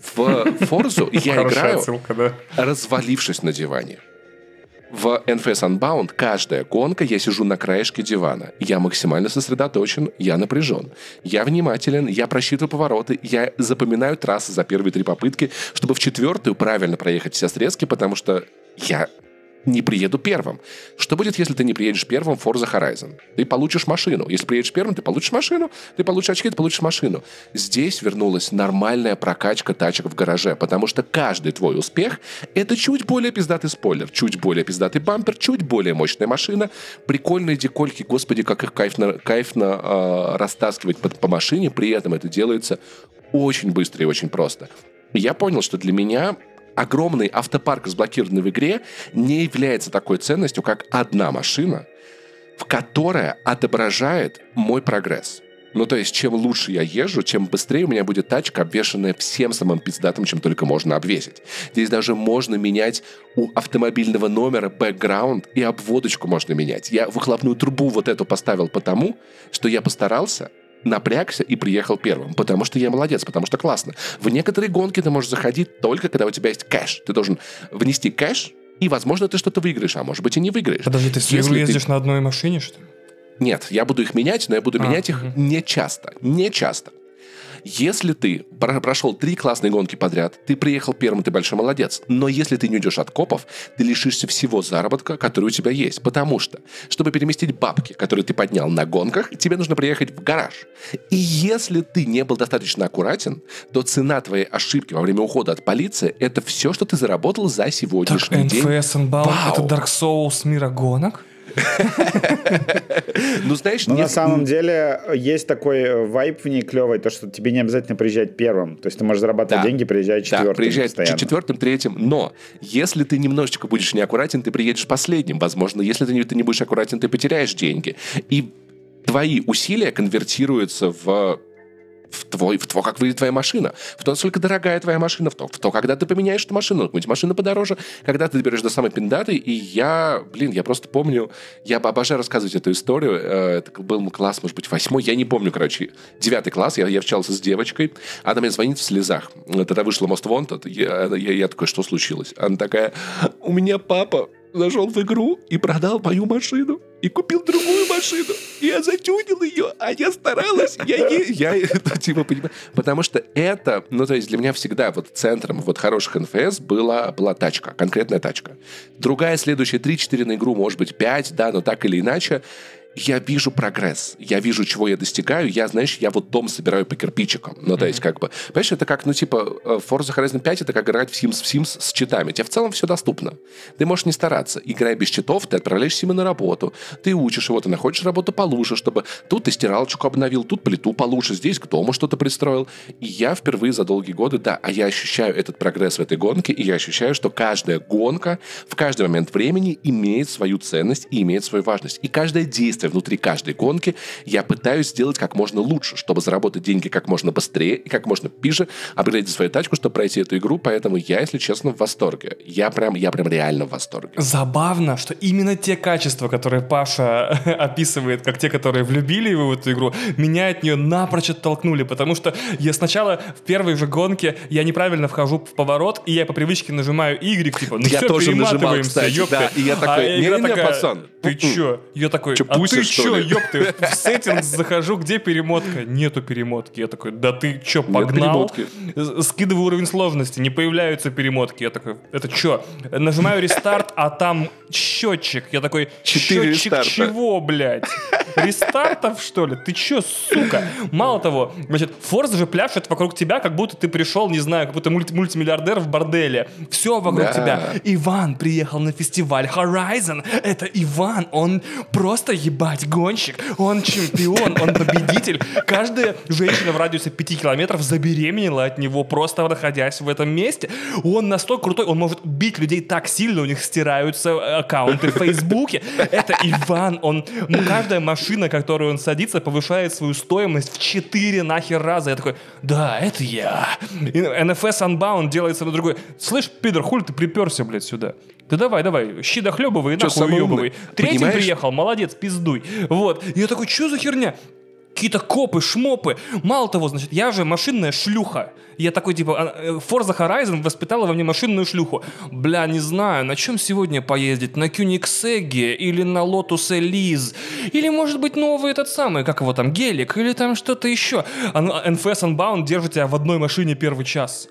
В Форзу я играю, развалившись на диване. В эн эф эс Unbound каждая гонка я сижу на краешке дивана. Я максимально сосредоточен, я напряжен. Я внимателен, я просчитываю повороты, я запоминаю трассы за первые три попытки, чтобы в четвертую правильно проехать все срезки, потому что я не приеду первым. Что будет, если ты не приедешь первым в Forza Horizon? Ты получишь машину. Если приедешь первым, ты получишь машину. Ты получишь очки, ты получишь машину. Здесь вернулась нормальная прокачка тачек в гараже, потому что каждый твой успех — это чуть более пиздатый спойлер, чуть более пиздатый бампер, чуть более мощная машина, прикольные декольки, господи, как их кайфно, кайфно э, растаскивать по, по машине, при этом это делается очень быстро и очень просто. Я понял, что для меня огромный автопарк, разблокированный в игре, не является такой ценностью, как одна машина, в которая отображает мой прогресс. Ну, то есть, чем лучше я езжу, чем быстрее у меня будет тачка, обвешанная всем самым пиздатым, чем только можно обвесить. Здесь даже можно менять у автомобильного номера бэкграунд, и обводочку можно менять. Я выхлопную трубу вот эту поставил потому, что я постарался, напрягся и приехал первым, потому что я молодец, потому что классно. В некоторые гонки ты можешь заходить только, когда у тебя есть кэш. Ты должен внести кэш, и, возможно, ты что-то выиграешь, а может быть и не выиграешь. Подожди, ты всю игру ездишь ты... на одной машине, что ли? Нет, я буду их менять, но я буду а, менять их угу. не часто. Не часто. Если ты прошел три классные гонки подряд, ты приехал первым, ты большой молодец. Но если ты не уйдешь от копов, ты лишишься всего заработка, который у тебя есть. Потому что, чтобы переместить бабки, которые ты поднял на гонках, тебе нужно приехать в гараж. И если ты не был достаточно аккуратен, то цена твоей ошибки во время ухода от полиции — это все, что ты заработал за сегодняшний так, день. эн эф эс Unbound — это Dark Souls мира гонок? Ну, знаешь, на самом деле есть такой вайб в ней клевый, то, что тебе не обязательно приезжать первым. То есть ты можешь зарабатывать деньги, приезжая четвертым. Да, приезжать четвертым, третьим. Но если ты немножечко будешь неаккуратен, ты приедешь последним. Возможно, если ты не будешь аккуратен, ты потеряешь деньги. И твои усилия конвертируются в... В, твой, в то, как выйдет твоя машина, в то, насколько дорогая твоя машина, в то, в то когда ты поменяешь эту машину, какую-нибудь машину подороже, когда ты доберешься до самой пиндаты. И я, блин, я просто помню, я обожаю рассказывать эту историю. Это был класс, может быть, восьмой, я не помню, короче, девятый класс, я, я общался с девочкой, она мне звонит в слезах. Тогда вышла Most Wanted, я, я, я такой, что случилось? Она такая, у меня папа зашел в игру и продал мою машину. И купил другую машину. И я затюнил ее, а я старалась. Я, я, я это, типа, понимаю. Потому что это, ну, то есть для меня всегда вот центром вот хороших эн эф эс была, была тачка, конкретная тачка. Другая, следующая, три-четыре на игру, может быть, пять, да, но так или иначе, я вижу прогресс, я вижу, чего я достигаю, я, знаешь, я вот дом собираю по кирпичикам. Ну, то есть, как бы, понимаешь, это как, ну, типа, Forza Horizon пять — это как играть в Sims, в Sims с читами. Тебе в целом все доступно. Ты можешь не стараться. Играя без читов, ты отправляешь Сима на работу, ты учишь его, ты находишь работу получше, чтобы тут ты стиралочку обновил, тут плиту получше, здесь к дому что-то пристроил. И я впервые за долгие годы, да, а я ощущаю этот прогресс в этой гонке, и я ощущаю, что каждая гонка в каждый момент времени имеет свою ценность и имеет свою важность. И каждое действие внутри каждой гонки я пытаюсь сделать как можно лучше, чтобы заработать деньги как можно быстрее и как можно пиже, апгрейдить свою тачку, чтобы пройти эту игру. Поэтому я, если честно, в восторге. Я прям, я прям реально в восторге. Забавно, что именно те качества, которые Паша описывает, как те, которые влюбили его в эту игру, меня от нее напрочь оттолкнули, потому что я сначала в первой же гонке я неправильно вхожу в поворот, и я по привычке нажимаю Y, типа, ну я все, тоже перематываемся, нажимал, кстати, да, и я такой, а игра не, не, такая, пацан, ты чё? Я такой, чё, а пусть ты что чё, ли? ёпты, в сеттингс захожу, где перемотка? Нету перемотки. Я такой, да ты чё, погнал? Скидываю уровень сложности, не появляются перемотки. Я такой, это чё? Нажимаю рестарт, а там счетчик. Я такой, счетчик чего, блядь? Рестартов, что ли? Ты чё, сука? Мало того, значит, Forza же пляшет вокруг тебя, как будто ты пришел, не знаю, как будто мульти- мультимиллиардер в борделе. Все вокруг да. тебя. Иван приехал на фестиваль Horizon. Это Иван, он просто ебать гонщик. Он чемпион, он победитель. Каждая женщина в радиусе пяти километров забеременела от него, просто находясь в этом месте. Он настолько крутой, он может бить людей так сильно, у них стираются аккаунты в Фейсбуке. Это Иван, он... Каждая машина, которую он садится, повышает свою стоимость в четыре нахер раза. Я такой, да, это я. И эн эф эс Unbound делается на другой. Слышь, пидор, хуль ты приперся, блядь, сюда? Да давай, давай, щи дохлебывай и нахуй уебывай. Третий Понимаешь? Приехал, молодец, пиздуй. Вот. И я такой, что за херня? Какие-то копы, шмопы. Мало того, значит, я же машинная шлюха. Я такой, типа, Forza Horizon воспитала во мне машинную шлюху. Бля, не знаю, на чем сегодня поездить? На Кёнигсегге или на Lotus Elise? Или, может быть, новый этот самый, как его там, Гелик? Или там что-то еще? эн эф эс Unbound держит тебя в одной машине первый час.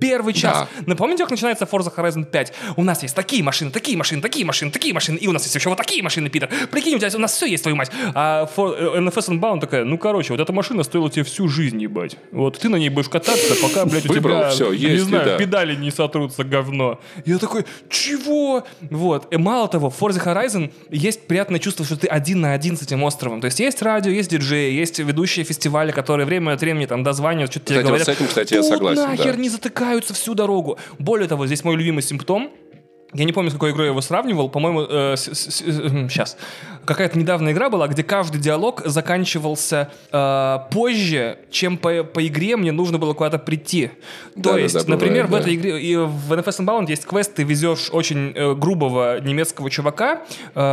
первый час. Да. Напомните, как начинается Forza Horizon пять? У нас есть такие машины, такие машины, такие машины, такие машины, и у нас есть еще вот такие машины, Питер. Прикинь, у, тебя, у нас все есть, твою мать. А for, эн эф эс Unbound такая, ну, короче, вот эта машина стоила тебе всю жизнь, ебать. Вот ты на ней будешь кататься, пока, блядь, у Выбрал, тебя, все, не есть, знаю, да. педали не сотрутся, говно. Я такой, чего? Вот. И мало того, в Forza Horizon есть приятное чувство, что ты один на один с этим островом. То есть есть радио, есть диджеи, есть ведущие фестиваля, которые время от времени там дозванивают, что-то тебе говорят. Вот с этим, кстати, я согласен. Нахер да. не затыкаются всю дорогу. Более того, здесь мой любимый симптом. Я не помню, с какой игрой я его сравнивал. По-моему, э, с, с, с, э, сейчас. Какая-то недавняя игра была, где каждый диалог заканчивался э, позже, чем по, по игре мне нужно было куда-то прийти. Да, То да, есть, да, например, бывает, в да. этой игре, и в эн эф эс Unbound есть квест, ты везешь очень э, грубого немецкого чувака,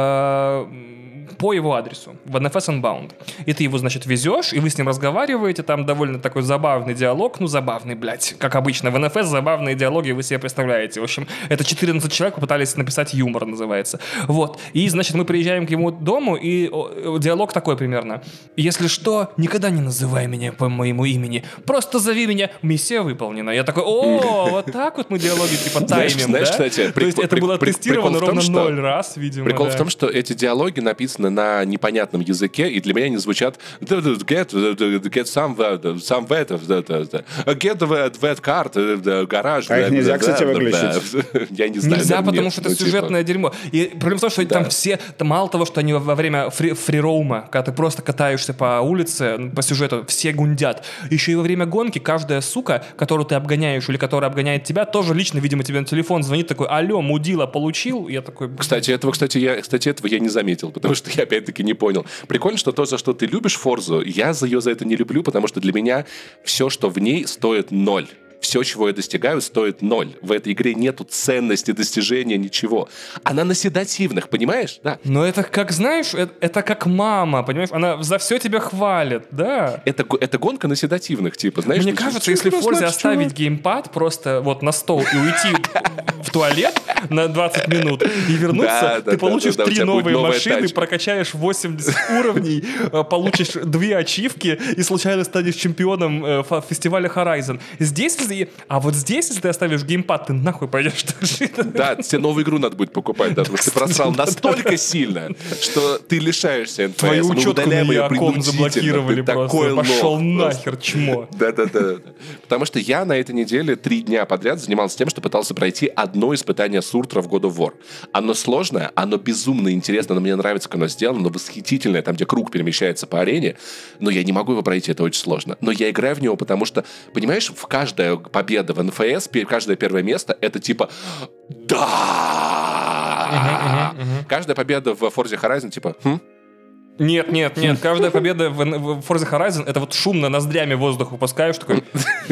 э, по его адресу в эн эф эс Unbound. И ты его, значит, везешь, и вы с ним разговариваете, там довольно такой забавный диалог, ну, забавный, блядь, как обычно в эн эф эс забавные диалоги вы себе представляете. В общем, это четырнадцать человек попытались написать юмор, называется. Вот. И, значит, мы приезжаем к его дому, и о, диалог такой примерно. Если что, никогда не называй меня по моему имени, просто зови меня, миссия выполнена. Я такой, о, вот так вот мы диалоги типа таймим, Знаешь, да? кстати, То есть это было тестировано ровно ноль раз, видимо. Прикол в том, что эти диалоги написаны на непонятном языке, и для меня они звучат get, get some, some that, get that card, гараж. А их нельзя, кстати, выключить. Я не знаю. Нельзя, потому что это сюжетное дерьмо. И проблема в том, что там все, мало того, что они во время фрироума, когда ты просто катаешься по улице, по сюжету, все гундят. Еще и во время гонки каждая сука, которую ты обгоняешь или которая обгоняет тебя, тоже лично, видимо, тебе на телефон звонит такой, алло, мудила, получил? Я такой... Кстати, этого, кстати, я, кстати, этого я не заметил, потому что я, опять-таки, не понял. Прикольно, что то, за что ты любишь Форзу, я за ее за это не люблю, потому что для меня все, что в ней, стоит ноль. Все, чего я достигаю, стоит ноль. В этой игре нету ценности, достижения, ничего. Она на седативных, понимаешь? Да. Но это как, знаешь, это, это как мама, понимаешь? Она за все тебя хвалит, да. Это, это гонка на седативных, типа, знаешь? Мне ну, кажется, если в Форзе оставить геймпад просто вот на стол и уйти в туалет на двадцать минут и вернуться, ты получишь три новые машины, прокачаешь восемьдесят уровней, получишь две ачивки и случайно станешь чемпионом фестиваля Horizon. Здесь А вот здесь, если ты оставишь геймпад, ты нахуй пойдешь. Да, тебе новую игру надо будет покупать, да, потому что ты просрал настолько сильно, что ты лишаешься эн эф эс. Твою учетку на Яком заблокировали просто. Пошел нахер, чмо. Да-да-да. Потому что я на этой неделе три дня подряд занимался тем, что пытался пройти одно испытание Суртра в God of War. Оно сложное, оно безумно интересно, оно мне нравится, как оно сделано, оно восхитительное, там, где круг перемещается по арене, но я не могу его пройти, это очень сложно. Но я играю в него, потому что, понимаешь, в каждое победа в эн эф эс, каждое первое место, это типа да! Uh-huh, uh-huh, uh-huh. Каждая победа в Forza Horizon типа хм? Нет, нет, нет. Каждая победа в Forza Horizon это вот шумно ноздрями воздух выпускаешь, такой...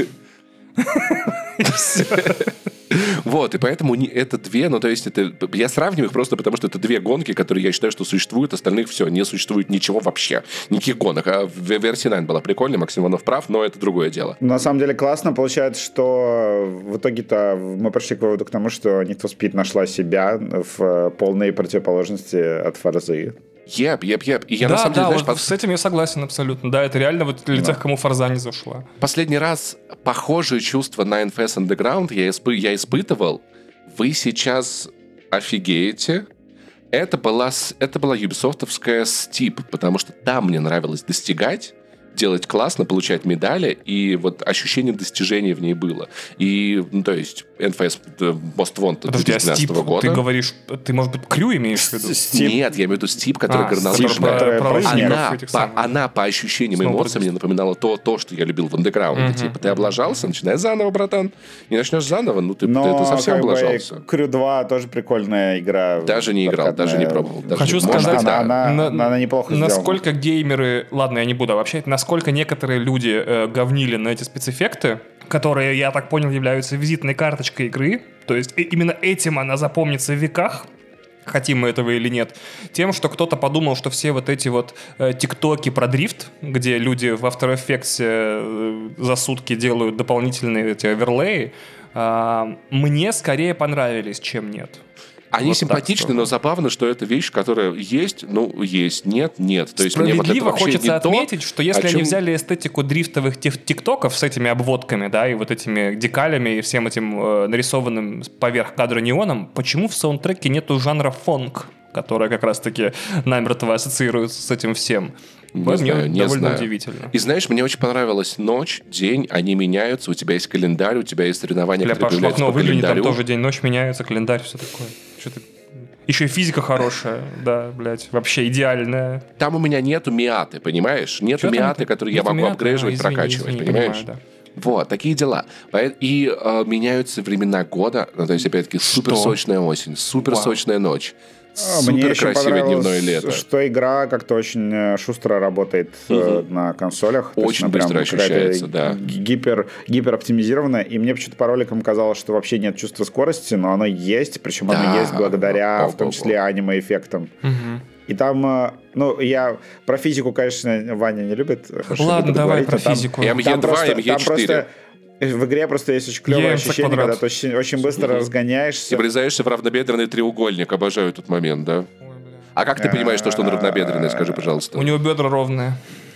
Вот, и поэтому это две, ну, то есть это, я сравниваю их просто потому, что это две гонки, которые я считаю, что существуют, остальных все, не существует ничего вообще, никаких гонок. А версия девять была прикольная, Максим Иванов прав, но это другое дело. На самом деле классно получается, что в итоге-то мы пришли к выводу к тому, что Need for Speed нашла себя в полной противоположности от Форзы. Еп, еп, еп. И я да, на самом деле, да, знаешь, вот под... с этим я согласен абсолютно. Да, это реально вот для да. тех, кому Форза не зашла. Последний раз похожие чувства на эн эф эс Underground я, испы... я испытывал. Вы сейчас офигеете. Это была, это была юбисофтовская Steep, потому что там мне нравилось достигать, делать классно, получать медали, и вот ощущение достижения в ней было. И, ну, то есть, эн эф эс Most Wanted две тысячи двенадцатого года. Ты говоришь, ты, может быть, Крю имеешь в виду? Steep. Нет, я имею в виду Steep, которая а, горнолыжная. Она, по, она по ощущениям и эмоциям мне напоминала то, то, что я любил в андеграунде. Uh-huh. Типа, ты облажался, начинай заново, братан. Не начнешь заново, ну, ты, Но, ты, ты совсем облажался. Крю два тоже прикольная игра. Даже не играл, прокатная. даже не пробовал. Даже Хочу может, сказать, да. она, она, на, она неплохо сделана. Насколько геймеры... Ладно, я не буду обобщать. Насколько некоторые люди э, говнили на эти спецэффекты, которые, я так понял, являются визитной карточкой игры. То есть э, именно этим она запомнится в веках. Хотим мы этого или нет, тем, что кто-то подумал, что все вот эти вот э, тиктоки про дрифт, где люди в After Effects э, за сутки делают дополнительные эти оверлеи, э, мне скорее понравились, чем нет. Они вот симпатичны, но забавно, что это вещь, которая есть, ну, есть, нет, нет. То есть мне вот это вообще хочется не отметить, то, что если чем... они взяли эстетику дрифтовых тиктоков с этими обводками, да, и вот этими декалями, и всем этим э, нарисованным поверх кадра неоном, почему в саундтреке нету жанра фонк, которая как раз-таки намертво ассоциируется с этим всем? Не вот знаю, мне не довольно знаю. удивительно. И знаешь, мне очень понравилась ночь, день, они меняются, у тебя есть календарь, у тебя есть соревнования, Для которые Паша в окно по выглянет, там календарю. тоже день-ночь меняется, календарь, все такое. Что-то... Еще и физика хорошая, да, блядь, вообще идеальная. Там у меня нету миаты, понимаешь? Нету Чё там миаты, это? которые Нету я могу миаты? апгрейживать, А, извини, прокачивать, извини, понимаешь? понимаю, да. Вот, такие дела. И э, меняются времена года, ну, то есть, опять-таки, суперсочная осень, суперсочная ночь. Мне Супер красивое дневное лето. Что игра как-то очень шустро работает угу. на консолях. Очень быстро ощущается, да. Гипер, гипероптимизированная. И мне почему-то по роликам казалось, что вообще нет чувства скорости, но оно есть. Причем да. оно есть благодаря, О-о-о. в том числе, аниме-эффектам. Угу. И там, ну, я про физику, конечно, Ваня не любит. Ладно, давай про физику. эм е два, эм е четыре. В игре просто есть очень клевое ощущение, когда ты очень, очень быстро mm-hmm. разгоняешься. И врезаешься в равнобедренный треугольник. Обожаю этот момент, да? А как ты понимаешь, что он равнобедренный? Скажи, пожалуйста. У него бедра ровные.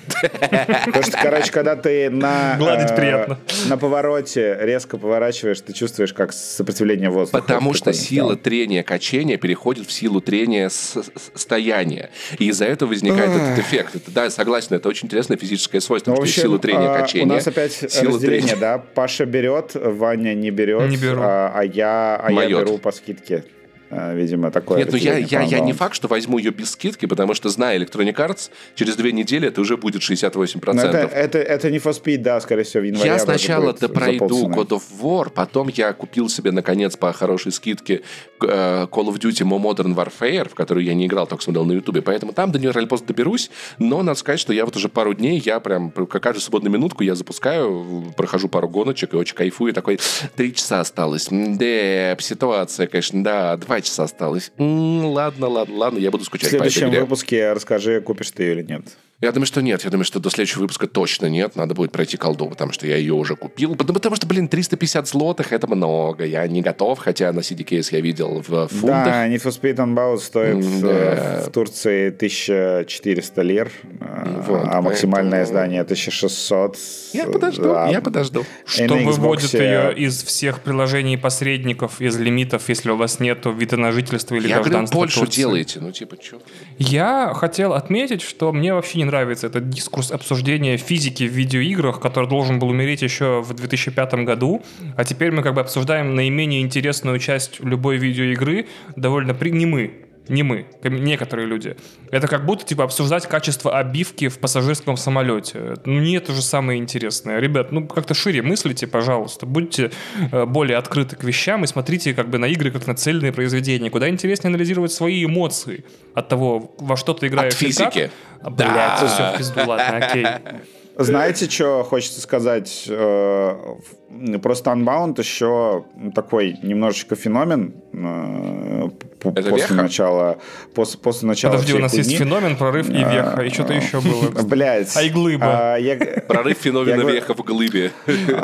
Потому что, короче, когда ты на, Гладить приятно. на повороте резко поворачиваешь, ты чувствуешь, как сопротивление воздуха. Потому что сила трения качения переходит в силу трения стояния. И из-за этого возникает этот эффект. Это, да, согласен, это очень интересное физическое свойство. Ну, что сила трения качения. У нас опять разделение, трения... да? Паша берет, Ваня не берет, не беру. а, а, я, а я беру по скидке. Видимо, такое. Нет, ну я, я, я не факт, что возьму ее без скидки, потому что, зная Electronic Arts, через две недели это уже будет шестьдесят восемь процентов. Это, это, это не for Speed, да, скорее всего, в январе. Я сначала допройду God of War, потом я купил себе, наконец, по хорошей скидке Call of Duty Modern Warfare, в которую я не играл, только смотрел на Ютубе, поэтому там до нее реально просто доберусь, но надо сказать, что я вот уже пару дней, я прям, каждую свободную минутку я запускаю, прохожу пару гоночек и очень кайфую, такой, три часа осталось, да, ситуация, конечно, да, два часа осталось. М-м, ладно, ладно, ладно, я буду скучать по этой игре. В следующем выпуске расскажи, купишь ты ее или нет. Я думаю, что нет. Я думаю, что до следующего выпуска точно нет. Надо будет пройти колду, потому что я ее уже купил. Потому что, блин, триста пятьдесят злотых — это много. Я не готов, хотя на си ди кейс я видел в фунтах. Да, Need for Speed Unbound стоит mm, в Турции тысяча четыреста лир, вот, а максимальное поэтому... издание тысяча шестьсот. Я подожду, да. я подожду. Что выводит ее из всех приложений посредников, из лимитов, если у вас нету вида на жительство или я гражданства говорю, Польшу Турции. делаете, ну типа что? Я хотел отметить, что мне вообще не нравится этот дискурс обсуждения физики в видеоиграх, который должен был умереть еще в две тысячи пятом году, а теперь мы как бы обсуждаем наименее интересную часть любой видеоигры, довольно при... не мы, не мы, некоторые люди. Это как будто типа обсуждать качество обивки в пассажирском самолете. Ну, не это же самое интересное. Ребят, ну как-то шире мыслите, пожалуйста. Будьте э, более открыты к вещам и смотрите как бы на игры как на цельные произведения. Куда интереснее анализировать свои эмоции от того, во что ты играешь. От физики. А, блядь, да. все в пизду, ладно, окей. Знаете, что хочется сказать? Просто Unbound еще такой немножечко феномен Это после веха? начала. После, после начала Подожди, у нас есть феномен, прорыв и веха, и что-то еще было. Блядь. А и глыба. А, я, прорыв феномена я, веха в глыбе.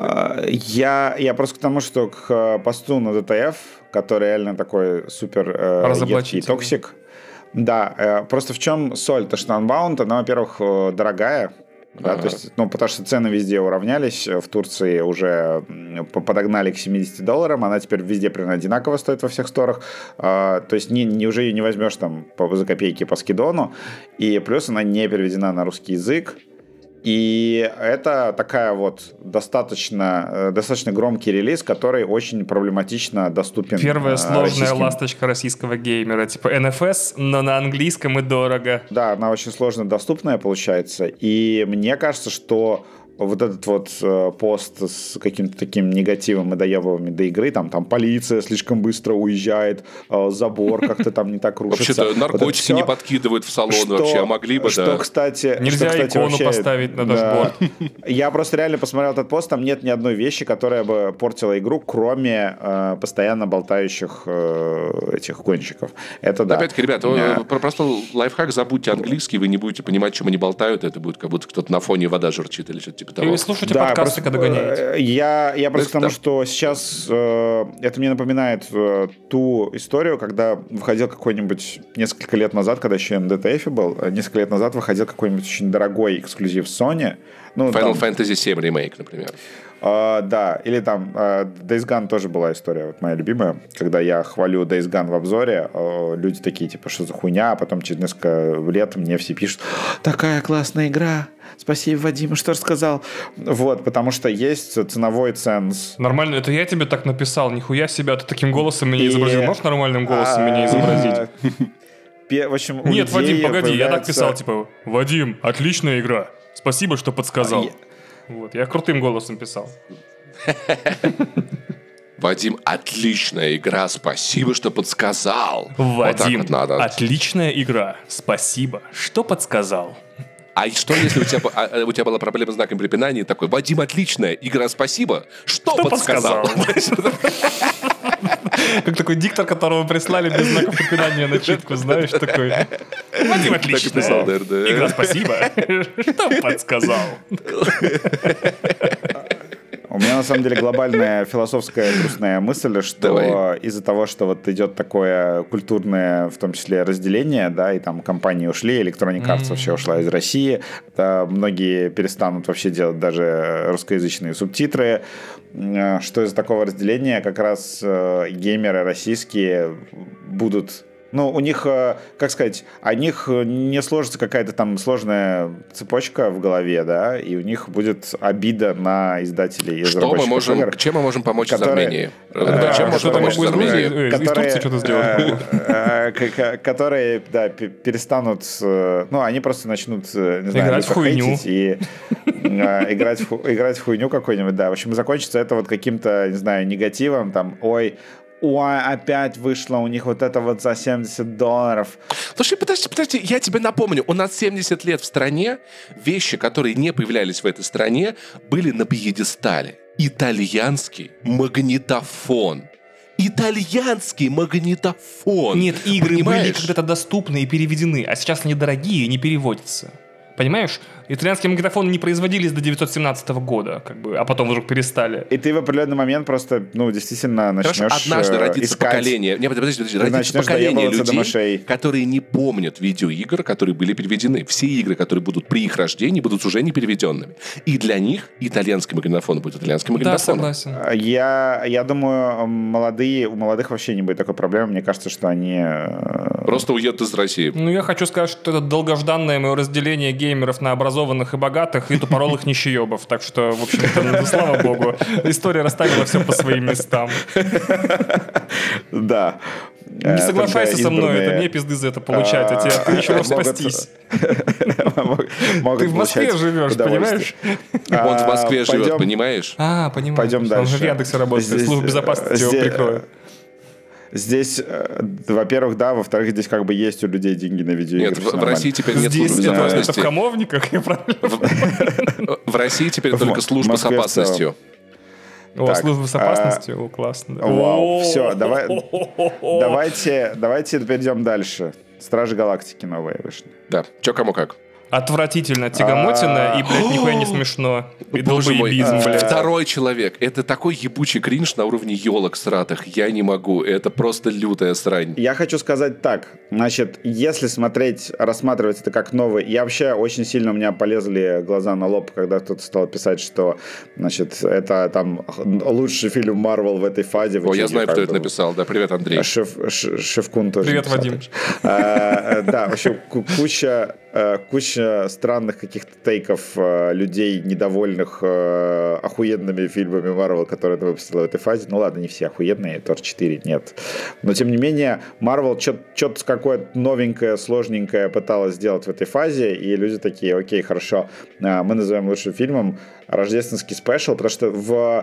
Я, я просто к тому, что к посту на ди ти эф, который реально такой супер едкий токсик. Да, просто в чем соль? То, что Unbound, она, во-первых, дорогая. Да, ага. То есть, ну, потому что цены везде уравнялись. В Турции уже подогнали к семидесяти долларам. Она теперь везде примерно одинаково стоит во всех сторах. А, то есть, не, не, уже ее не возьмешь там по, за копейки по скидону. И плюс она не переведена на русский язык. И это такая вот достаточно, достаточно громкий релиз, который очень проблематично доступен. Первая сложная российским... ласточка российского геймера. Типа эн эф эс, но на английском и дорого. Да, она очень сложно доступная получается. И мне кажется, что вот этот вот э, пост с каким-то таким негативом и доебывами до игры, там, там полиция слишком быстро уезжает, э, забор как-то там не так рушится. Вообще-то наркотики вот не подкидывают в салон что, вообще, а могли бы, что, да. Кстати, Нельзя что, кстати, икону вообще, поставить на дашборд. Да. Я просто реально посмотрел этот пост, там нет ни одной вещи, которая бы портила игру, кроме э, постоянно болтающих э, этих гонщиков. Это да. Опять-таки, ребята, yeah. просто лайфхак, забудьте английский, вы не будете понимать, чем они болтают, это будет как будто кто-то на фоне вода журчит или что-то типа типа того. Или слушайте да, подкасты, просто, когда гоняете. Я, я просто к тому, что сейчас э, это мне напоминает э, ту историю, когда выходил какой-нибудь несколько лет назад, когда еще на ди ти эф был, несколько лет назад выходил какой-нибудь очень дорогой эксклюзив Sony. Ну, Final там, Fantasy семь ремейк, например. Uh, да, или там uh, Days Gone тоже была история, вот моя любимая, когда я хвалю Days Gone в обзоре, uh, люди такие, типа, что за хуйня, а потом через несколько лет мне все пишут: такая классная игра, спасибо, Вадим, что рассказал. Вот, потому что есть ценовой ценз. Нормально, это я тебе так написал, нихуя себя, ты таким голосом меня изобразил, можешь нормальным голосом меня изобразить? В общем, нет, Вадим, погоди, я так писал, типа, Вадим, отличная игра, спасибо, что подсказал. Вот, я крутым голосом писал. Вадим, отличная игра, спасибо, что подсказал. Вадим, вот вот отличная игра, спасибо, что подсказал. А что, если у тебя, а, у тебя была проблема с знаком препинания, такой: Вадим, отличная игра, спасибо, что, что подсказал? Как такой диктор, которого прислали без знаков препинания на читку, знаешь, такой: Вадим, отличная игра, спасибо, что подсказал? У меня, на самом деле, глобальная философская грустная мысль, что Давай. из-за того, что вот идет такое культурное, в том числе, разделение, да, и там компании ушли, Electronic Arts mm-hmm. вообще ушла из России, да, многие перестанут вообще делать даже русскоязычные субтитры, что из-за такого разделения как раз геймеры российские будут... Ну, у них, как сказать, у них не сложится какая-то там сложная цепочка в голове, да, и у них будет обида на издателей из что мы можем, игр, чем мы можем помочь которые, из Армении? Да, чем можем помочь из Армении? Из Турции что-то сделать. Которые, да, перестанут, ну, они просто начнут, не знаю, играть в хуйню. И играть в хуйню какой-нибудь, да. В общем, закончится это вот каким-то, не знаю, негативом, там, ой, ой, опять вышло у них вот это вот за семьдесят долларов. Слушай, подожди, подожди, я тебе напомню, у нас семьдесят лет в стране, вещи, которые не появлялись в этой стране, были на пьедестале. Итальянский магнитофон. Итальянский магнитофон. Нет, игры Понимаешь? были когда-то доступны и переведены, а сейчас они дорогие и не переводятся. Понимаешь? Итальянские магнитофоны не производились до девятьсот семнадцатого года, как бы, а потом вдруг перестали. И ты в определенный момент просто, ну, действительно начнешь Хорошо, однажды родится искать... поколение, не, подожди, подожди, родится поколение людей, которые не помнят видеоигр, которые были переведены. Все игры, которые будут при их рождении, будут уже не переведенными. И для них итальянский магнитофон будет итальянским магнитофоном. Да, согласен. Я, я думаю, молодые, у молодых вообще не будет такой проблемы. Мне кажется, что они... Просто уедут из России. Ну, я хочу сказать, что это долгожданное мое разделение геймеров на образованных и богатых, и тупоролых нищеебов. Так что, в общем-то, ну, слава богу, история расставила все по своим местам. Да. Не соглашайся со мной, это мне пизды за это получать, а тебе еще раз спастись. Ты в Москве живешь, понимаешь? Он в Москве живет, понимаешь? А, понимаю. Пойдем дальше. Он же в Яндексе работает, служба безопасности его прикроет. Здесь, во-первых, да, во-вторых, здесь как бы есть у людей деньги на видеоигры. Нет, в, в России теперь нет здесь службы безопасности. Это в Камовниках, я правильно? В России теперь только служба с опасностью. О, служба безопасности, о, классно. Вау, все, давай, давайте, давайте перейдем дальше. Стражи Галактики новые вышли. Да, чё кому как. Отвратительно, тягомотина и, блядь, нихуя не смешно. И долбоебизм, блядь. Второй человек. Это такой ебучий кринж на уровне елок сратых. Я не могу. Это просто лютая срань. Я хочу сказать так. Значит, если смотреть, рассматривать это как новый... Я вообще очень сильно у меня полезли глаза на лоб, когда кто-то стал писать, что, значит, это там лучший фильм Марвел в этой фазе. О, я знаю, кто это написал. Да, привет, Андрей. Шевкун тоже. Привет, Вадим. Да, вообще куча... куча странных каких-то тейков э, людей, недовольных э, охуенными фильмами Marvel, которые она выпустила в этой фазе. Ну ладно, не все охуенные, Тор четыре нет. Но тем не менее, Marvel что-то какое-то новенькое, сложненькое пыталась сделать в этой фазе, и люди такие: окей, хорошо, э, мы назовем лучшим фильмом рождественский спешл, потому что в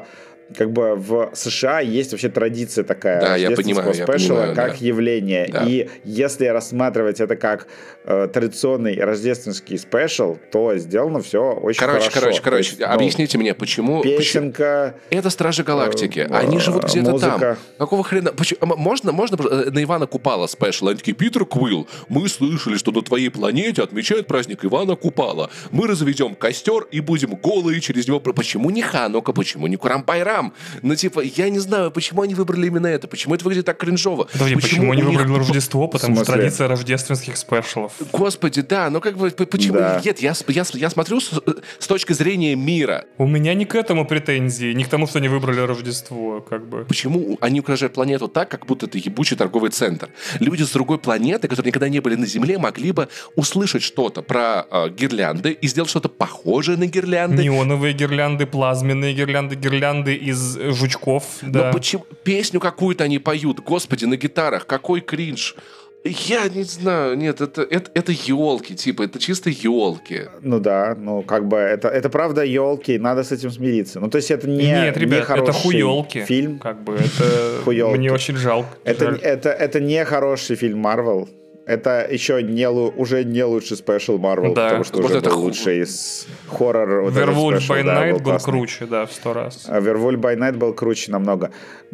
как бы в США есть вообще традиция такая да, я понимаю, спешала, я понимаю, как да. явление. Да. И если рассматривать это как э, традиционный рождественский спешл, то сделано все очень короче, хорошо. Короче, короче, есть, ну, объясните мне, почему... Песенка... Почему? Это Стражи Галактики. Э, Они живут где-то музыка. Там. Какого хрена? Почему? Можно, можно на Ивана Купала спешл? Они такие: Питер Квилл, мы слышали, что на твоей планете отмечают праздник Ивана Купала. Мы разведем костер и будем голые через него... Почему не Ханука? Почему не Курам-Байрам? Ну, типа, я не знаю, почему они выбрали именно это? Почему это выглядит так кринжово? Подожди, почему, почему они выбрали них... Рождество? Потому что традиция рождественских спешлов. Господи, да, ну как бы, почему да. Нет? Я, я, я смотрю с, с точки зрения мира. У меня не к этому претензии, не к тому, что они выбрали Рождество, как бы. Почему они украшают планету так, как будто это ебучий торговый центр? Люди с другой планеты, которые никогда не были на Земле, могли бы услышать что-то про э, гирлянды и сделать что-то похожее на гирлянды. Неоновые гирлянды, плазменные гирлянды, гирлянды из жучков. Да. Но почему песню какую-то они поют, господи, на гитарах, какой кринж. Я не знаю, нет, это, это, это елки, типа, это чисто елки. Ну да, ну как бы это, это правда елки, надо с этим смириться. Ну то есть это не, нет, ребят, не хороший это хуёлки. Фильм. Как бы это хуёлки. Мне очень жалко. Это, это, это не хороший фильм Марвел. Это еще не, уже не лучший спешл Марвел, да. потому что вот уже был лучший из хоррор. Werewolf by Night был, был круче, да, в сто раз. Werewolf by Night был круче намного.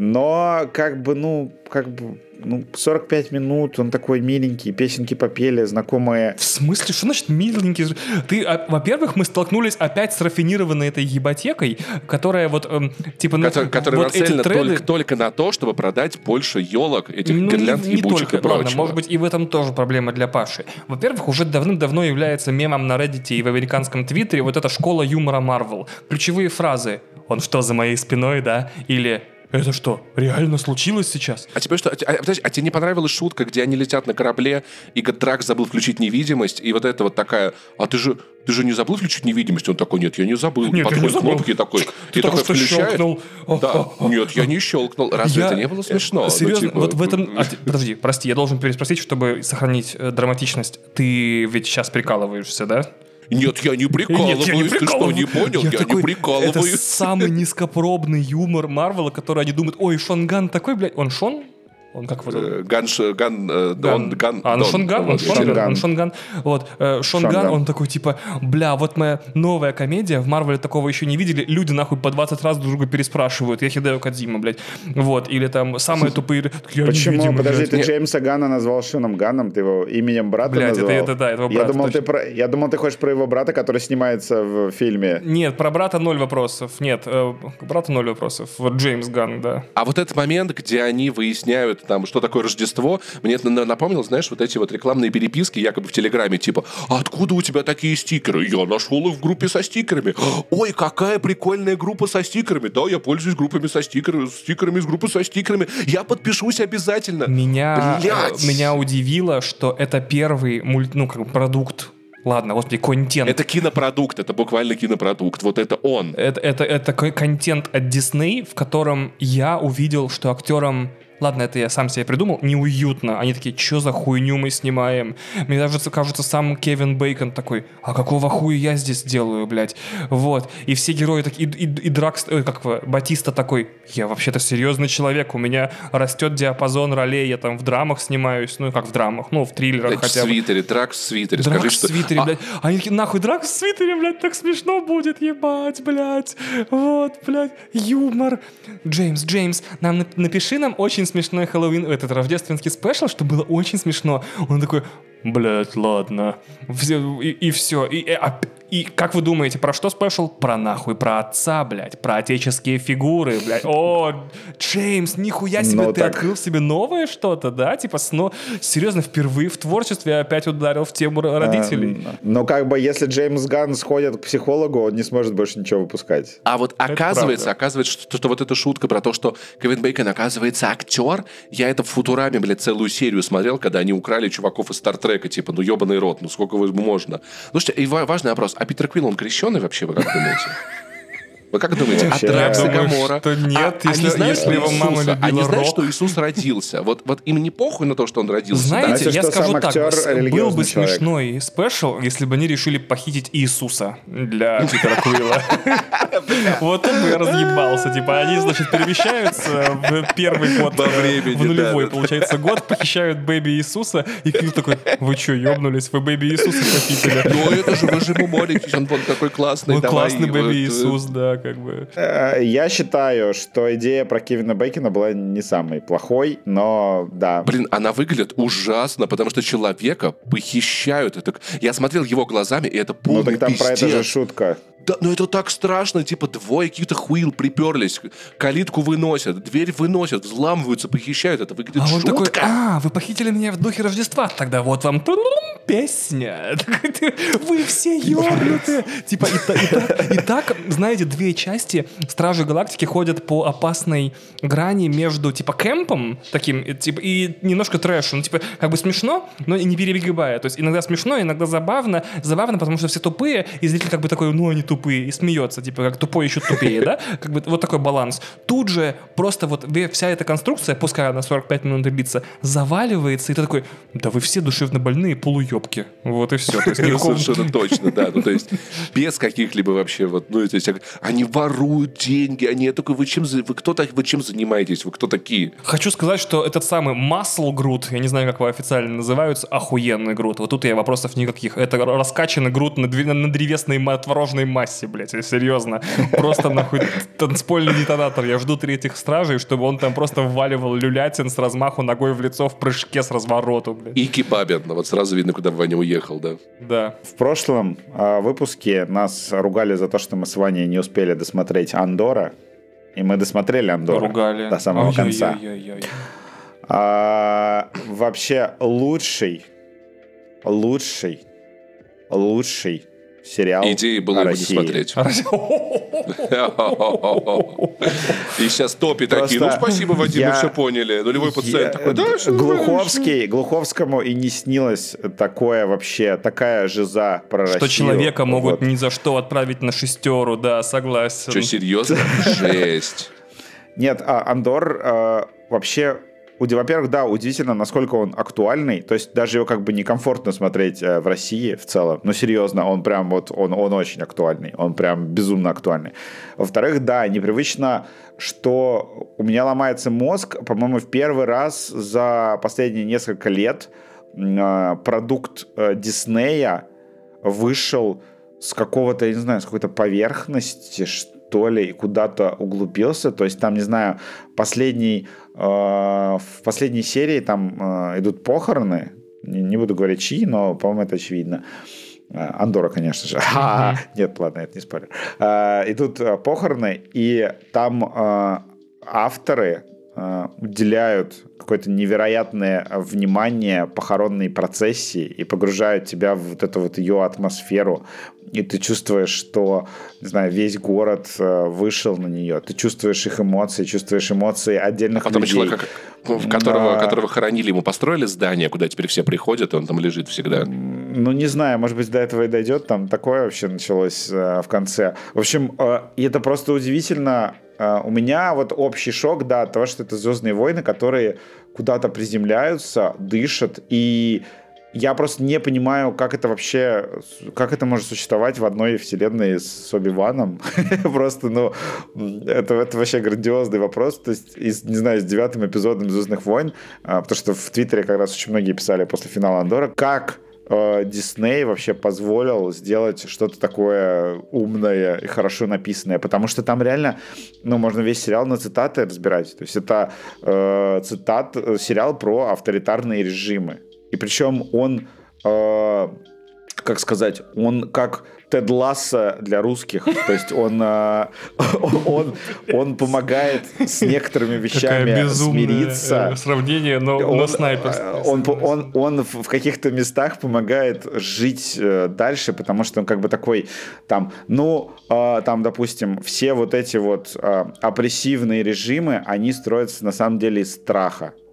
Но как бы, ну, как бы... Ну, сорок пять минут, он такой миленький, песенки попели, знакомые. В смысле? Что значит миленький? Ты, а, во-первых, мы столкнулись опять с рафинированной этой ебатекой, которая вот, эм, типа... Который, ну, которая вот нацелена треды... только, только на то, чтобы продать больше елок, этих ну, гирлянд, не, не ебучих только. и прочего. Ладно, может быть, и в этом тоже проблема для Паши. Во-первых, уже давным-давно является мемом на Reddit и в американском твиттере вот эта школа юмора Marvel. Ключевые фразы: «Он что, за моей спиной, да?» Или... Это что, реально случилось сейчас? А тебе что? А, а, а тебе не понравилась шутка, где они летят на корабле, и Драк забыл включить невидимость, и вот это вот такая: а ты же, ты же не забыл включить невидимость? Он такой: нет, я не забыл. Нет, подходит я не забыл. к кнопке и такой, ты и такой включает. Щелкнул. Да. Нет, я не щелкнул. Разве я... это не было смешно? Серьезно, ну, типа... вот в этом... А, подожди, прости, я должен переспросить, чтобы сохранить э, драматичность. Ты ведь сейчас прикалываешься, да? Нет, я не прикалываюсь. Нет, я не ты что, не понял? Я, я такой, не прикалываюсь. Это самый низкопробный юмор Марвела, который они думают: ой, Шон Ган такой, блядь, он Шон? Он как его зовут? Ган, Ган, Ган, Ган. А, ну Шонган, он Шонган, он Шонган. Вот, Шонган, он такой, типа, бля, вот моя новая комедия, в Марвеле такого еще не видели, люди нахуй по двадцать раз друг друга переспрашивают, я Хидео Кодзима, блядь. Вот, или там самые тупые... Почему? Подожди, ты Джеймса Ганна назвал Шоном Ганом, ты его именем брата назвал? Блядь, это, да, это его брат. Я думал, ты про, я думал, ты хочешь про его брата, который снимается в фильме. Нет, про брата ноль вопросов. Нет, брата ноль вопросов. Вот Джеймс Ганн, да. А вот этот момент, где они выясняют, там, что такое Рождество, мне это напомнило, знаешь, вот эти вот рекламные переписки, якобы в Телеграме, типа: а откуда у тебя такие стикеры? Я нашел их в группе со стикерами. Ой, какая прикольная группа со стикерами. Да, я пользуюсь группами со стикерами, стикерами из группы со стикерами. Я подпишусь обязательно. Меня, меня удивило, что это первый мульт, ну, как бы продукт. Ладно, господи, контент. Это кинопродукт, это буквально кинопродукт. Вот это он. Это, это, это контент от Disney, в котором я увидел, что актерам... Ладно, это я сам себе придумал, неуютно. Они такие: что за хуйню мы снимаем? Мне даже кажется, сам Кевин Бейкон такой: а какого хуя я здесь делаю, блядь? Вот. И все герои такие, и, и, и Дракс, ой, как Батиста такой: я вообще-то серьезный человек, у меня растет диапазон ролей, я там в драмах снимаюсь, ну как в драмах, ну в триллерах блядь, хотя бы. В свитере, Дракс в свитере. Дракс Скажи, в что... свитере, а... блядь. Они такие: нахуй Дракс в свитере, блядь, так смешно будет, ебать, блядь. Вот, блядь, юмор. Джеймс, Джеймс, нам напиши нам очень смешной Хэллоуин, этот рождественский спешл, что было очень смешно. Он такой: блядь, ладно. И, и все. И, и, и как вы думаете, про что спешл? Про нахуй, про отца, блядь. Про отеческие фигуры, блядь. О, Джеймс, нихуя себе, ну, ты так... открыл себе новое что-то, да? Типа, сно... серьезно, впервые в творчестве опять ударил в тему родителей. А, но как бы, если Джеймс Ганн сходит к психологу, он не сможет больше ничего выпускать. А вот это оказывается, правда. оказывается, что, что вот эта шутка про то, что Кевин Бейкон, оказывается, актер. Я это в Футураме, блядь, целую серию смотрел, когда они украли чуваков из Стартрека, типа, ну ебаный рот, ну сколько можно. Слушайте, и важный вопрос: а Питер Квилл, он крещеный вообще, вы как думаете? Вы как думаете, Вообще, отрекся я думаю, Гоморра? что нет, а, если, они знают, если его мама любила Они знают, рок. что Иисус родился. Вот, вот им не похуй на то, что он родился. Знаете, да? я что скажу сам так, актер был бы человек. смешной спешл, если бы они решили похитить Иисуса для Питера Квилла. Вот тут бы я разъебался. Типа, они, значит, перемещаются в первый год, в нулевой, получается, год, похищают бэби Иисуса, и Квилл такой: вы что, ёбнулись? Вы бэби Иисуса похитили? Ну, это же, вы же ему молитесь, он вот такой классный. Он классный бэби Иисус, да, как бы. Я считаю, что идея про Кевина Бейкона была не самой плохой, но да. Блин, она выглядит ужасно, потому что человека похищают. Это... Я смотрел его глазами, и это полный Ну так там пиздец. про это же шутка. Да, ну это так страшно, типа двое каких-то хуил приперлись, калитку выносят, дверь выносят, взламываются, похищают, это выглядит А он жутко. такой: а, вы похитили меня в духе Рождества, тогда вот вам песня. Вы все ёбнутые. Типа и, та, и, так, и так, знаете, две части Стражи Галактики ходят по опасной грани между типа кэмпом таким, и, типа, и немножко трэшем. Ну, типа, как бы смешно, но и не перебегая. То есть иногда смешно, иногда забавно. Забавно, потому что все тупые, и зритель как бы такой: ну они тупые, и смеется, типа, как тупой еще тупее, да? Как бы вот такой баланс. Тут же просто вот вся эта конструкция, пускай она сорок пять минут длится, заваливается, и ты такой: да вы все душевно больные полуёбки. Вот и все. То есть, никакого... Совершенно точно, да. Ну, то есть, без каких-либо вообще, вот, ну, то есть, они воруют деньги, они, я такой: вы чем, вы кто, вы чем занимаетесь, вы кто такие? Хочу сказать, что этот самый Muscle Грут, я не знаю, как его официально называются, охуенный Грут. Вот тут я вопросов никаких. Это раскачанный Грут на, на древесной творожной массе, блядь, серьезно. Просто нахуй танцпольный детонатор. Я жду третьих стражей, чтобы он там просто вваливал люлятин с размаху ногой в лицо в прыжке с развороту, блядь. И кебабин. Вот сразу видно, куда Ваня уехал, да. Да. В прошлом э, выпуске нас ругали за то, что мы с Ваней не успели досмотреть Андора. И мы досмотрели Андора Ругали. до самого Ой, конца. ой, ой, ой, ой. А, вообще лучший, лучший, лучший сериал Идея была о его не России. смотреть. И сейчас топи такие: ну, спасибо, Вадим, мы все поняли. Нулевой пациент такой: да, Глуховский, Глуховскому и не снилось такое вообще, такая жиза про Россию. Что человека могут ни за что отправить на шестеру, да, согласен. Что, серьезно? Жесть. Нет, Андор вообще... Во-первых, да, удивительно, насколько он актуальный. То есть даже его как бы некомфортно смотреть э, в России в целом. Но серьезно, он прям вот, он, он очень актуальный. Он прям безумно актуальный. Во-вторых, да, непривычно, что у меня ломается мозг, по-моему, в первый раз за последние несколько лет э, продукт э, Диснея вышел с какого-то, я не знаю, с какой-то поверхности, что ли, и куда-то углубился. То есть там, не знаю, последний, э, в последней серии там э, идут похороны. Не, не буду говорить чьи, но, по-моему, это очевидно. Андора, конечно же. Mm-hmm. Нет, ладно, это не спойлер. Э, идут похороны, и там э, авторы э, уделяют какое-то невероятное внимание похоронной процессии и погружают тебя в вот эту вот ее атмосферу. И ты чувствуешь, что, не знаю, весь город э, вышел на нее. Ты чувствуешь их эмоции, чувствуешь эмоции отдельных Потом людей. человека, которого, да. которого хоронили, ему построили здание, куда теперь все приходят, и он там лежит всегда. Ну, не знаю, может быть, до этого и дойдет. Там такое вообще началось э, в конце. В общем, э, и это просто удивительно. Э, у меня вот общий шок, да, от того, что это «Звездные войны», которые куда-то приземляются, дышат, и я просто не понимаю, как это вообще, как это может существовать в одной вселенной с Оби-Ваном. Просто, ну, это, это вообще грандиозный вопрос. То есть, из, не знаю, с девятым эпизодом «Звездных войн», а, потому что в Твиттере как раз очень многие писали после финала Андора, как э, Дисней вообще позволил сделать что-то такое умное и хорошо написанное, потому что там реально, ну, можно весь сериал на цитаты разбирать. То есть, это э, цитат, сериал про авторитарные режимы. И причем он, э, как сказать, он как Тед Лассо для русских. То есть он, э, он, он помогает с некоторыми вещами смириться. Сравнение, но, он, но снайпер. Он, он, он, он в каких-то местах помогает жить дальше, потому что он как бы такой, там, ну, э, там, допустим, все вот эти вот э, опрессивные режимы, они строятся на самом деле из страха.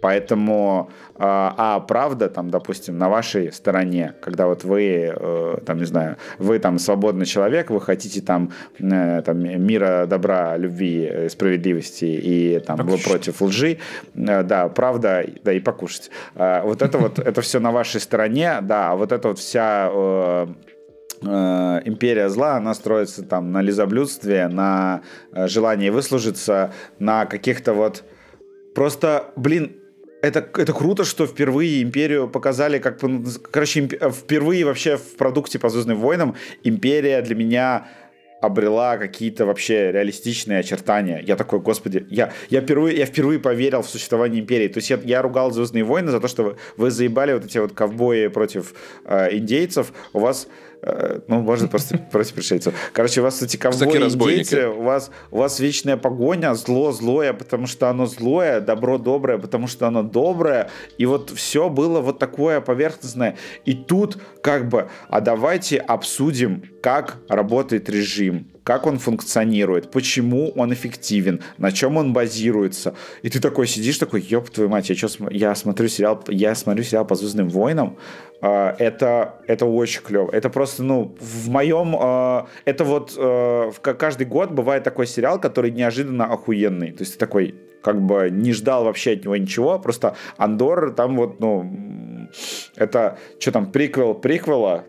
Поэтому, а, а правда, там, допустим, на вашей стороне, когда вот вы, э, там, не знаю, вы там свободный человек, вы хотите там, э, там мира, добра, любви, справедливости, и там покушать. Вы против лжи, э, да, правда, да, и покушать. Э, вот это вот, это все на вашей стороне, да, а вот это вот вся... Э, империя зла, она строится там на лизоблюдстве, на желании выслужиться, на каких-то вот... Просто, блин, это, это круто, что впервые империю показали как... Короче, впервые вообще в продукте по «Звездным войнам» империя для меня обрела какие-то вообще реалистичные очертания. Я такой, господи, я, я, впервые, я впервые поверил в существование империи. То есть я, я ругал «Звездные войны» за то, что вы, вы заебали вот эти вот ковбои против э, индейцев. У вас ну, можно просто против пришельцев. Короче, у вас эти ковбои-индейцы, у вас, у вас вечная погоня, зло злое, потому что оно злое, добро доброе, потому что оно доброе, и вот все было вот такое поверхностное. И тут как бы, а давайте обсудим, как работает режим, как он функционирует, почему он эффективен, на чем он базируется. И ты такой сидишь, такой, ёб твою мать, я, что, я, смотрю, сериал, я смотрю сериал по «Звездным войнам», это, это очень клево. Это просто, ну, в моем... Это вот каждый год бывает такой сериал, который неожиданно охуенный. То есть ты такой, как бы не ждал вообще от него ничего, просто Андор там вот, ну, это, что там, приквел приквела,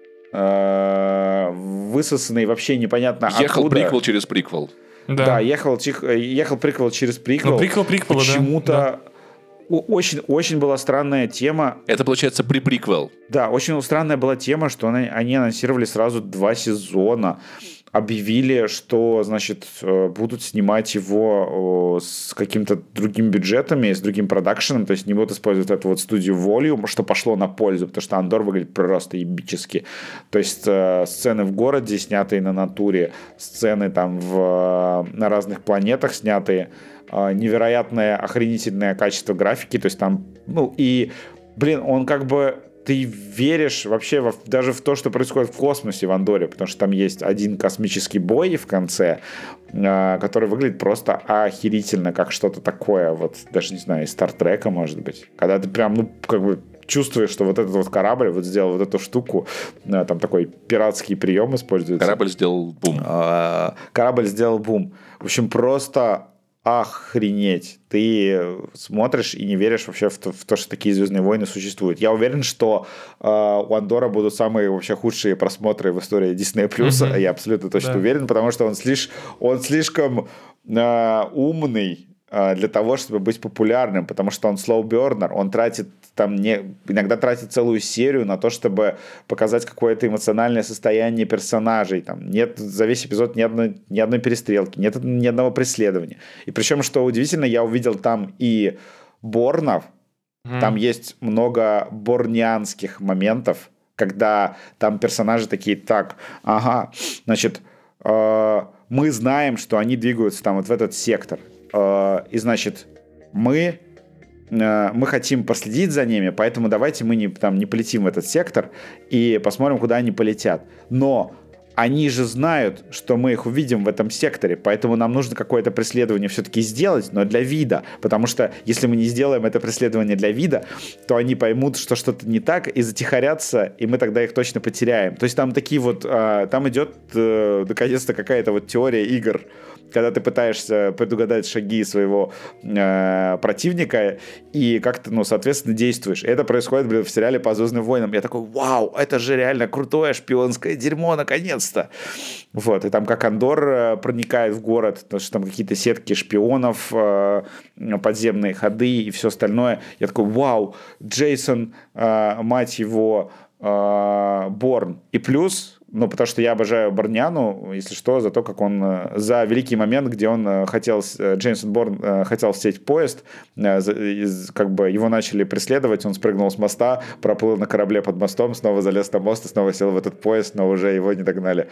высосанный вообще непонятно ехал откуда. приквел через приквел. Да, да ехал, ехал приквел через приквел. Ну, приквел приквела, почему-то да. Очень, очень была странная тема. Это, получается, при-приквел. Да, очень странная была тема, что они, они анонсировали сразу два сезона. Объявили, что, значит, будут снимать его с каким-то другим бюджетами, с другим продакшеном, то есть не будут использовать эту вот студию Volume, что пошло на пользу, потому что Андор выглядит просто ебически. То есть э, сцены в городе, снятые на натуре, сцены там в, на разных планетах снятые, э, невероятное охренительное качество графики, то есть там, ну и, блин, он как бы... Ты веришь вообще во, даже в то, что происходит в космосе в Андоре, потому что там есть один космический бой в конце, э, который выглядит просто охерительно, как что-то такое, вот даже, не знаю, из Стартрека, может быть. Когда ты прям, ну, как бы чувствуешь, что вот этот вот корабль вот сделал вот эту штуку, э, там такой пиратский прием используется. Корабль сделал бум. Э, корабль сделал бум. В общем, просто... Охренеть. Ты смотришь и не веришь вообще в то, в то, что такие «Звездные войны» существуют. Я уверен, что э, у Андора будут самые вообще худшие просмотры в истории Disney+. Mm-hmm. Я абсолютно точно да. уверен, потому что он, слиш, он слишком э, умный э, для того, чтобы быть популярным, потому что он слоу-бернер, он тратит там не, иногда тратит целую серию на то, чтобы показать какое-то эмоциональное состояние персонажей. Там нет за весь эпизод ни одной, ни одной перестрелки, нет ни одного преследования. И причем, что удивительно, я увидел там и Борнов, mm. там есть много борнианских моментов, когда там персонажи такие, так, ага, значит, э, мы знаем, что они двигаются там вот в этот сектор. Э, и, значит, мы... мы хотим последить за ними, поэтому давайте мы не, там, не полетим в этот сектор и посмотрим, куда они полетят. Но они же знают, что мы их увидим в этом секторе, поэтому нам нужно какое-то преследование все-таки сделать, но для вида. Потому что если мы не сделаем это преследование для вида, то они поймут, что что-то не так, и затихарятся, и мы тогда их точно потеряем. То есть там такие вот... Там идет наконец-то какая-то вот теория игр, когда ты пытаешься предугадать шаги своего э, противника и как-то, ну, соответственно, действуешь. И это происходит, блин, в сериале по «Звездным войнам». Я такой, вау, это же реально крутое шпионское дерьмо, наконец-то. Вот, и там как Андор проникает в город, потому что там какие-то сетки шпионов, э, подземные ходы и все остальное. Я такой, вау, Джейсон, э, мать его, э, Борн. И плюс... Ну, потому что я обожаю Борняну, если что, за то, как он... За великий момент, где он хотел... Джейсон Борн хотел сесть в поезд, как бы его начали преследовать, он спрыгнул с моста, проплыл на корабле под мостом, снова залез на мост и снова сел в этот поезд, но уже его не догнали.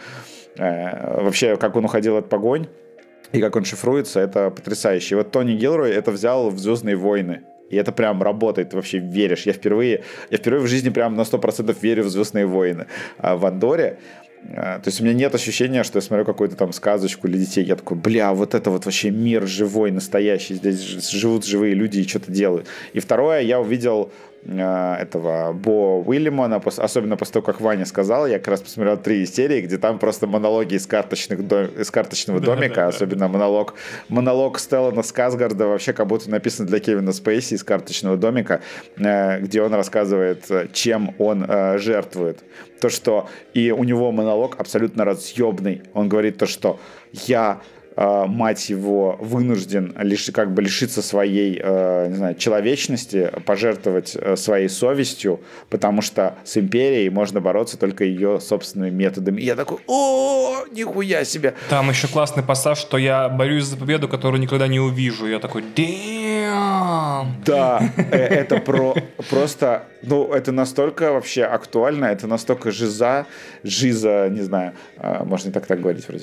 Вообще, как он уходил от погонь и как он шифруется, это потрясающе. И вот Тони Гилрой это взял в «Звездные войны». И это прям работает, ты вообще веришь. Я впервые, я впервые в жизни прям на сто процентов верю в «Звездные войны». А в Андоре То есть у меня нет ощущения, что я смотрю какую-то там сказочку для детей. Я такой, бля, вот это вот вообще мир живой, настоящий. Здесь живут живые люди и что-то делают. И второе, я увидел этого Бо Уильямона, особенно после того, как Ваня сказал, я как раз посмотрел три серии, где там просто монологи из, карточных дом... из карточного да, домика, да, особенно да. монолог монолог Стеллана Скарсгарда, вообще как будто написан для Кевина Спейси из карточного домика, где он рассказывает, чем он жертвует. То, что и у него монолог абсолютно разъебный. Он говорит то, что я мать его, вынужден лиш, как бы лишиться своей, э, не знаю, человечности, пожертвовать своей совестью, потому что с империей можно бороться только ее собственными методами. И я такой, о, нихуя себе. Там еще классный пассаж, что я борюсь за победу, которую никогда не увижу. Я такой, damn. Да, это про, просто, ну, это настолько вообще актуально, это настолько жиза, жиза, не знаю, можно и так так говорить вроде.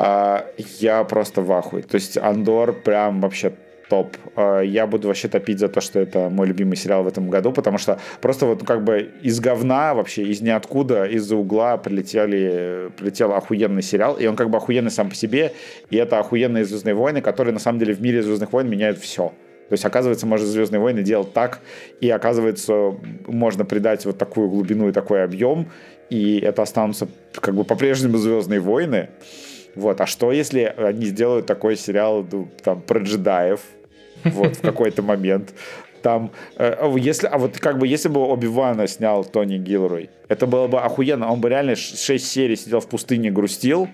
Я просто в ахуе. То есть Андор прям вообще топ. Я буду вообще топить за то, что это мой любимый сериал в этом году, потому что просто вот как бы из говна вообще, из ниоткуда, из-за угла прилетели, прилетел охуенный сериал, и он как бы охуенный сам по себе, и это охуенные «Звездные войны», которые на самом деле в мире «Звездных войн» меняют все. То есть, оказывается, можно «Звездные войны» делать так, и, оказывается, можно придать вот такую глубину и такой объем, и это останутся как бы по-прежнему «Звездные войны». Вот. А что, если они сделают такой сериал, ну, там, про джедаев, вот, в какой-то момент? Там, э, если, а вот как бы, если бы Оби-Вана снял Тони Гилрой, это было бы охуенно. Он бы реально шесть серий сидел в пустыне, грустил,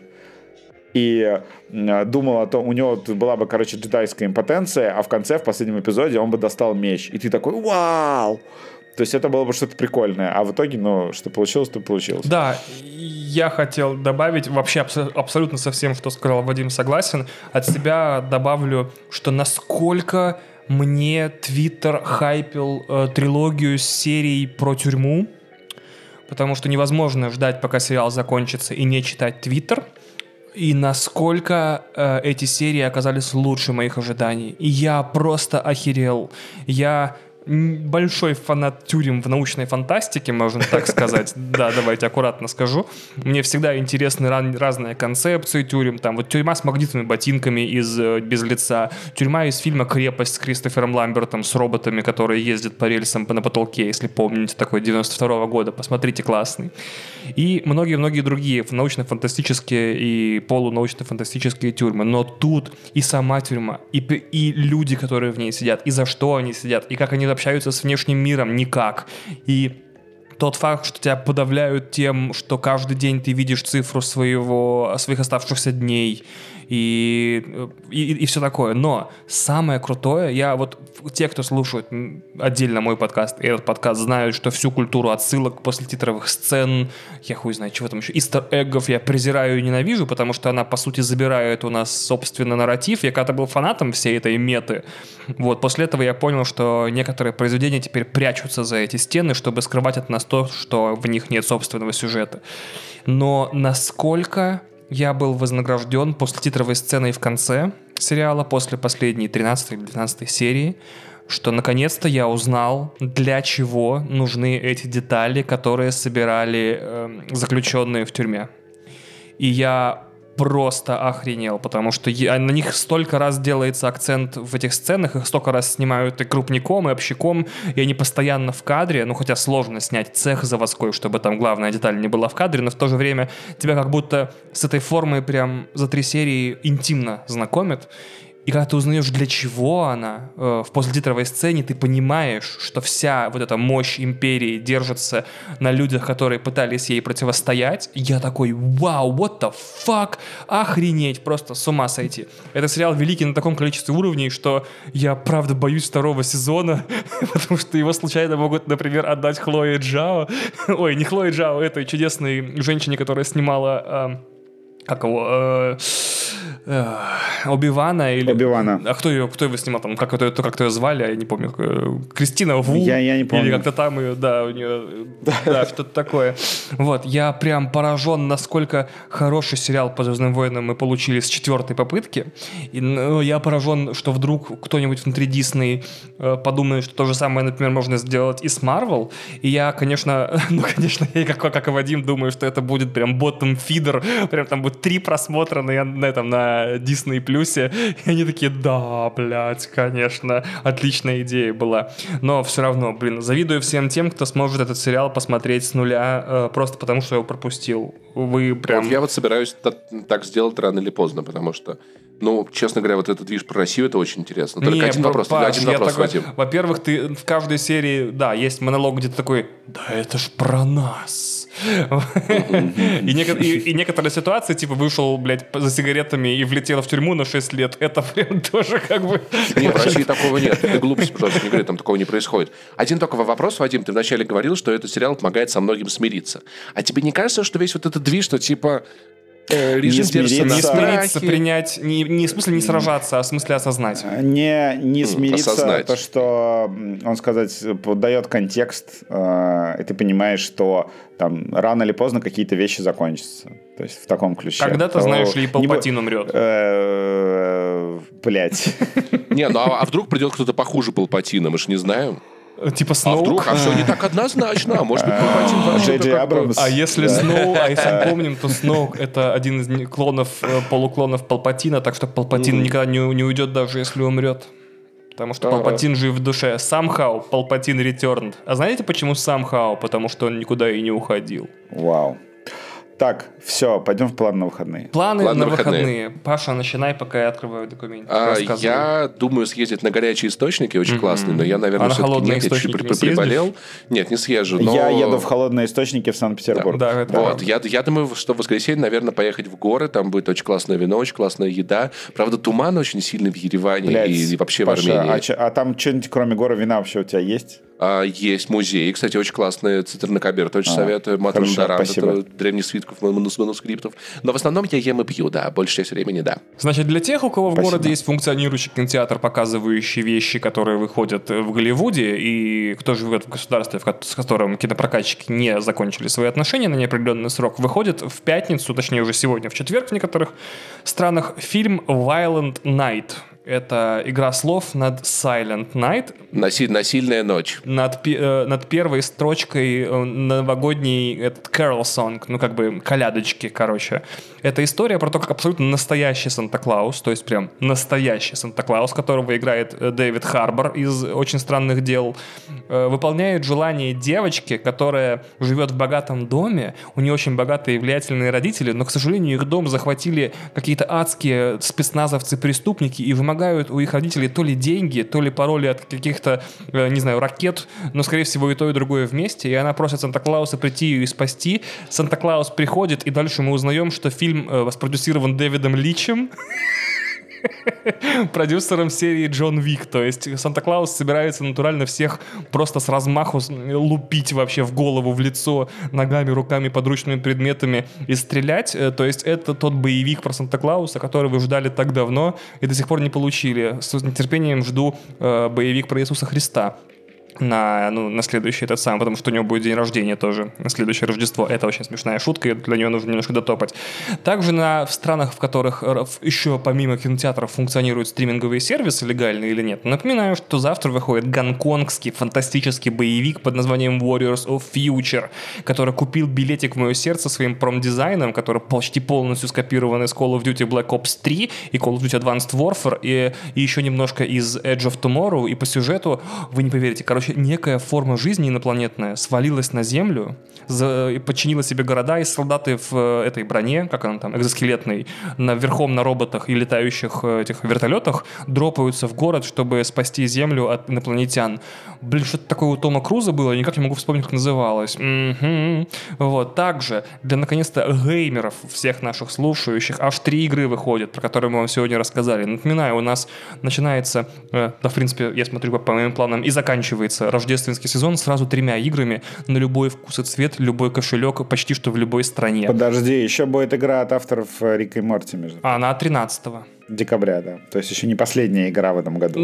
и э, думал о том, у него была бы, короче, джедайская импотенция, а в конце, в последнем эпизоде, он бы достал меч. И ты такой, вау! То есть это было бы что-то прикольное. А в итоге, ну, что получилось, то получилось. Да, я хотел добавить, вообще абс- абсолютно со всем, что сказал Вадим, согласен. От себя добавлю, что насколько мне Твиттер хайпил э, трилогию серий про тюрьму, потому что невозможно ждать, пока сериал закончится, и не читать Твиттер. И насколько э, эти серии оказались лучше моих ожиданий. И я просто охерел. Я большой фанат тюрем в научной фантастике, можно так сказать. Да, давайте аккуратно скажу. Мне всегда интересны разные концепции тюрем. Там вот тюрьма с магнитными ботинками из «Без лица», тюрьма из фильма «Крепость» с Кристофером Ламбертом, с роботами, которые ездят по рельсам на потолке, если помните, такой девяносто второго года. Посмотрите, классный. И многие-многие другие научно-фантастические и полунаучно-фантастические тюрьмы. Но тут и сама тюрьма, и, и люди, которые в ней сидят, и за что они сидят, и как они общаются с внешним миром, никак. И тот факт, что тебя подавляют тем, что каждый день ты видишь цифру своего, своих оставшихся дней и, и, и все такое. Но самое крутое, я вот, те, кто слушает отдельно мой подкаст и этот подкаст, знают, что всю культуру отсылок после титровых сцен, я хуй знаю, чего там еще, истер-эггов я презираю и ненавижу, потому что она, по сути, забирает у нас собственный нарратив. Я когда-то был фанатом всей этой меты. Вот, после этого я понял, что некоторые произведения теперь прячутся за эти стены, чтобы скрывать от нас то, что в них нет собственного сюжета. Но насколько я был вознагражден после титровой сцены и в конце сериала, после последней тринадцатой или двенадцатой серии, что наконец-то я узнал, для чего нужны эти детали, которые собирали э, заключенные в тюрьме. И я просто охренел, потому что я, на них столько раз делается акцент в этих сценах, их столько раз снимают и крупником, и общиком, и они постоянно в кадре, ну хотя сложно снять цех заводской, чтобы там главная деталь не была в кадре, но в то же время тебя как будто с этой формой прям за три серии интимно знакомят. И когда ты узнаешь, для чего она, э, в послетитровой сцене, ты понимаешь, что вся вот эта мощь империи держится на людях, которые пытались ей противостоять. Я такой, вау, what the fuck, охренеть, просто с ума сойти. Этот сериал великий на таком количестве уровней, что я, правда, боюсь второго сезона, потому что его случайно могут, например, отдать Хлое Джао. Ой, не Хлое Джао, этой чудесной женщине, которая снимала... Э, как его... Э, э, Оби-Вана или... Оби-Вана. А кто, ее, кто его снимал там? Как, это, как ее звали? Я не помню. Кристина Ву? Я, я не помню. Или как-то там ее, да, у нее... Да, что-то такое. Вот, я прям поражен, насколько хороший сериал по «Звездным войнам» мы получили с четвертой попытки. И, ну, я поражен, что вдруг кто-нибудь внутри Дисней э, подумает, что то же самое, например, можно сделать и с Marvel. И я, конечно, ну, конечно, я как, как и Вадим думаю, что это будет прям ботtom-фидер, прям там будет три просмотра на, на этом, на Disney Плюсе. И они такие, да, блядь, конечно, отличная идея была. Но все равно, блин, завидую всем тем, кто сможет этот сериал посмотреть с нуля, э, просто потому что я его пропустил. Вы прям... Вот я вот собираюсь так, так сделать рано или поздно, потому что, ну, честно говоря, вот этот движ про Россию, это очень интересно. Только Не, один вопрос, Паш, один вопрос, такой, Вадим. Во-первых, ты в каждой серии, да, есть монолог, где ты такой, да это ж про нас. И некоторые ситуации, типа, вышел, блядь, за сигаретами и влетел в тюрьму на шесть лет, это прям тоже как бы... Нет, в России такого нет. Ты глупость, пожалуйста, не говори, там такого не происходит. Один только вопрос, Вадим, ты вначале говорил, что этот сериал помогает со многим смириться. А тебе не кажется, что весь вот этот движ, что типа... Э, режим не, не смириться, принять, не, не в смысле не сражаться, а в смысле осознать. Не, не смириться, осознать. То, что, он сказать, дает контекст, э, и ты понимаешь, что там рано или поздно какие-то вещи закончатся. То есть в таком ключе. Когда ты знаешь ли, Палпатин умрет? Блять. Не, ну а вдруг придет кто-то похуже Палпатина, мы же не знаем. Типа Сноук? А вдруг, а все не так однозначно, а может быть Палпатин вообще... Джей Джей Абрамс. А если Сноу, а если мы помним, то Сноук это один из клонов, полуклонов Палпатина, так что Палпатин никогда не, не уйдет, даже если умрет. Потому что Палпатин жив в душе. Somehow Палпатин returned. А знаете почему somehow? Потому что он никуда и не уходил. Вау. Так, все, пойдем в план на выходные. Планы План на на выходные. выходные. Паша, начинай, пока я открываю документ. А, я думаю съездить на горячие источники, очень mm-hmm. классные, но я, наверное, а все-таки нет, я чуть-чуть при- приболел. Нет, не съезжу. Но... Я еду в холодные источники в Санкт-Петербург. Да, да, это вот, я, я думаю, что в воскресенье, наверное, поехать в горы, там будет очень классное вино, очень классная еда. Правда, туман очень сильный в Ереване. Блядь, и, и вообще Паша, в Армении. А, ч- а там что-нибудь кроме горы вина вообще у тебя есть? А, есть музей, кстати, очень классный, Циттернакабер, очень а, советую. Матрон Даран, это древних свитков, манускриптов. Но в основном я ем и пью, да, большую часть времени, да. Значит, для тех, у кого в Спасибо. городе есть функционирующий кинотеатр, показывающий вещи, которые выходят в Голливуде, и кто живет в государстве, с которым кинопрокатчики не закончили свои отношения на неопределенный срок, выходит в пятницу, точнее уже сегодня, в четверг в некоторых странах, фильм «Violent Night». Это игра слов над Silent Night. Наси- насильная ночь. Над, э, над первой строчкой новогодней этот Carol Song, ну как бы колядочки, короче. Это история про то, как абсолютно настоящий Санта-Клаус, то есть прям настоящий Санта-Клаус, которого играет Дэвид Харбор из «Очень странных дел», э, выполняет желание девочки, которая живет в богатом доме, у нее очень богатые и влиятельные родители, но, к сожалению, их дом захватили какие-то адские спецназовцы-преступники и вымогают у их родителей то ли деньги, то ли пароли от каких-то, не знаю, ракет, но, скорее всего, и то, и другое вместе. И она просит Санта-Клауса прийти ее и спасти. Санта-Клаус приходит, и дальше мы узнаем, что фильм воспродюсирован Дэвидом Личем, продюсером серии Джон Уик. То есть Санта-Клаус собирается натурально всех просто с размаху лупить вообще в голову, в лицо ногами, руками, подручными предметами и стрелять. То есть это тот боевик про Санта-Клауса, который вы ждали так давно и до сих пор не получили. С нетерпением жду э, боевик про Иисуса Христа. На, ну, на следующий этот сам, потому что у него будет день рождения тоже, на следующее Рождество. Это очень смешная шутка, и для нее нужно немножко дотопать. Также на, в странах, в которых еще помимо кинотеатров функционируют стриминговые сервисы, легальные или нет, напоминаю, что завтра выходит гонконгский фантастический боевик под названием Warriors of Future, который купил билетик в мое сердце своим промдизайном, который почти полностью скопирован из Call of Duty Black Ops три и Call of Duty Advanced Warfare, и, и еще немножко из Edge of Tomorrow, и по сюжету, вы не поверите, короче, некая форма жизни инопланетная свалилась на Землю, за, подчинила себе города, и солдаты в этой броне, как она там, экзоскелетной, на, верхом на роботах и летающих этих вертолетах дропаются в город, чтобы спасти Землю от инопланетян. Блин, что-то такое у Тома Круза было, я никак не могу вспомнить, как называлось. Mm-hmm. Вот. Также для, наконец-то, геймеров, всех наших слушающих, аж три игры выходят, про которые мы вам сегодня рассказали. Напоминаю, у нас начинается, э, да, в принципе, я смотрю по, по моим планам, и заканчивается рождественский сезон сразу тремя играми на любой вкус и цвет, любой кошелек, почти что в любой стране. Подожди, еще будет игра от авторов Рика и Морти, между А она от тринадцатого. Декабря, да. То есть еще не последняя игра в этом году.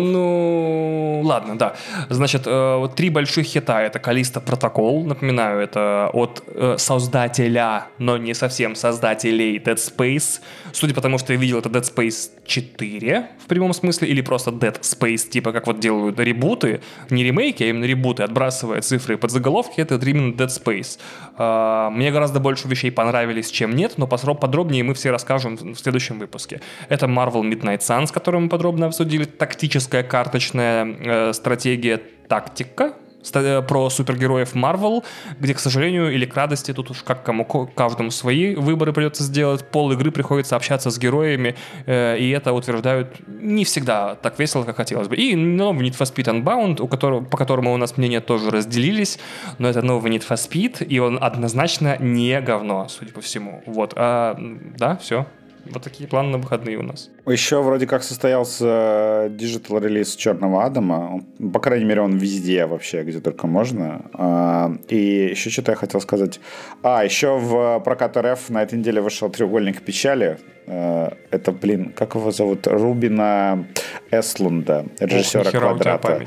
Ну, ладно, да. Значит, э, три больших хита. Это Callisto Protocol, напоминаю, это от э, создателя, но не совсем создателей Dead Space. Судя по тому, что я видел, это Dead Space четыре в прямом смысле, или просто Dead Space, типа как вот делают ребуты, не ремейки, а именно ребуты, отбрасывая цифры под заголовки, это именно Dead Space. Э, мне гораздо больше вещей понравились, чем нет, но подробнее мы все расскажем в следующем выпуске. Это Marvel Midnight Suns, которую мы подробно обсудили, тактическая карточная э, стратегия тактика ста- про супергероев Marvel, где, к сожалению, или к радости, тут уж как кому, каждому свои выборы придется сделать, пол игры приходится общаться с героями, э, и это утверждают не всегда так весело, как хотелось бы. И новый Need for Speed Unbound, у которого, по которому у нас мнения тоже разделились, но это новый Need for Speed, и он однозначно не говно, судя по всему. Вот, а, да, все. Вот такие планы на выходные у нас. Еще вроде как состоялся диджитал релиз Черного Адама. По крайней мере, он везде вообще, где только можно. И еще что-то я хотел сказать. А, еще в прокат РФ на этой неделе вышел «Треугольник печали». Это, блин, как его зовут? Рубина Эслунда, режиссера «Квадрата».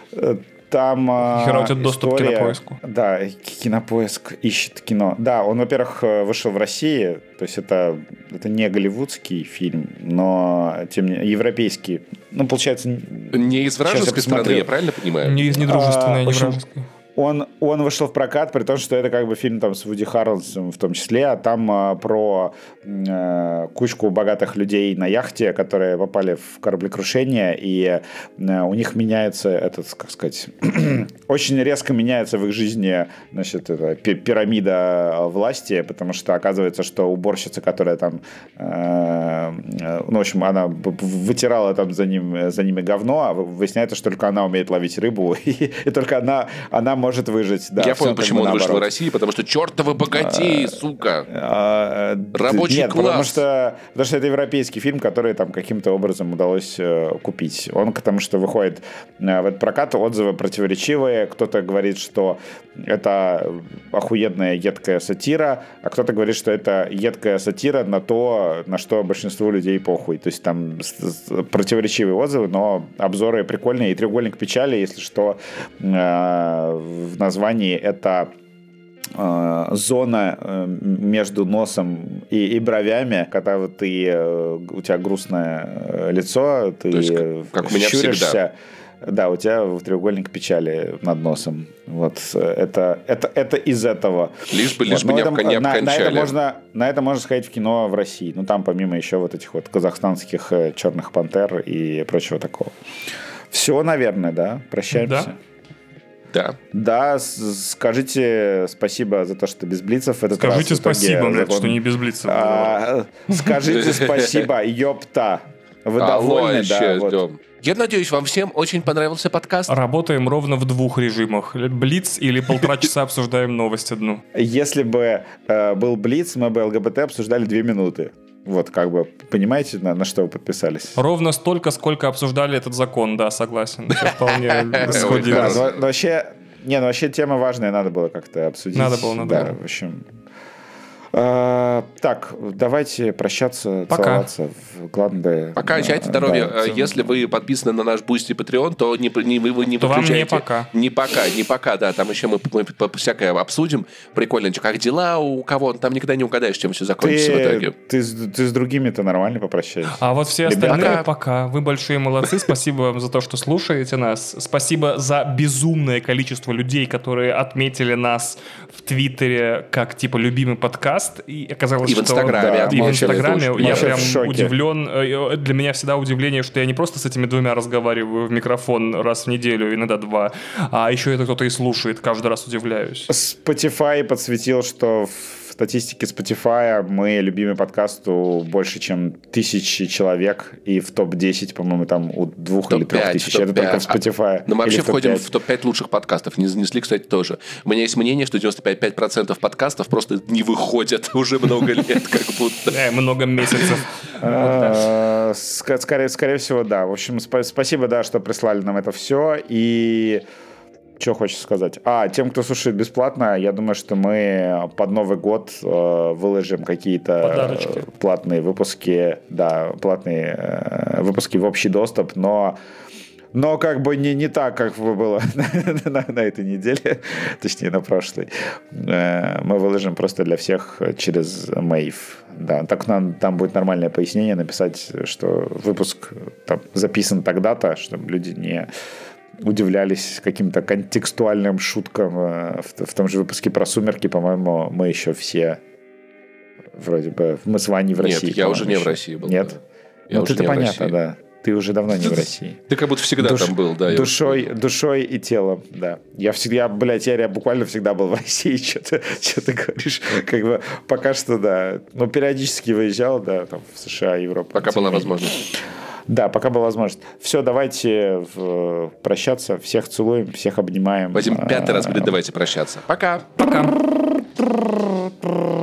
Там Хера у тебя доступ история, к Кинопоиску. Да, Кинопоиск ищет кино. Да, он, во-первых, вышел в России, то есть это, это не голливудский фильм, но тем не европейский. Ну, получается... Не из вражеской страны, я правильно понимаю? Не из недружественной, а, не общем, вражеской. Он, он вышел в прокат, при том, что это как бы фильм там, с Вуди Харрельсоном в том числе, а там а, про а, кучку богатых людей на яхте, которые попали в кораблекрушение, и а, у них меняется этот, как сказать, очень резко меняется в их жизни, значит, это, пирамида власти, потому что оказывается, что уборщица, которая там, а, ну, в общем, она вытирала там за, ним, за ними говно, а выясняется, что только она умеет ловить рыбу, и, и только она, она может выжить. Да, я понял, почему он наоборот. Вышел в России, потому что чертовы богатеи, а, сука. А, Рабочий нет, класс. Потому что, потому что это европейский фильм, который там каким-то образом удалось э, купить. Он потому что выходит э, в этот прокат, отзывы противоречивые. Кто-то говорит, что это охуенная едкая сатира, а кто-то говорит, что это едкая сатира на то, на что большинству людей похуй. То есть там противоречивые отзывы, но обзоры прикольные. И «Треугольник печали», если что, э, в названии это э, зона э, между носом и, и бровями, когда вот ты, э, у тебя грустное лицо, ты то есть, как у меня щуришься. Всегда. Да, у тебя треугольник печали над носом. Вот это, это, это из этого. Лишь бы, лишь вот. бы не, это, обкон, не на, обкончали. на, это можно, на это можно сходить в кино в России. Ну, там помимо еще вот этих вот казахстанских черных пантер и прочего такого. Все, наверное, да? Прощаемся. Да. Да. Да, скажите спасибо за то, что без блицев. В этот скажите раз спасибо, закон... что не без блицев. А, скажите спасибо, ёпта. Вы довольны, да? Вот. Я надеюсь, вам всем очень понравился подкаст. Работаем ровно в двух режимах. Блиц или полтора часа обсуждаем новость одну. Если бы э, был Блиц, мы бы ЛГБТ обсуждали две минуты. Вот, как бы, понимаете, на, на что вы подписались? Ровно столько, сколько обсуждали этот закон, да, согласен. Все вполне сходилось. Вообще, не, ну вообще тема важная, надо было как-то обсудить. Надо было, надо было. Да, в общем... А, так, давайте прощаться, пока. Целоваться. Главное, пока, счастья, здоровья. Да, если вы подписаны на наш Boosty и Patreon, то не, не, вы не то выключайте. Вам не пока. Не пока, не пока, да. Там еще мы, мы всякое обсудим. Прикольно, как дела у кого. Там никогда не угадаешь, чем все закончится ты, в итоге. Ты, ты с другими-то нормально попрощаешься. А вот все остальные пока. пока. Вы большие молодцы. Спасибо вам за то, что слушаете нас. Спасибо за безумное количество людей, которые отметили нас в Твиттере как, типа, любимый подкаст. И оказалось, и в что... Инстаграме. Да, и в Инстаграме. Я, я прям в удивлен. Для меня всегда удивление, что я не просто с этими двумя разговариваю в микрофон раз в неделю, иногда два, а еще это кто-то и слушает. Каждый раз удивляюсь. Spotify подсветил, что в статистике Spotify мы любимый подкаст у больше, чем тысячи человек, и в топ десять, по-моему, там у двух или трех тысяч. Это только в Spotify. А, но мы вообще входим в топ пять лучших подкастов. Не занесли, кстати, тоже. У меня есть мнение, что девяносто пять процентов подкастов просто не выходят уже много лет, как будто. Много месяцев. Скорее всего, да. В общем, спасибо, да, что прислали нам это все. И что хочется сказать? А, тем, кто слушает бесплатно, я думаю, что мы под Новый год э, выложим какие-то подарочки. Платные выпуски, да, платные э, выпуски в общий доступ, но Но как бы не, не так, как было на, на, на этой неделе, точнее на прошлой. Мы выложим просто для всех через Мэйв. Да, так нам, там будет нормальное пояснение написать, что выпуск там записан тогда-то, чтобы люди не удивлялись каким-то контекстуальным шуткам. В, в том же выпуске про «Сумерки», по-моему, мы еще все вроде бы... Мы с Ваней в России. Нет, я уже не еще. в России был. Нет? Я ну, уже это понятно, да. Ты уже давно не в России. Ты как будто всегда Душ, там был, да. Душой, душой и телом, да. Я всегда, блядь, я буквально всегда был в России. Что ты, что ты говоришь? Как бы пока что, да. Ну, периодически выезжал, да, там в США, Европу. Пока была возможность. Да, пока была возможность. Все, давайте в... прощаться. Всех целуем, всех обнимаем. Вадим, пятый раз говорит, давайте прощаться. Пока. Пока.